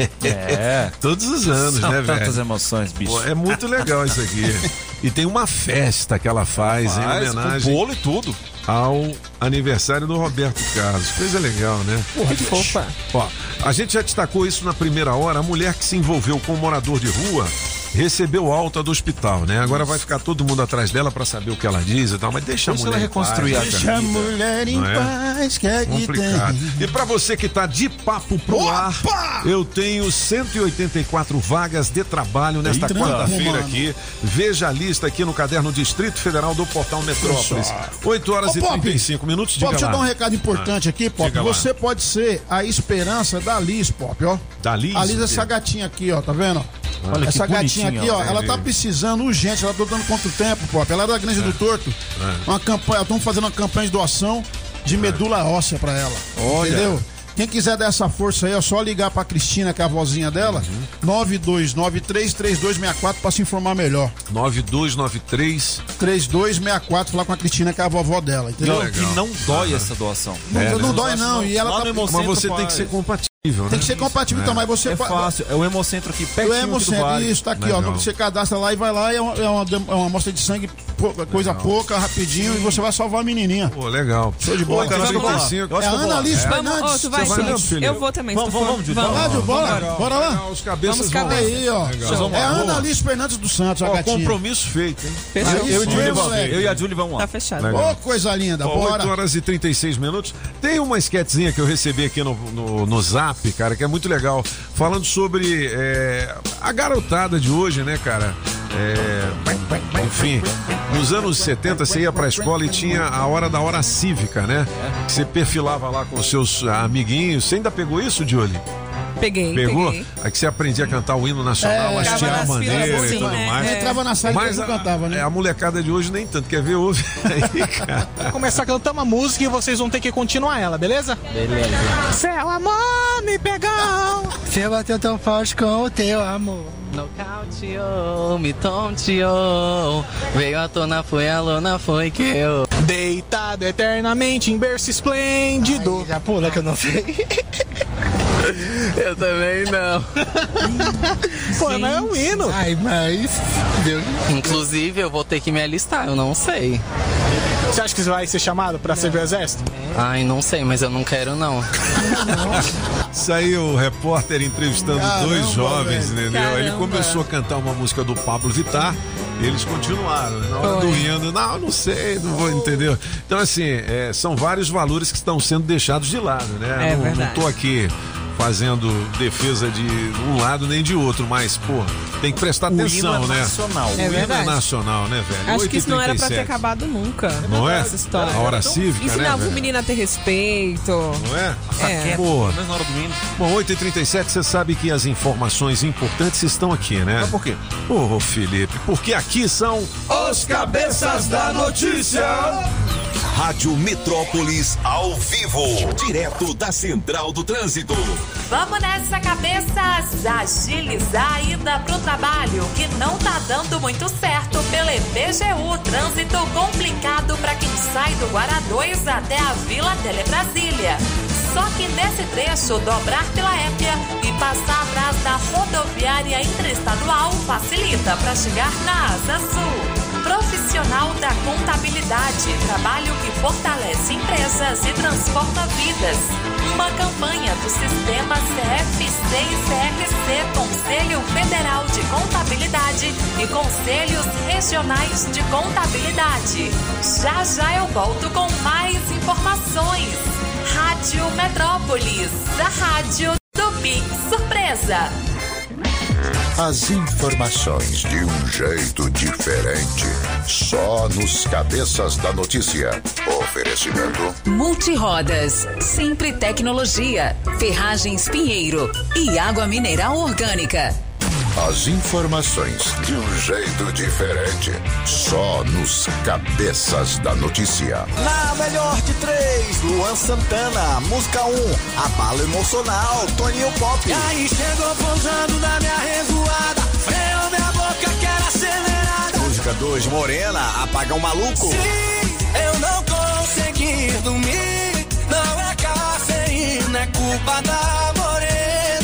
É. Todos os anos, São né, velho? tantas emoções, bicho. Pô, é muito legal isso aqui. E tem uma festa que ela faz, Faz, em homenagem com bolo e tudo. ao aniversário do Roberto Carlos. Coisa legal, né? Que fofa. Ó, a gente já destacou isso na primeira hora. A mulher que se envolveu com um morador de rua recebeu alta do hospital, né? Agora vai ficar todo mundo atrás dela pra saber o que ela diz e tal, mas deixa Deixa a mulher ela em paz, reconstruir a né, Deixa cara? a mulher em Não é? paz, que é que Complicado. tem. E pra você que tá de papo pro Opa! ar, eu tenho cento e oitenta e quatro vagas de trabalho nesta Eita, quarta-feira mano. aqui. Veja a lista aqui no caderno Distrito Federal do portal Metrópolis. oito horas Ô, e Pop, trinta e cinco minutos. Pop, Diga deixa eu lá. dar um recado importante aqui, Pop. diga lá. Você pode ser a esperança da Liz, Pop, ó. Da Liz? A Liz, essa gatinha aqui, ó, tá vendo? Olha que Essa gatinha bonitinha, aqui, ó, ó. ela tá precisando urgente, ela tá dando contra o tempo, Pop. Ela é da Grande do Torto. É. Uma campanha, estamos fazendo uma campanha de doação de medula óssea pra ela. Olha. Entendeu? Quem quiser dar essa força aí, é só ligar pra Cristina, que é a vozinha dela, nove dois nove três, três dois seis quatro pra se informar melhor. nove dois nove três. três dois seis quatro, falar com a Cristina, que é a vovó dela, entendeu? Não, que não dói essa doação. Não, É, não né? dói não, e ela Lá tá... no Hemocentro Mas você tem faz. que ser compatível, né? Tem que ser compatível, então, mas você... É fa- fácil, é o Hemocentro aqui O pertinho aqui do Hemocentro, Vale. isso, tá aqui, Legal. ó. Você cadastra lá e vai lá, é uma, é uma, é uma amostra de sangue, pou- coisa pouca, rapidinho, e você vai salvar a menininha. Pô, legal. Show de bola. Oito horas e Vamos lá. trinta e cinco. Eu acho É que a eu vou Ana lá. Alice É. Vamos, Fernandes. ô, tu vai, Você vai gente. mesmo, filho? Eu vou também. Vamos, se tu for. vamos, Júlio, Vai lá, Ju, bora, Legal, bora lá. legal, os cabeças Vamos, vão lá. cabeça. Aí, ó. Legal. É a Boa. Ana Alice Fernandes dos Santos, a Ó, gatinha. compromisso feito, hein? Fechou. Aí, Eu, e o Sim, Júlio, moleque. eu e a Júlia vamos lá. Tá fechado. Legal. Ô, coisa linda, Ó, bora. oito horas e trinta e seis minutos. Tem uma esquetezinha que eu recebi aqui no, no, no Zap, cara, que é muito legal. Falando sobre é, a garotada de hoje, né, cara? É, enfim, nos anos setenta você ia pra escola e tinha a hora da hora cívica, né? Você perfilava lá com seus amiguinhos. Você ainda pegou isso, Julie? Peguei, Pegou? peguei. Aí que você aprendia a cantar o hino nacional, É, hastear ficava a nas bandeira filas e assim, tudo né? mais. É. Entrava na sala e Mas não a, cantava, né? é, a molecada de hoje nem tanto. Quer ver? Ouve aí, cara. Vou começar a cantar uma música e vocês vão ter que continuar ela, beleza? Beleza. Seu amor me pegou. Você bateu tão forte com o teu amor. Nocauteou, me tonteou. Veio à tona, foi a lona, foi que eu. Deitado eternamente em berço esplêndido. Já pula que eu não sei. Eu também não. Pô, mas é um hino. Ai, mas. Deus. Inclusive, eu vou ter que me alistar, eu não sei. Você acha que você vai ser chamado pra servir o exército? Ai, não sei, mas eu não quero, não. Saiu o repórter entrevistando Caramba, dois jovens, velho. entendeu? Ele Caramba. começou a cantar uma música do Pablo Vittar. Eles continuaram, né? Na hora do Foi. hino, não, não sei, não vou, entendeu? Então, assim, é, são vários valores que estão sendo deixados de lado, né? É não, não verdade. tô aqui fazendo defesa de um lado nem de outro, mas, pô, tem que prestar O atenção, hino é né? nacional. O É hino é verdade. nacional, né, velho? Acho oito que e isso não era pra ter trinta e sete. acabado nunca. Não é? Essa história. A hora cívica, né, Ensinava velho? o menino a ter respeito. Não é? É. Boa. Mas na hora do hino. Bom, oito e trinta e sete, você sabe que as informações importantes estão aqui, né? Mas por quê? Ô, Felipe, porque aqui são Os Cabeças da Notícia. Rádio Metrópolis ao vivo, direto da Central do Trânsito. Vamos nessa, cabeças! Agilizar a ida pro trabalho, que não tá dando muito certo pela E P G U. Trânsito complicado para quem sai do Guará dois até a Vila Tele Brasília. Só que nesse trecho, dobrar pela Épia e passar atrás da rodoviária interestadual facilita para chegar na Asa Sul. Profissional da contabilidade, trabalho que fortalece empresas e transforma vidas. Uma campanha do Sistema C F C e C R C, Conselho Federal de Contabilidade e Conselhos Regionais de Contabilidade. Já já eu volto com mais informações. Rádio Metrópolis, a rádio do Big Surpresa. As informações de um jeito diferente, só nos Cabeças da Notícia. Oferecimento Multirodas, Sempre Tecnologia, Ferragens Pinheiro e Água Mineral Orgânica. As informações de um jeito diferente, só nos Cabeças da Notícia. Na melhor de três, Luan Santana, música um, Abalo Emocional, Toninho Pop. E aí chegou pousando na minha revoada, freou minha boca que era acelerada. Música dois, Morena, Apagão Maluco. Sim, eu não consegui dormir, não é cafeína, é culpa da morena.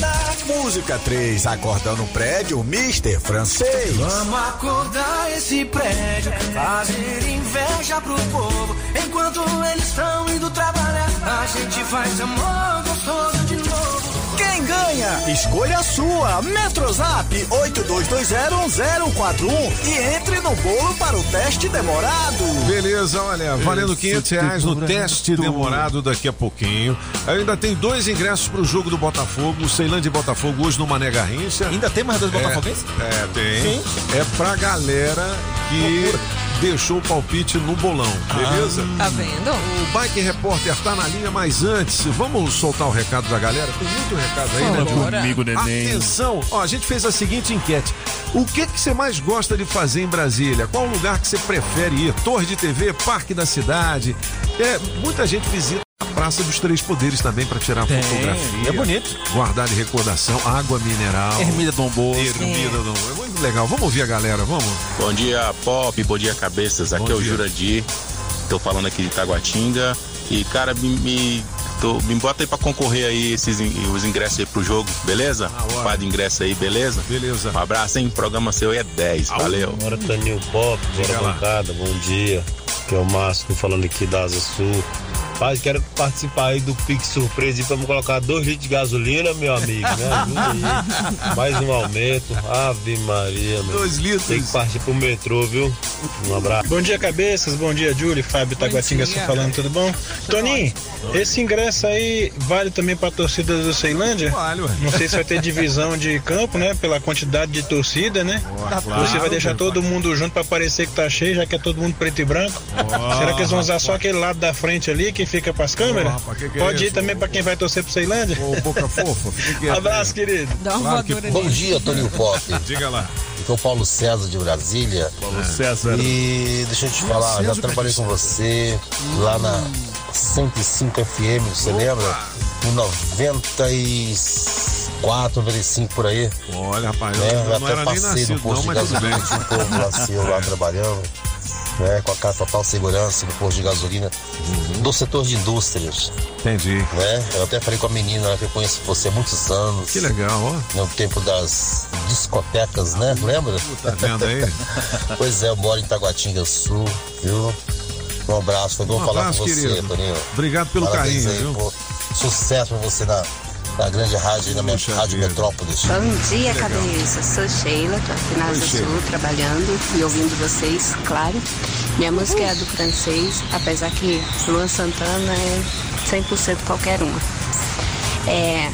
Música três, Acordando no Prédio, mister Francês. Vamos acordar esse prédio, fazer inveja pro povo. Enquanto eles estão indo trabalhar, a gente faz amor gostoso de novo. Quem ganha? Escolha a sua. Metrozap oito dois dois zero um zero quatro um e entre no bolo para o teste demorado. Beleza, olha, valendo quinhentos reais no teste demorado daqui a pouquinho. Ainda tem dois ingressos pro jogo do Botafogo, Ceilândia e Botafogo hoje no Mané Garrincha. Ainda tem mais dois É, botafoguenses? É, tem. Sim. É pra galera que deixou o palpite no bolão, beleza? Tá vendo? O Bike Repórter tá na linha, mas antes, vamos soltar o recado da galera? Tem muito recado aí, né, Fala Diogo? comigo, neném. Atenção, ó, a gente fez a seguinte enquete. O que que você mais gosta de fazer em Brasília? Qual lugar que você prefere ir? Torre de T V, Parque da Cidade? É, muita gente visita a Praça dos Três Poderes também para tirar Tem, fotografia. é bonito. Guardar de recordação, água mineral. Ermida Dom Bosco. Ermida Dom Bosco. É muito legal. Vamos ouvir a galera, vamos? Bom dia, Pop, bom dia, cabeças. Aqui Bom é o dia. Jurandir. Tô falando aqui de Taguatinga. E, cara, me, me, tô- me bota aí pra concorrer aí esses, in- os ingressos aí pro jogo, beleza? hora. Par de ingresso aí, beleza? Beleza. Um abraço, hein? Programa seu é dez. Valeu. Bora, Toninho Pop, Diga bora lá. bancada, bom dia. Que é o Márcio falando aqui da Asa Sul. Pai, quero participar aí do Pix Surpresa e vamos colocar dois litros de gasolina, meu amigo, né? Ajuda aí. Mais um aumento. Ave Maria, meu. Dois litros. Tem que partir pro metrô, viu? Um abraço. Bom dia, cabeças. Bom dia, Júlio, Fábio Taguatinga dia. falando, tudo bom? Toninho, esse ingresso aí vale também pra torcida do Ceilândia? Vale, ué. Não sei se vai ter divisão de campo, né? Pela quantidade de torcida, né? claro, Você vai deixar velho. todo mundo junto pra parecer que tá cheio, já que é todo mundo preto e branco. Ó, Será que eles vão usar só aquele lado da frente ali que fica pras câmeras? Ó, rapaz, que que é Pode ir isso? também pra quem vai torcer pro Ceilândia? Ô, boca fofa, fica quieto aí. Abraço, querido. Dá uma Claro que- voadora Bom nele. dia, Toninho Pop. Diga lá. Aqui é o Paulo César de Brasília. Paulo César. E deixa eu te falar, já trabalhei com você lá na cento e cinco F M, você lembra? Em noventa e quatro, noventa e cinco por aí. Olha, rapaz, eu, Né? eu Eu não até era nem passei nascido no posto não, de mas tudo bem. gasolina, tinha um povo lá seu lá trabalhando, né? Com a cara total segurança no posto de gasolina do setor de indústrias. Entendi. Né? Eu até falei com a menina lá que eu conheço você há muitos anos. Que legal, ó. No tempo das discotecas, né? Lembra? Tá vendo aí? Pois é, eu moro em Taguatinga Sul, viu? Um abraço, foi bom Um falar abraço, com você, querido. Toninho. Obrigado pelo Parabéns carinho, aí, viu? pô. Sucesso pra você na, na grande rádio, aí, na minha Puxa Rádio vida. Metrópolis. Bom dia, Legal. cabeça. Sou Sheila, tô aqui na Oi, Asa Sheila. Sul trabalhando e ouvindo vocês, claro. Minha música é do francês, apesar que Luan Santana é cem por cento qualquer uma. É,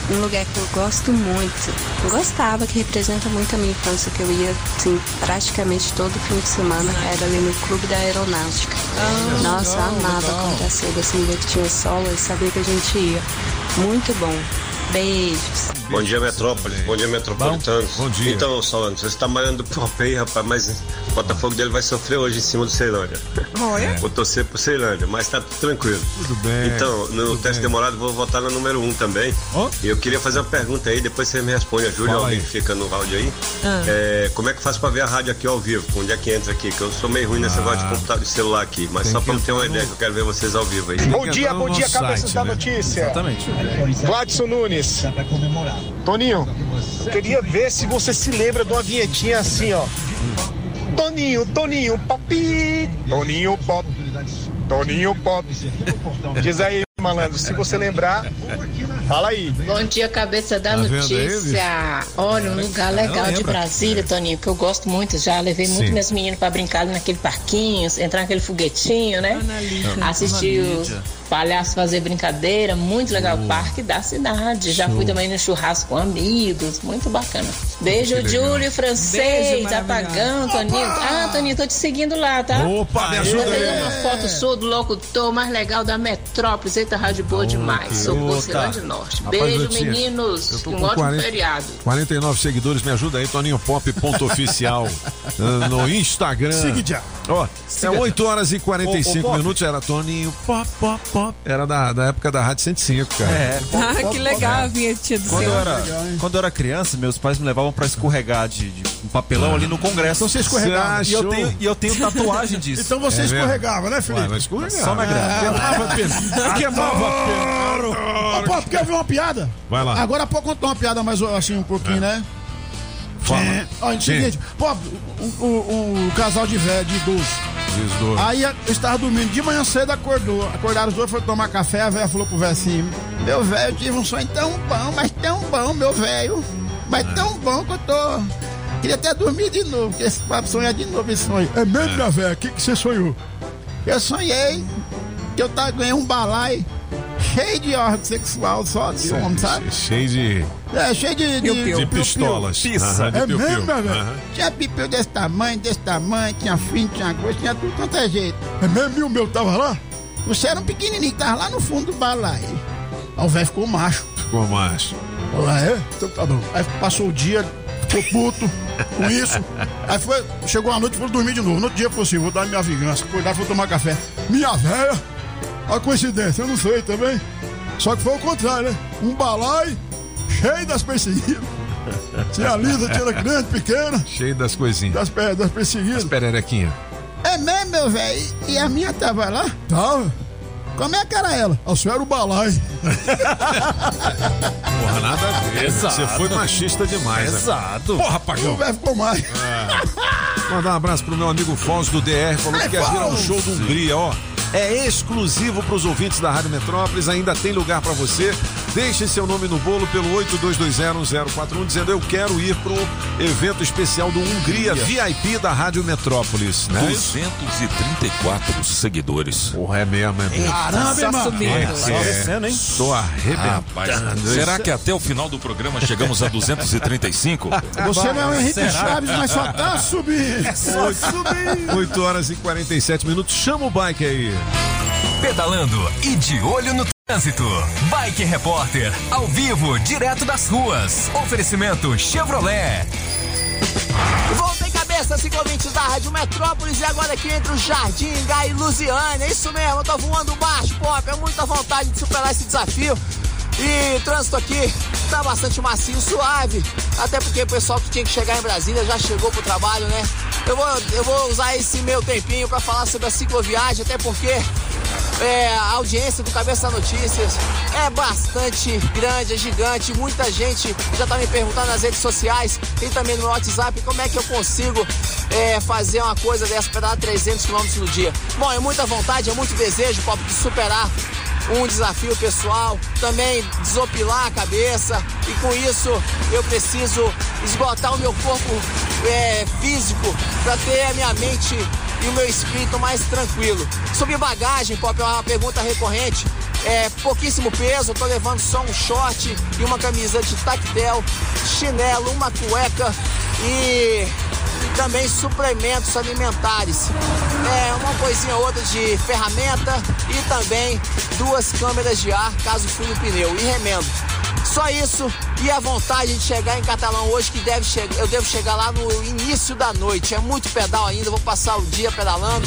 um lugar que eu gosto muito. Eu gostava, que representa muito a minha infância, que eu ia, assim, praticamente todo fim de semana, era ali no Clube da Aeronáutica. Ah, Nossa, legal, amava legal. acordar cedo, assim, ver que tinha sol e sabia que a gente ia. Muito bom. Beijos. Bom dia, Metrópole. Bom dia, metropolitanos. Bom, bom dia. Então, Solano, você está malhando pro Pop aí, rapaz, mas o Botafogo dele vai sofrer hoje em cima do Ceilândia. Olha. Vou torcer pro Ceilândia, mas tá tudo tranquilo. Tudo bem. Então, no tudo teste bem. demorado, vou votar na número um também. Oh? E eu queria fazer uma pergunta aí, depois você me responde, a Júlia, alguém que fica no áudio aí. Ah. É, como é que faz pra ver a rádio aqui ao vivo? Onde é que entra aqui? Que eu sou meio ruim nesse Ah. negócio de computador de celular aqui, mas Tem só pra que eu ter uma entrar ideia, no- que eu quero ver vocês ao vivo aí. Bom dia, bom dia, cabeças site, da né? notícia. Exatamente. Gladson Nunes. Toninho, queria ver se você se lembra de uma vinhetinha assim, ó. Toninho, Toninho, pop. Toninho, pop. Toninho, pop. Diz aí, malandro, se você lembrar, fala aí. Bom dia, cabeça da Tá vendo aí, notícia. Olha, um lugar legal de lembra. Brasília, Toninho, que eu gosto muito. Já levei muito Sim. meus meninos pra brincar ali naquele parquinho, entrar naquele foguetinho, né? Assistir os palhaços fazer brincadeira, muito legal. O parque da cidade. Já Show. fui também no churrasco com amigos, muito bacana. Beijo, Que legal. Júlio, francês, Beijo, apagão, Toninho. Ah, Toninho, tô te seguindo lá, tá? Opa, me Eu ajuda tenho aí. uma foto sua do locutor mais legal da Metrópolis. Eita, rádio boa demais. Sou Ô, Vocilândia tá. Norte. Rapaz, Beijo, eu tinha- meninos. eu tô Um com ótimo quarenta feriado. quarenta e nove seguidores, me ajuda aí, Toninho Pop, ponto oficial, ah, no Instagram. Siga já. Ó, é oito horas e quarenta e Ô, ô, cinco Pop. minutos, era Toninho Pop, Pop, Pop. Era da, da época da Rádio cento e cinco, cara. É. Ah, que legal a vinhetinha do Quando eu, seu. era, quando eu era criança, meus pais me levavam pra escorregar de, de um papelão ali no Congresso. Então você escorregava. E eu Achou? tenho, e eu tenho tatuagem disso. Então você É mesmo? escorregava, né, Felipe? Ué, mas escorregava. Só na grama. Queimava pena. Queimava pena. Ô, Pop, quer ver uma piada? Vai lá. Agora há pouco contou uma piada, mas assim, um pouquinho, né? Fala. É. Olha, é o seguinte, Pop, o, o, o casal de velho, de idoso. Desdor. Aí eu estava dormindo, de manhã cedo acordou. Acordaram os dois, foram tomar café, a velha falou pro velho assim: meu velho, eu tive um sonho tão bom, mas tão bom, meu velho. Mas tão bom que eu tô. Queria até dormir de novo, porque esse papo sonhar de novo esse sonho. É mesmo, minha velha? O que, que você sonhou? Eu sonhei que eu tava ganhando um balai cheio de órgão sexual, só de homem, sabe? Cheio de, É, cheio de, de, Piu-piu. de piu-piu. pistolas. Pizza. Aham, de É piu-piu. mesmo, meu velho? Aham. Tinha pipiu desse tamanho, desse tamanho, tinha fino, tinha grosso, tinha tudo quanto é jeito. É mesmo? E o meu tava lá? Você era um pequenininho, tava lá no fundo do balai. Aí o velho ficou macho. Ficou macho. Ah, é? Então tá bom. Aí passou o dia, ficou puto com isso. Aí foi, chegou a noite e foi dormir de novo. No outro dia falou assim: vou dar minha vingança. Acordar, foi tomar café. Minha velha, olha a coincidência, eu não sei também. Só que foi o contrário, né? Um balai cheio das perseguidas. Tinha lisa, tinha grande, pequena, Cheio das coisinhas. das, pe- das perseguidas. Pererequinha. É mesmo, meu velho? E a minha tava lá? Tava. Como é que era ela? A senhora era o balai. Porra, nada a ver. Exato. Você foi machista demais, né? Exato. Porra, O Pagão. velho ficou mais. Mandar um abraço pro meu amigo Fausto do D R, falou que quer vir ao show do Hungria, ó. É exclusivo para os ouvintes da Rádio Metrópolis, ainda tem lugar para você. Deixe seu nome no bolo pelo oito dois dois zero zero quatro um, dizendo eu quero ir pro evento especial do Hungria V I P da Rádio Metrópolis, né? duzentos e trinta e quatro seguidores. Porra, é mesmo, é mesmo. Caramba, irmão. É, Só descendo, hein? Tô arrebentando. Rapaz, será que até o final do programa chegamos a duzentos e trinta e cinco? Você não é o Henrique Será? Chaves, mas só tá subindo. É só subir. oito horas e quarenta e sete minutos. Chama o bike aí. Pedalando e de olho no trânsito. Bike Repórter, ao vivo, direto das ruas. Oferecimento Chevrolet. Voltem cabeça, ciclovintes da Rádio Metrópolis, e agora aqui entre o Jardim Gá e Lusiânia. É isso mesmo, eu tô voando baixo, Pop, é muita vontade de superar esse desafio. E o trânsito aqui tá bastante macio, suave. Até porque o pessoal que tinha que chegar em Brasília já chegou pro trabalho, né? Eu vou, eu vou usar esse meu tempinho pra falar sobre a cicloviagem, até porque é, a audiência do Cabeça Notícias é bastante grande, é gigante. Muita gente já tá me perguntando nas redes sociais e também no meu WhatsApp como é que eu consigo é, fazer uma coisa dessa para dar trezentos quilômetros no dia. Bom, é muita vontade, é muito desejo, Pop, de superar um desafio pessoal, também desopilar a cabeça, e com isso eu preciso esgotar o meu corpo é, físico para ter a minha mente e o meu espírito mais tranquilo. Sobre bagagem, Pop, é uma pergunta recorrente. É pouquíssimo peso, eu tô levando só um short e uma camisa de tactel, chinelo, uma cueca e também suplementos alimentares. É uma coisinha ou outra de ferramenta e também duas câmeras de ar caso fure o pneu e remendo. Só isso e a vontade de chegar em Catalão hoje, que deve che- eu devo chegar lá no início da noite. É muito pedal ainda, vou passar o dia pedalando.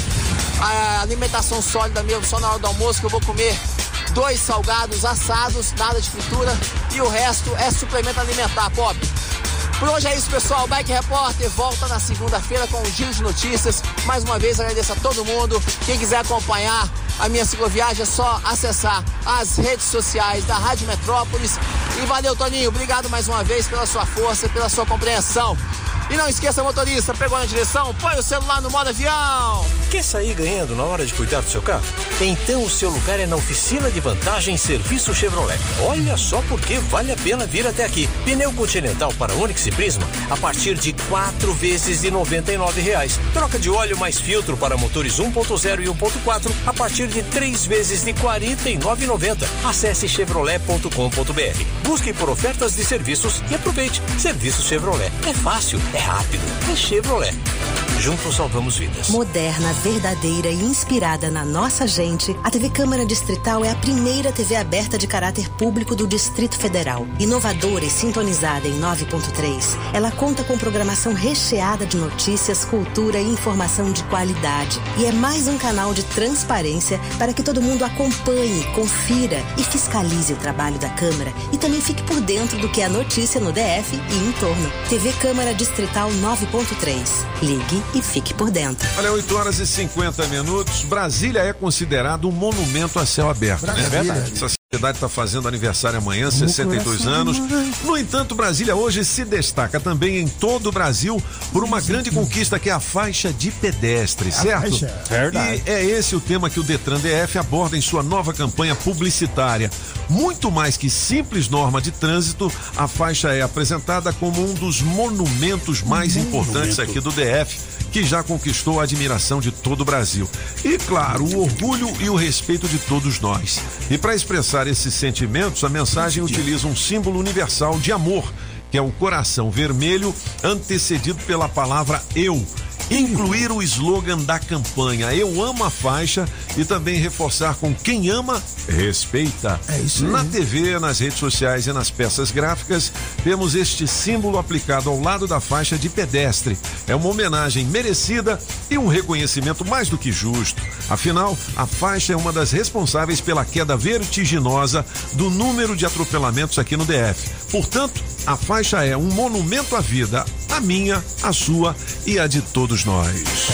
A alimentação sólida mesmo, só na hora do almoço que eu vou comer dois salgados assados, nada de fritura, e o resto é suplemento alimentar, Pop. Por hoje é isso, pessoal. Bike Repórter volta na segunda-feira com um giro de notícias. Mais uma vez agradeço a todo mundo. Quem quiser acompanhar a minha cicloviagem é só acessar as redes sociais da Rádio Metrópolis. E valeu, Toninho. Obrigado mais uma vez pela sua força, pela sua compreensão. E não esqueça, motorista, pegou na direção, põe o celular no modo avião. Quer sair ganhando na hora de cuidar do seu carro? Então o seu lugar é na Oficina de Vantagem Serviço Chevrolet. Olha só porque vale a pena vir até aqui. Pneu Continental para Onix e Prisma a partir de quatro vezes de noventa e nove reais. Troca de óleo mais filtro para motores um ponto zero e um ponto quatro a partir de três vezes de quarenta e nove reais e noventa centavos. Acesse chevrolet ponto com ponto br. Busque por ofertas de serviços e aproveite. Serviço Chevrolet. É fácil, é rápido, é Chevrolet. Juntos salvamos vidas. Moderna, verdadeira e inspirada na nossa gente, a T V Câmara Distrital é a primeira T V aberta de caráter público do Distrito Federal. Inovadora e sintonizada em nove ponto três, ela conta com programação recheada de notícias, cultura e informação de qualidade. E é mais um canal de transparência para que todo mundo acompanhe, confira e fiscalize o trabalho da Câmara e também fique por dentro do que é notícia no D F e em torno. T V Câmara Distrital nove ponto três. Ligue e fique por dentro. Olha, oito horas e cinquenta minutos. Brasília é considerado um monumento a céu aberto, né? É verdade. Essa cidade está fazendo aniversário amanhã, sessenta e dois anos. No entanto, Brasília hoje se destaca também em todo o Brasil por uma grande conquista que é a faixa de pedestre, certo? Verdade. E é esse o tema que o Detran D F aborda em sua nova campanha publicitária. Muito mais que simples norma de trânsito, a faixa é apresentada como um dos monumentos mais importantes aqui do D F, que já conquistou a admiração de todo o Brasil. E, claro, o orgulho e o respeito de todos nós. E para expressar esses sentimentos, a mensagem utiliza um símbolo universal de amor, que é o coração vermelho, antecedido pela palavra eu. Incluir o slogan da campanha Eu Amo a Faixa e também reforçar com quem ama, respeita. É isso aí. Na T V, nas redes sociais e nas peças gráficas, temos este símbolo aplicado ao lado da faixa de pedestre. É uma homenagem merecida e um reconhecimento mais do que justo. Afinal, a faixa é uma das responsáveis pela queda vertiginosa do número de atropelamentos aqui no D F. Portanto, a faixa é um monumento à vida, a minha, a sua e a de todos nós.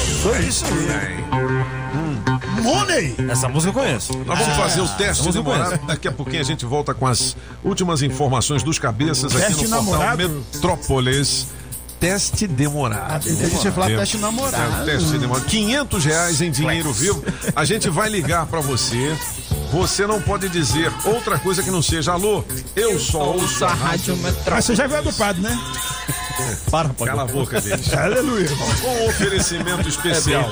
É isso aí. Hum. Money! Essa música eu conheço. Nós vamos Ah, fazer o teste essa de namorado. Daqui a pouquinho a gente volta com as últimas informações dos cabeças aqui Teste no portal namorado? Metrópolis. Teste demorado. Deixa eu falar Demorado. teste namorado. É, teste demorado. quinhentos reais em dinheiro vivo. A gente vai ligar pra você. Você não pode dizer outra coisa que não seja alô, eu só ouço a Rádio Metrópolis. Mas você já viu educado, né? Para, Cala a boca deles. Aleluia. Com oferecimento especial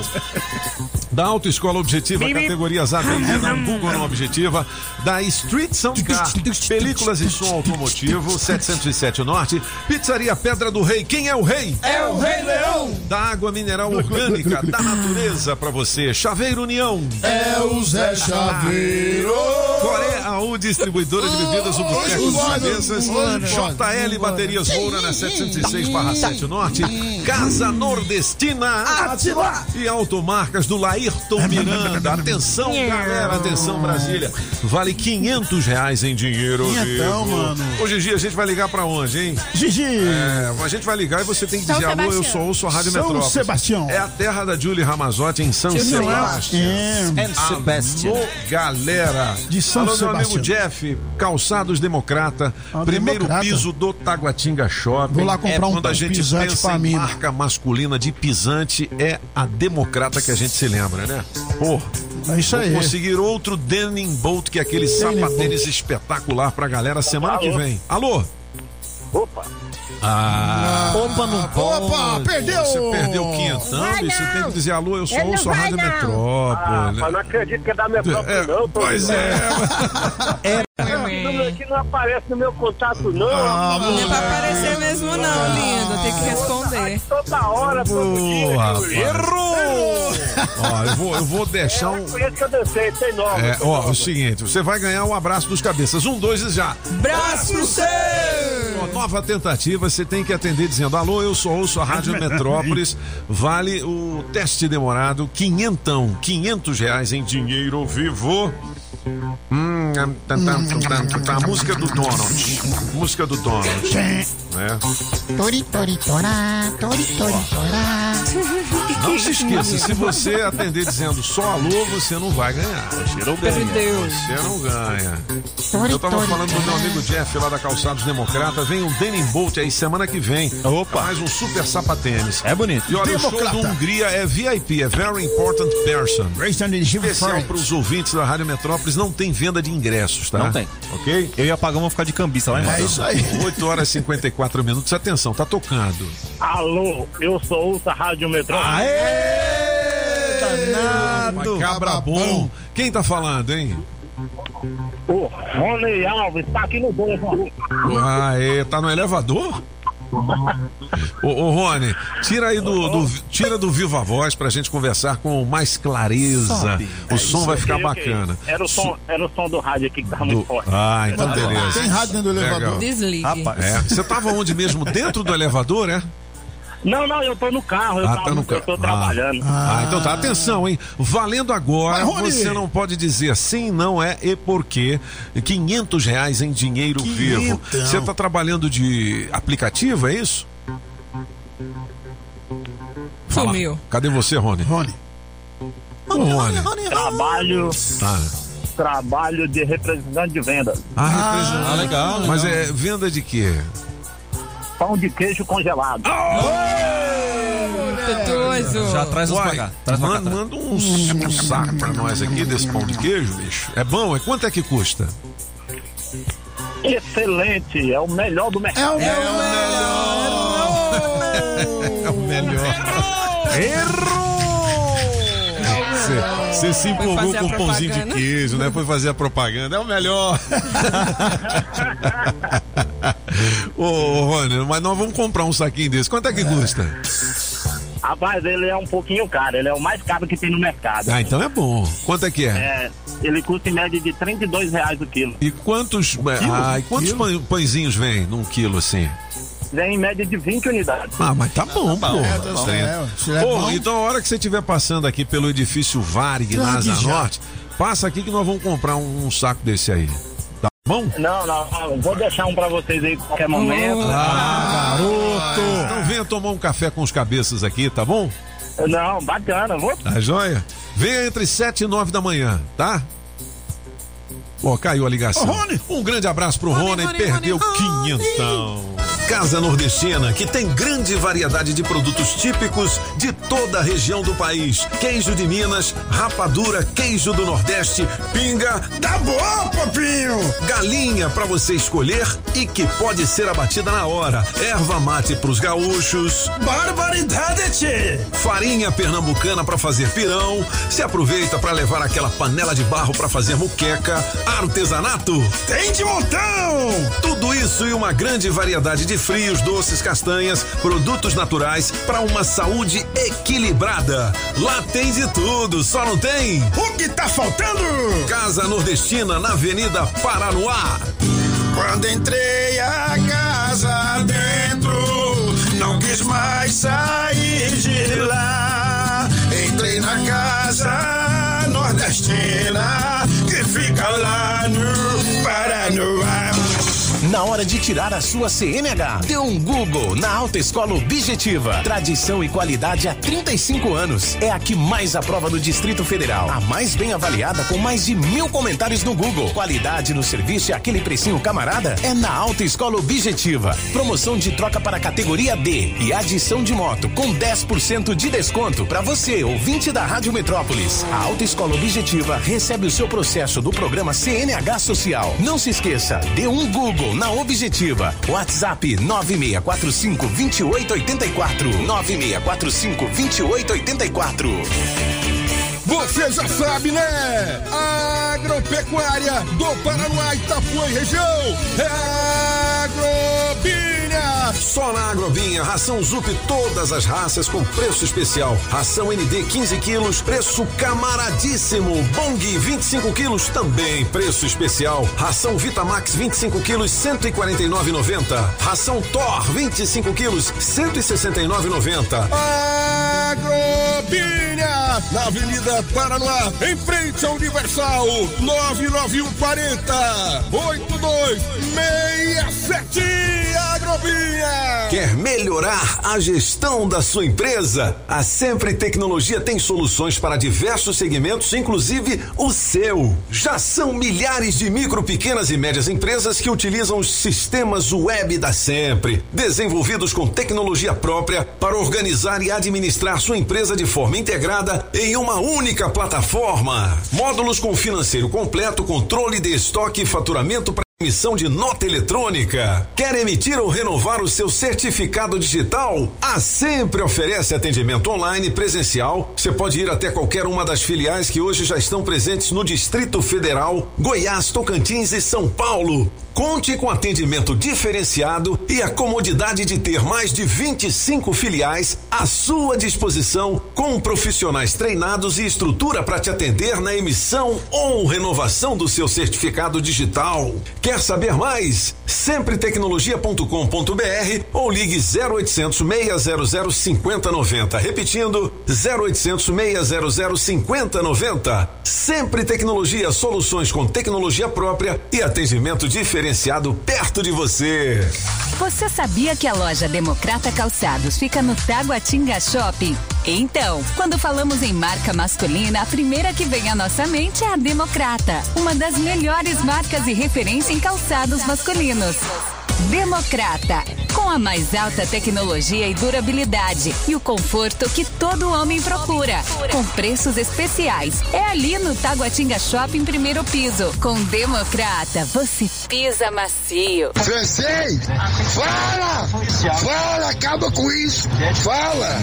da Autoescola Objetiva, categorias A, B e C na Google não Objetiva, da Street Sound Car, películas e som automotivo, setecentos e sete Norte, Pizzaria Pedra do Rei. Quem é o rei? É o Rei Leão. Da água mineral orgânica, da natureza pra você. Chaveiro União. É o Zé Chaveiro. Coreia U, distribuidora de bebidas, o Boteco dos Cabeças. J L Baterias Moura na setecentos e seis barra sete Norte. Casa Nordestina. Atila. E Automarcas do Laírton Miranda. Atenção, galera. Atenção, Brasília. Vale quinhentos reais em dinheiro. Quinhentão, vivo. mano. Ô, Gigi, a gente vai ligar pra onde, hein? Gigi. É, a gente vai ligar e você tem que São dizer alô, eu Sebastião. sou ouço a Rádio São Metrópolis. Sebastião. É a terra da Julie Ramazotti em São Não é? Sebastião. É. Alô, Sebastião. galera. De São Alô, meu amigo Sebastião. Jeff, Calçados Democrata, Ah, primeiro Democrata. piso do Taguatinga Shopping. Vou lá comprar é um quando a gente pisante pensa pra em mim. marca masculina de pisante, é a Democrata que a gente se lembra, né? Porra. É isso aí. Vou conseguir outro Denim Bolt, que é aquele sapatênis espetacular pra galera semana que vem. Alô? Opa! Ah, Opa, não pode. Opa, perdeu! Você perdeu o quinhentão, Vai e você não. tem que dizer alô, eu sou Ele ouço a não vai Rádio não. Metrópole. Ah, mas não acredito que é da Metrópole, É, não. pois é. Esse número aqui não aparece no meu contato, não. Ah, não é pra aparecer mesmo não, lindo. Tem que responder. Toda hora, todo dia. Boa, rapaz. Errou! Ó, eu vou, eu vou deixar um. Conheço que eu dancei, tem nova. É, tem ó, nova. o seguinte, você vai ganhar um abraço dos cabeças. Um, dois e já. Braço pro céu! Ó, nova tentativa, você tem que atender dizendo: alô, eu sou ouço a Rádio Metrópolis. Vale o teste demorado, quinhentão, quinhentos reais em dinheiro vivo. Hum, tá, tá, tá, tá, tá, a música do Donald. Música do Donald. Né? Tori, tori, torá, tori, tori, torá. Não se esqueça, se você atender dizendo só alô, você não vai ganhar. Você não ganha. Você não ganha. Eu tava falando do meu amigo Jeff lá da Calçados Democrata. Vem um Denim Bolt aí semana que vem. Opa! Mais um super sapatênis. É bonito. E olha, Democrata. o show do Hungria é V I P, é Very Important Person. Especial para os ouvintes da Rádio Metrópolis, não tem venda de ingressos, tá? Não tem. Ok? Eu ia pagar, vou ficar de cambista lá embaixo. É isso aí. oito horas e cinquenta e quatro minutos. Atenção, tá tocando. Alô, eu sou ouço a Rádio Metrópole. Danado! Cabra bom. Quem tá falando, hein? O Rony Alves tá aqui no bolso. Aê, tá no elevador? Ô, ô Rony, tira aí do, do, tira do Viva Voz pra gente conversar com mais clareza. Sobe. O É som isso vai aí, ficar ok. bacana. Era o, som, era o som do rádio aqui que tava muito forte. Ah, então beleza. Tem rádio dentro do elevador. Legal. Desligue. Rapaz, é, você tava onde mesmo? Dentro do elevador, é? Não, não, eu tô no carro, eu, Ah, tava, tá no eu carro. tô trabalhando. Ah, então tá. Atenção, hein? Valendo agora, Vai, Rony. você não pode dizer sim, não é e por quê. quinhentos reais em dinheiro vivo. Você tá trabalhando de aplicativo, é isso? Fala. Sumiu. Cadê você, Rony? Rony. Ô, Rony. Trabalho, Ah, trabalho de representante de venda. ah, representante. Ah, legal, Mas legal. é venda de quê? Pão de queijo congelado. Gostoso. Já traz os Uai, pra cá. Traz pra cá. manda, manda um, um saco pra nós aqui desse pão de queijo, bicho. É bom? É quanto é que custa? Excelente, é o melhor do mercado. É o É o melhor. Errou! Você se empolgou fazer a com um pãozinho de propaganda. queijo, né? Foi fazer a propaganda. É o melhor. Ô, ô, Rony, mas nós vamos comprar um saquinho desse. Quanto é que custa? Rapaz, ele é um pouquinho caro, ele é o mais caro que tem no mercado. Ah, então é bom. Quanto é que é? É, ele custa em média de trinta e dois reais o quilo. E quantos, ah, e quantos pã- pãezinhos vem num quilo assim? Vem em média de vinte unidades. Ah, mas tá bom, pô. É, tá bom. É, se é Pô, bom. então a hora que você estiver passando aqui pelo edifício Varig, na Asa Varig já. Norte, passa aqui que nós vamos comprar um, um saco desse aí. Tá bom? Não, não, não, vou deixar um pra vocês aí a qualquer momento. Ah, garoto! Então venha tomar um café com os cabeças aqui, tá bom? Não, bacana, vou. Tá joia? Venha entre sete e nove da manhã, tá? Ó, caiu a ligação. Ô, Rony. Um grande abraço pro Rony, Rony, perdeu Rony, quinhentão. Casa Nordestina, que tem grande variedade de produtos típicos de toda a região do país. Queijo de Minas, rapadura, queijo do Nordeste, pinga. Tá bom, papinho! Galinha pra você escolher e que pode ser abatida na hora. Erva mate pros gaúchos. Barbaridade, tchê! Farinha pernambucana pra fazer pirão. Se aproveita pra levar aquela panela de barro pra fazer muqueca. Artesanato. Tem de montão! Tudo isso e uma grande variedade de frios, doces, castanhas, produtos naturais para uma saúde equilibrada. Lá tem de tudo, só não tem. O que tá faltando? Casa Nordestina na Avenida Paranoá. Quando entrei a casa dentro, não quis mais sair de lá. Entrei na casa nordestina que fica lá no Paranoá. Na hora de tirar a sua C N H, dê um Google na Autoescola Objetiva. Tradição e qualidade há trinta e cinco anos. É a que mais aprova no Distrito Federal. A mais bem avaliada com mais de mil comentários no Google. Qualidade no serviço e aquele precinho camarada é na Autoescola Objetiva. Promoção de troca para a categoria D e adição de moto com dez por cento de desconto para você, ouvinte da Rádio Metrópolis. A Autoescola Objetiva recebe o seu processo do programa C N H Social. Não se esqueça, dê um Google na Objetiva. WhatsApp nove seis quatro cinco, dois oito oito quatro. nove seis quatro cinco, dois oito oito quatro. Você já sabe, né? Agropecuária do Paraná, Itapuã e região. É Agrobinha. Só na Agrobinha, ração Zup todas as raças com preço especial. Ração N D quinze quilos, preço camaradíssimo. Bong vinte e cinco quilos, também preço especial. Ração Vitamax vinte e cinco quilos, cento e quarenta e nove reais e noventa centavos. Ração Thor vinte e cinco quilos, cento e sessenta e nove reais e noventa centavos. Agrobinha, na Avenida Paraná, em frente ao Universal, nove nove um quatro zero, oito dois seis sete. Agrobinha. Quer melhorar a gestão da sua empresa? A Sempre Tecnologia tem soluções para diversos segmentos, inclusive o seu. Já são milhares de micro, pequenas e médias empresas que utilizam os sistemas web da Sempre, desenvolvidos com tecnologia própria para organizar e administrar sua empresa de forma integrada em uma única plataforma. Módulos com financeiro completo, controle de estoque e faturamento para emissão de nota eletrônica. Quer emitir ou renovar o seu certificado digital? A Sempre oferece atendimento online presencial. Você pode ir até qualquer uma das filiais que hoje já estão presentes no Distrito Federal, Goiás, Tocantins e São Paulo. Conte com atendimento diferenciado e a comodidade de ter mais de vinte e cinco filiais à sua disposição, com profissionais treinados e estrutura para te atender na emissão ou renovação do seu certificado digital. Quer saber mais? sempre tecnologia ponto com ponto br ou ligue zero oitocentos, seis zero zero, cinco zero nove zero. Repetindo, zero oitocentos, seis zero zero, cinco zero nove zero. Sempre Tecnologia, soluções com tecnologia própria e atendimento diferenciado perto de você. Você sabia que a loja Democrata Calçados fica no Taguatinga Shopping? Então, quando falamos em marca masculina, a primeira que vem à nossa mente é a Democrata, uma das melhores marcas e referência em calçados masculinos. Democrata, com a mais alta tecnologia e durabilidade e o conforto que todo homem procura, com preços especiais. É ali no Taguatinga Shopping, primeiro piso. Com Democrata, você pisa macio. Francês, fala! Fala, acaba com isso! Fala!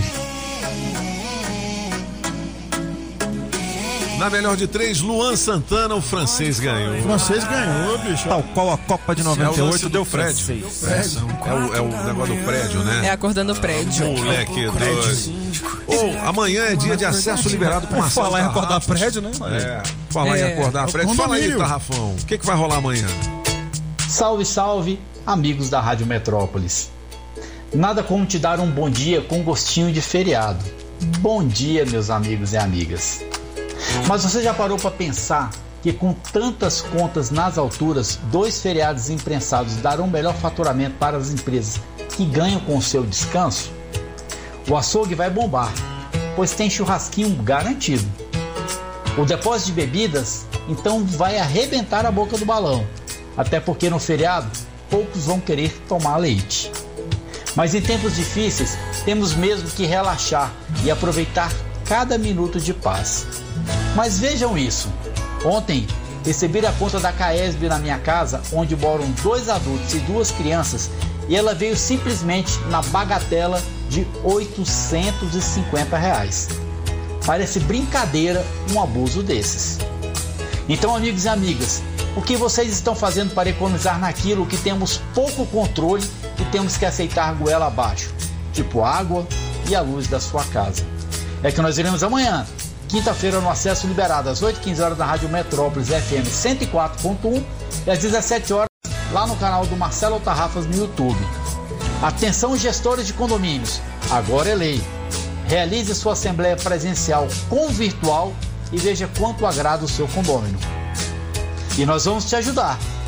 Na melhor de três, Luan Santana, o francês ganhou. O francês ganhou, bicho. Tal qual a Copa de noventa e oito deu prédio. É o, é o negócio do prédio, né? É acordando o prédio. Moleque doido. Ou amanhã é dia de acesso liberado com Marcelo. Falar em acordar prédio, né? É. Falar em acordar prédio. Fala aí, Tarrafão. O que, que vai rolar amanhã? Salve, salve, amigos da Rádio Metrópolis. Nada como te dar um bom dia com gostinho de feriado. Bom dia, meus amigos e amigas. Mas você já parou para pensar que com tantas contas nas alturas, dois feriados imprensados darão melhor faturamento para as empresas que ganham com o seu descanso? O açougue vai bombar, pois tem churrasquinho garantido. O depósito de bebidas, então, vai arrebentar a boca do balão, até porque no feriado poucos vão querer tomar leite. Mas em tempos difíceis, temos mesmo que relaxar e aproveitar cada minuto de paz. Mas vejam isso, ontem recebi a conta da Caesb na minha casa, onde moram dois adultos e duas crianças, e ela veio simplesmente na bagatela de oitocentos e cinquenta reais. Parece brincadeira um abuso desses. Então, amigos e amigas, o que vocês estão fazendo para economizar naquilo que temos pouco controle e temos que aceitar goela abaixo, tipo água e a luz da sua casa? É que nós iremos amanhã, quinta-feira, no acesso liberado, às oito e quinze horas da Rádio Metrópolis F M cento e quatro ponto um e às dezessete horas lá no canal do Marcelo Tarrafas no YouTube. Atenção, gestores de condomínios, agora é lei. Realize sua assembleia presencial com virtual e veja quanto agrada o seu condômino. E nós vamos te ajudar.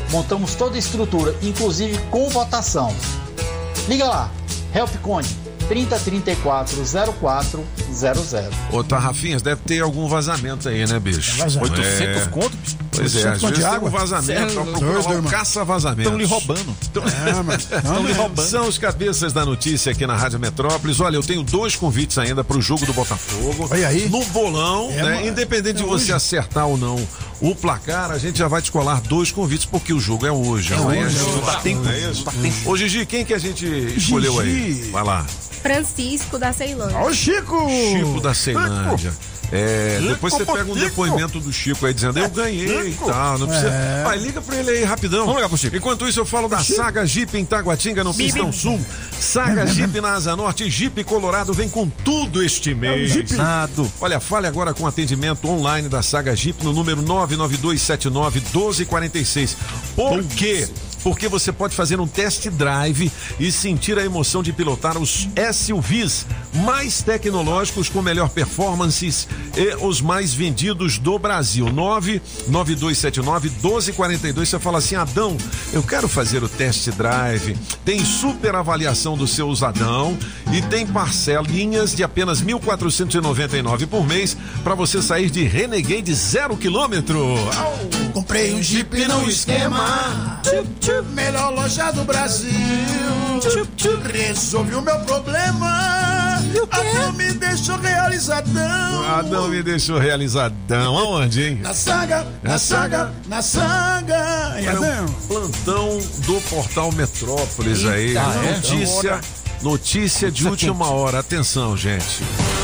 Montamos toda a estrutura, inclusive com votação. Liga lá, Help Conde, trinta, trinta e quatro, zero quatro zero zero. Ô, tá, Rafinhas, deve ter algum vazamento aí, né, bicho? Vazamento. É. oitocentos conto, bicho? Pois é, às vezes tem um vazamento, pra procurar um caça-vazamento. Estão lhe roubando. Estão lhe roubando. São os cabeças da notícia aqui na Rádio Metrópolis. Olha, eu tenho dois convites ainda pro jogo do Botafogo. Olha aí. No bolão, É, né? mano. Independente de É você hoje. acertar ou não o placar, a gente já vai descolar dois convites, porque o jogo é hoje. É amanhã hoje, a gente é não dá hoje. tempo, não é isso? Ô, Gigi, quem que a gente escolheu aí? Gigi. Vai lá. Francisco da Ceilândia. Ó o Chico! Chico da Ceilândia. É, Chico, depois você pega um Chico. depoimento do Chico aí dizendo, eu ganhei e tal, não precisa. É. Vai, liga pra ele aí rapidão. Vamos ligar pro Chico. Enquanto isso eu falo da Saga Jeep em Taguatinga, no Pistão Sul. Saga Jeep na Asa Norte, Jeep Colorado vem com tudo este mês. Nado. Olha, fale agora com atendimento online da Saga Jeep no número nove nove dois sete nove um dois quatro seis. Por quê? Porque você pode fazer um test drive e sentir a emoção de pilotar os S U Vs mais tecnológicos com melhor performances e os mais vendidos do Brasil. nove nove dois sete nove um dois quatro dois. Você fala assim, Adão, eu quero fazer o test drive. Tem super avaliação do seu usadão e tem parcelinhas de apenas mil quatrocentos e noventa e nove por mês para você sair de Renegade zero quilômetro. Au! Comprei um Jeep no esquema. Melhor loja do Brasil. Resolvi o meu problema. Adão me deixou realizadão. Adão me deixou realizadão. Aonde, hein? Na saga, na saga, na saga. E Era Adão? um plantão do Portal Metrópolis aí. Eita, é? Notícia, notícia de última hora. Atenção, gente.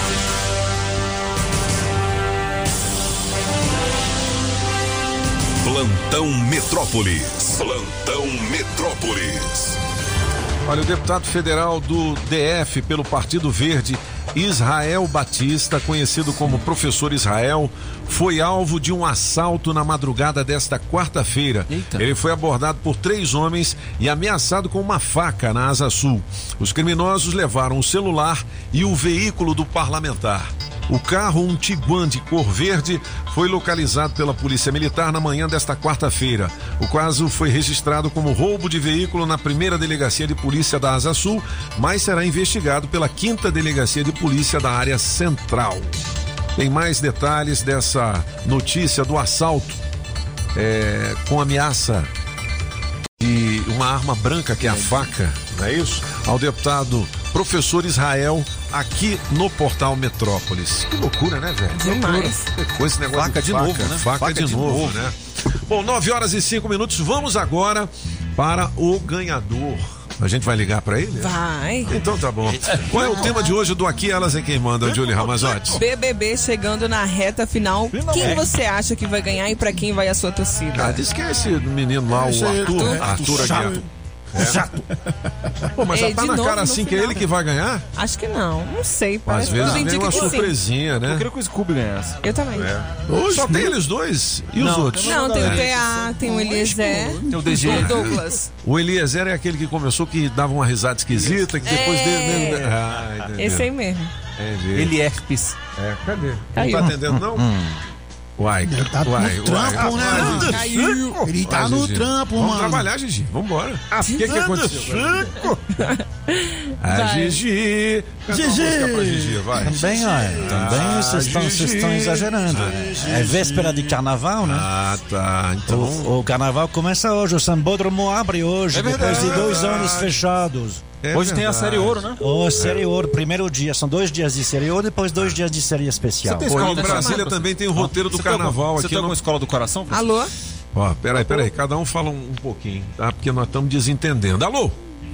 Plantão Metrópolis. Plantão Metrópolis. Olha, o deputado federal do D F pelo Partido Verde, Israel Batista, conhecido como Professor Israel, foi alvo de um assalto na madrugada desta quarta-feira. Ele foi abordado por três homens e ameaçado com uma faca na Asa Sul. Os criminosos levaram o celular e o veículo do parlamentar. O carro, um Tiguan de cor verde, foi localizado pela Polícia Militar na manhã desta quarta-feira. O caso foi registrado como roubo de veículo na primeira delegacia de polícia da Asa Sul, mas será investigado pela quinta delegacia de polícia da área central. Tem mais detalhes dessa notícia do assalto é, com ameaça de uma arma branca, que é a faca, não é isso? Ao deputado Professor Israel, aqui no Portal Metrópolis. Que loucura, né, velho? Demais. Com esse negócio Faca de novo, né? Faca, Faca de, de novo, novo. né? Bom, nove horas e cinco minutos. Vamos agora para o ganhador. A gente vai ligar para ele? Vai. Então tá bom. Qual é o tema de hoje do Aqui Elas é Quem Manda, Julie Ramazotti? B B B chegando na reta final. Quem você acha que vai ganhar e pra quem vai a sua torcida? Ah, diz que é esse menino lá, Esse o aí, Arthur. Arthur, Arthur aqui. chato. É. Chato. Pô, mas É, já tá de na novo cara no assim que é final. ele que vai ganhar? Acho que não. Não sei. Às Parece que vezes tudo vem indica uma que sim. surpresinha, né? Eu queria que o Scooby ganhasse. Eu também. Só tem eles dois? E os Não, outros? Não, tem o É. T A, tem o Eliezer, Tem o D G. tem o Douglas. O Eliezer é aquele que começou que dava uma risada esquisita, que depois É. dele. dele- Ah, entendi. Esse aí mesmo. Entendi. Ele é herpes. É, cadê? Não Caiu. tá atendendo, não? Uai, Ele tá uai, no trampo, uai. né? Rapaz, Gigi. Caiu. Ele tá Vai, no Gigi. trampo, Vamos mano. trabalhar, Gigi. Vambora. O que que aconteceu? Ah, Vai. Gigi. Canta uma Gigi. música pra Gigi, vai. Também, olha, também vocês estão, vocês Gigi. estão exagerando. É véspera de carnaval, né? Ah, tá. Então. O, o carnaval começa hoje, o Sambódromo abre hoje, É verdade. depois de dois É verdade. anos fechados. é Hoje tem a verdade. série Ouro, né? Ô, série ouro, primeiro dia, são dois dias de série ouro, depois dois dias de série especial. Você tem Pô, escola em do Brasília coração? também tem o roteiro do Você tem algum- carnaval Você aqui tem alguma no... escola do coração? Alô? Ó, peraí, peraí, cada um fala um, um pouquinho, tá? Porque nós estamos desentendendo. Alô?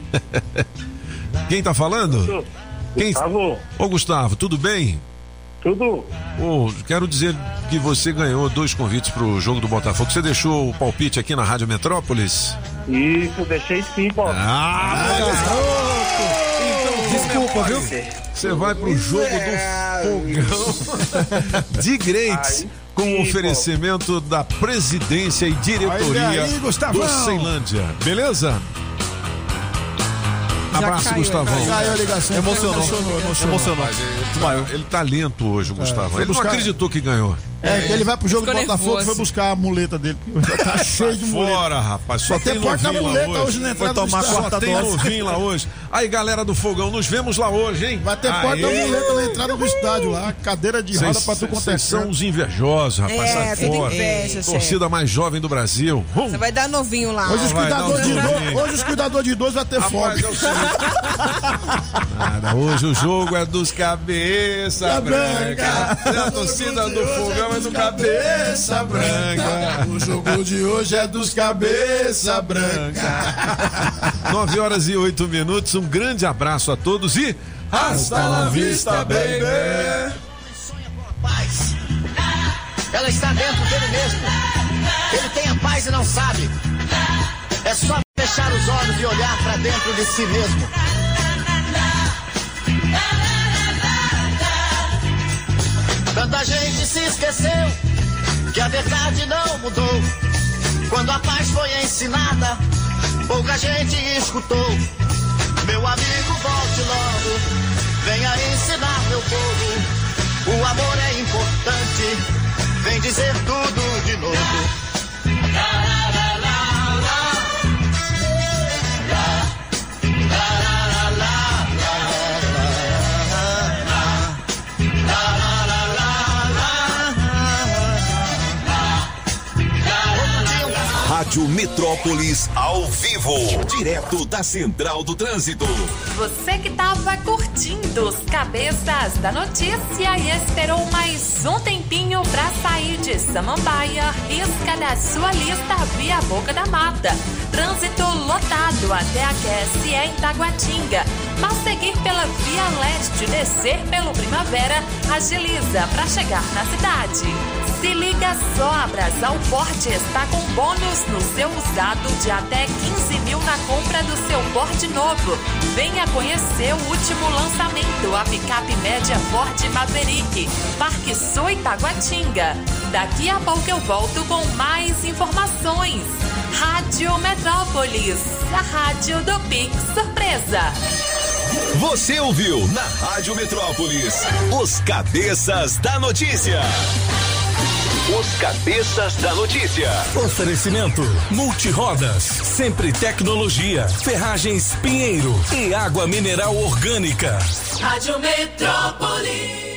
Quem tá falando? Quem? Gustavo, Ô, Gustavo, tudo bem? tudo? Ô, quero dizer que você ganhou dois convites pro jogo do Botafogo. Você deixou o palpite aqui na Rádio Metrópolis? Isso, deixei sim, pô. Ah, Desculpa, viu? você vai pro jogo do Fogão de Greats. Aí Com sim, oferecimento da presidência e diretoria Olha aí, Gustavão. do Ceilândia. Beleza? Já Abraço, caiu, Gustavão. Caiu a ligação. Emocionou. Emocionou, emocionou. Emocionou. Mas, é, desmaiou. Ele tá lento hoje, o Gustavo. foi Ele buscar- não acreditou que ganhou. É, que ele vai pro jogo do Ficou Botafogo e nervoso. foi buscar a muleta dele. porque Já tá cheio de muleta. Fora, rapaz. Só, Só tem tem porta novinho lá muleta hoje. hoje na entrada Foi do tomar estádio. Só Quarta tem dose. novinho lá hoje. Aí, galera do Fogão, nos vemos lá hoje, hein? Vai ter Aê. porta muleta na entrada do estádio lá. Cadeira de roda pra tu Vocês acontecer. são os invejosos, rapaz. É, Sai tudo fora. inveja, chefe. Torcida mais jovem do Brasil. Hum. Você vai dar novinho lá. Hoje os vai dar cuidadores um de joguinho. idoso, hoje os cuidadores de idoso vai ter Rapaz, fome. é o seguinte. Nada, hoje o jogo é dos cabeça Tá branca. branca. A torcida do Fogão é do cabeça branca. O jogo de hoje é dos cabeça branca. Nove horas e oito minutos. Um grande abraço a todos e hasta la vista, baby. Paz. Ela está dentro dele mesmo. Ele tem a paz e não sabe. É só fechar os olhos e olhar para dentro de si mesmo. Tanta gente se esqueceu que a verdade não mudou. Quando a paz foi ensinada, pouca gente escutou. Meu amigo, volte logo, venha ensinar meu povo. O amor é importante, vem dizer tudo de novo. Rádio Metrópolis ao vivo, direto da Central do Trânsito. Você que estava curtindo os cabeças da notícia e esperou mais um tempinho para sair de Samambaia, risca da sua lista via Boca da Mata. Trânsito lotado até a Q S E em Taguatinga. Mas seguir pela Via Leste e descer pelo Primavera agiliza para chegar na cidade. Se liga só, a Brasal Ford está com bônus no seu usado de até quinze mil na compra do seu Ford novo. Venha conhecer o último lançamento, a picape média Ford Maverick, Parque Sul Itaguatinga. Daqui a pouco eu volto com mais informações. Rádio Metrópolis, a rádio do Pix Surpresa. Você ouviu na Rádio Metrópolis os cabeças da notícia. Os cabeças da notícia. Oferecimento Multirodas, Sempre Tecnologia, Ferragens Pinheiro e Água Mineral Orgânica. Rádio Metrópolis.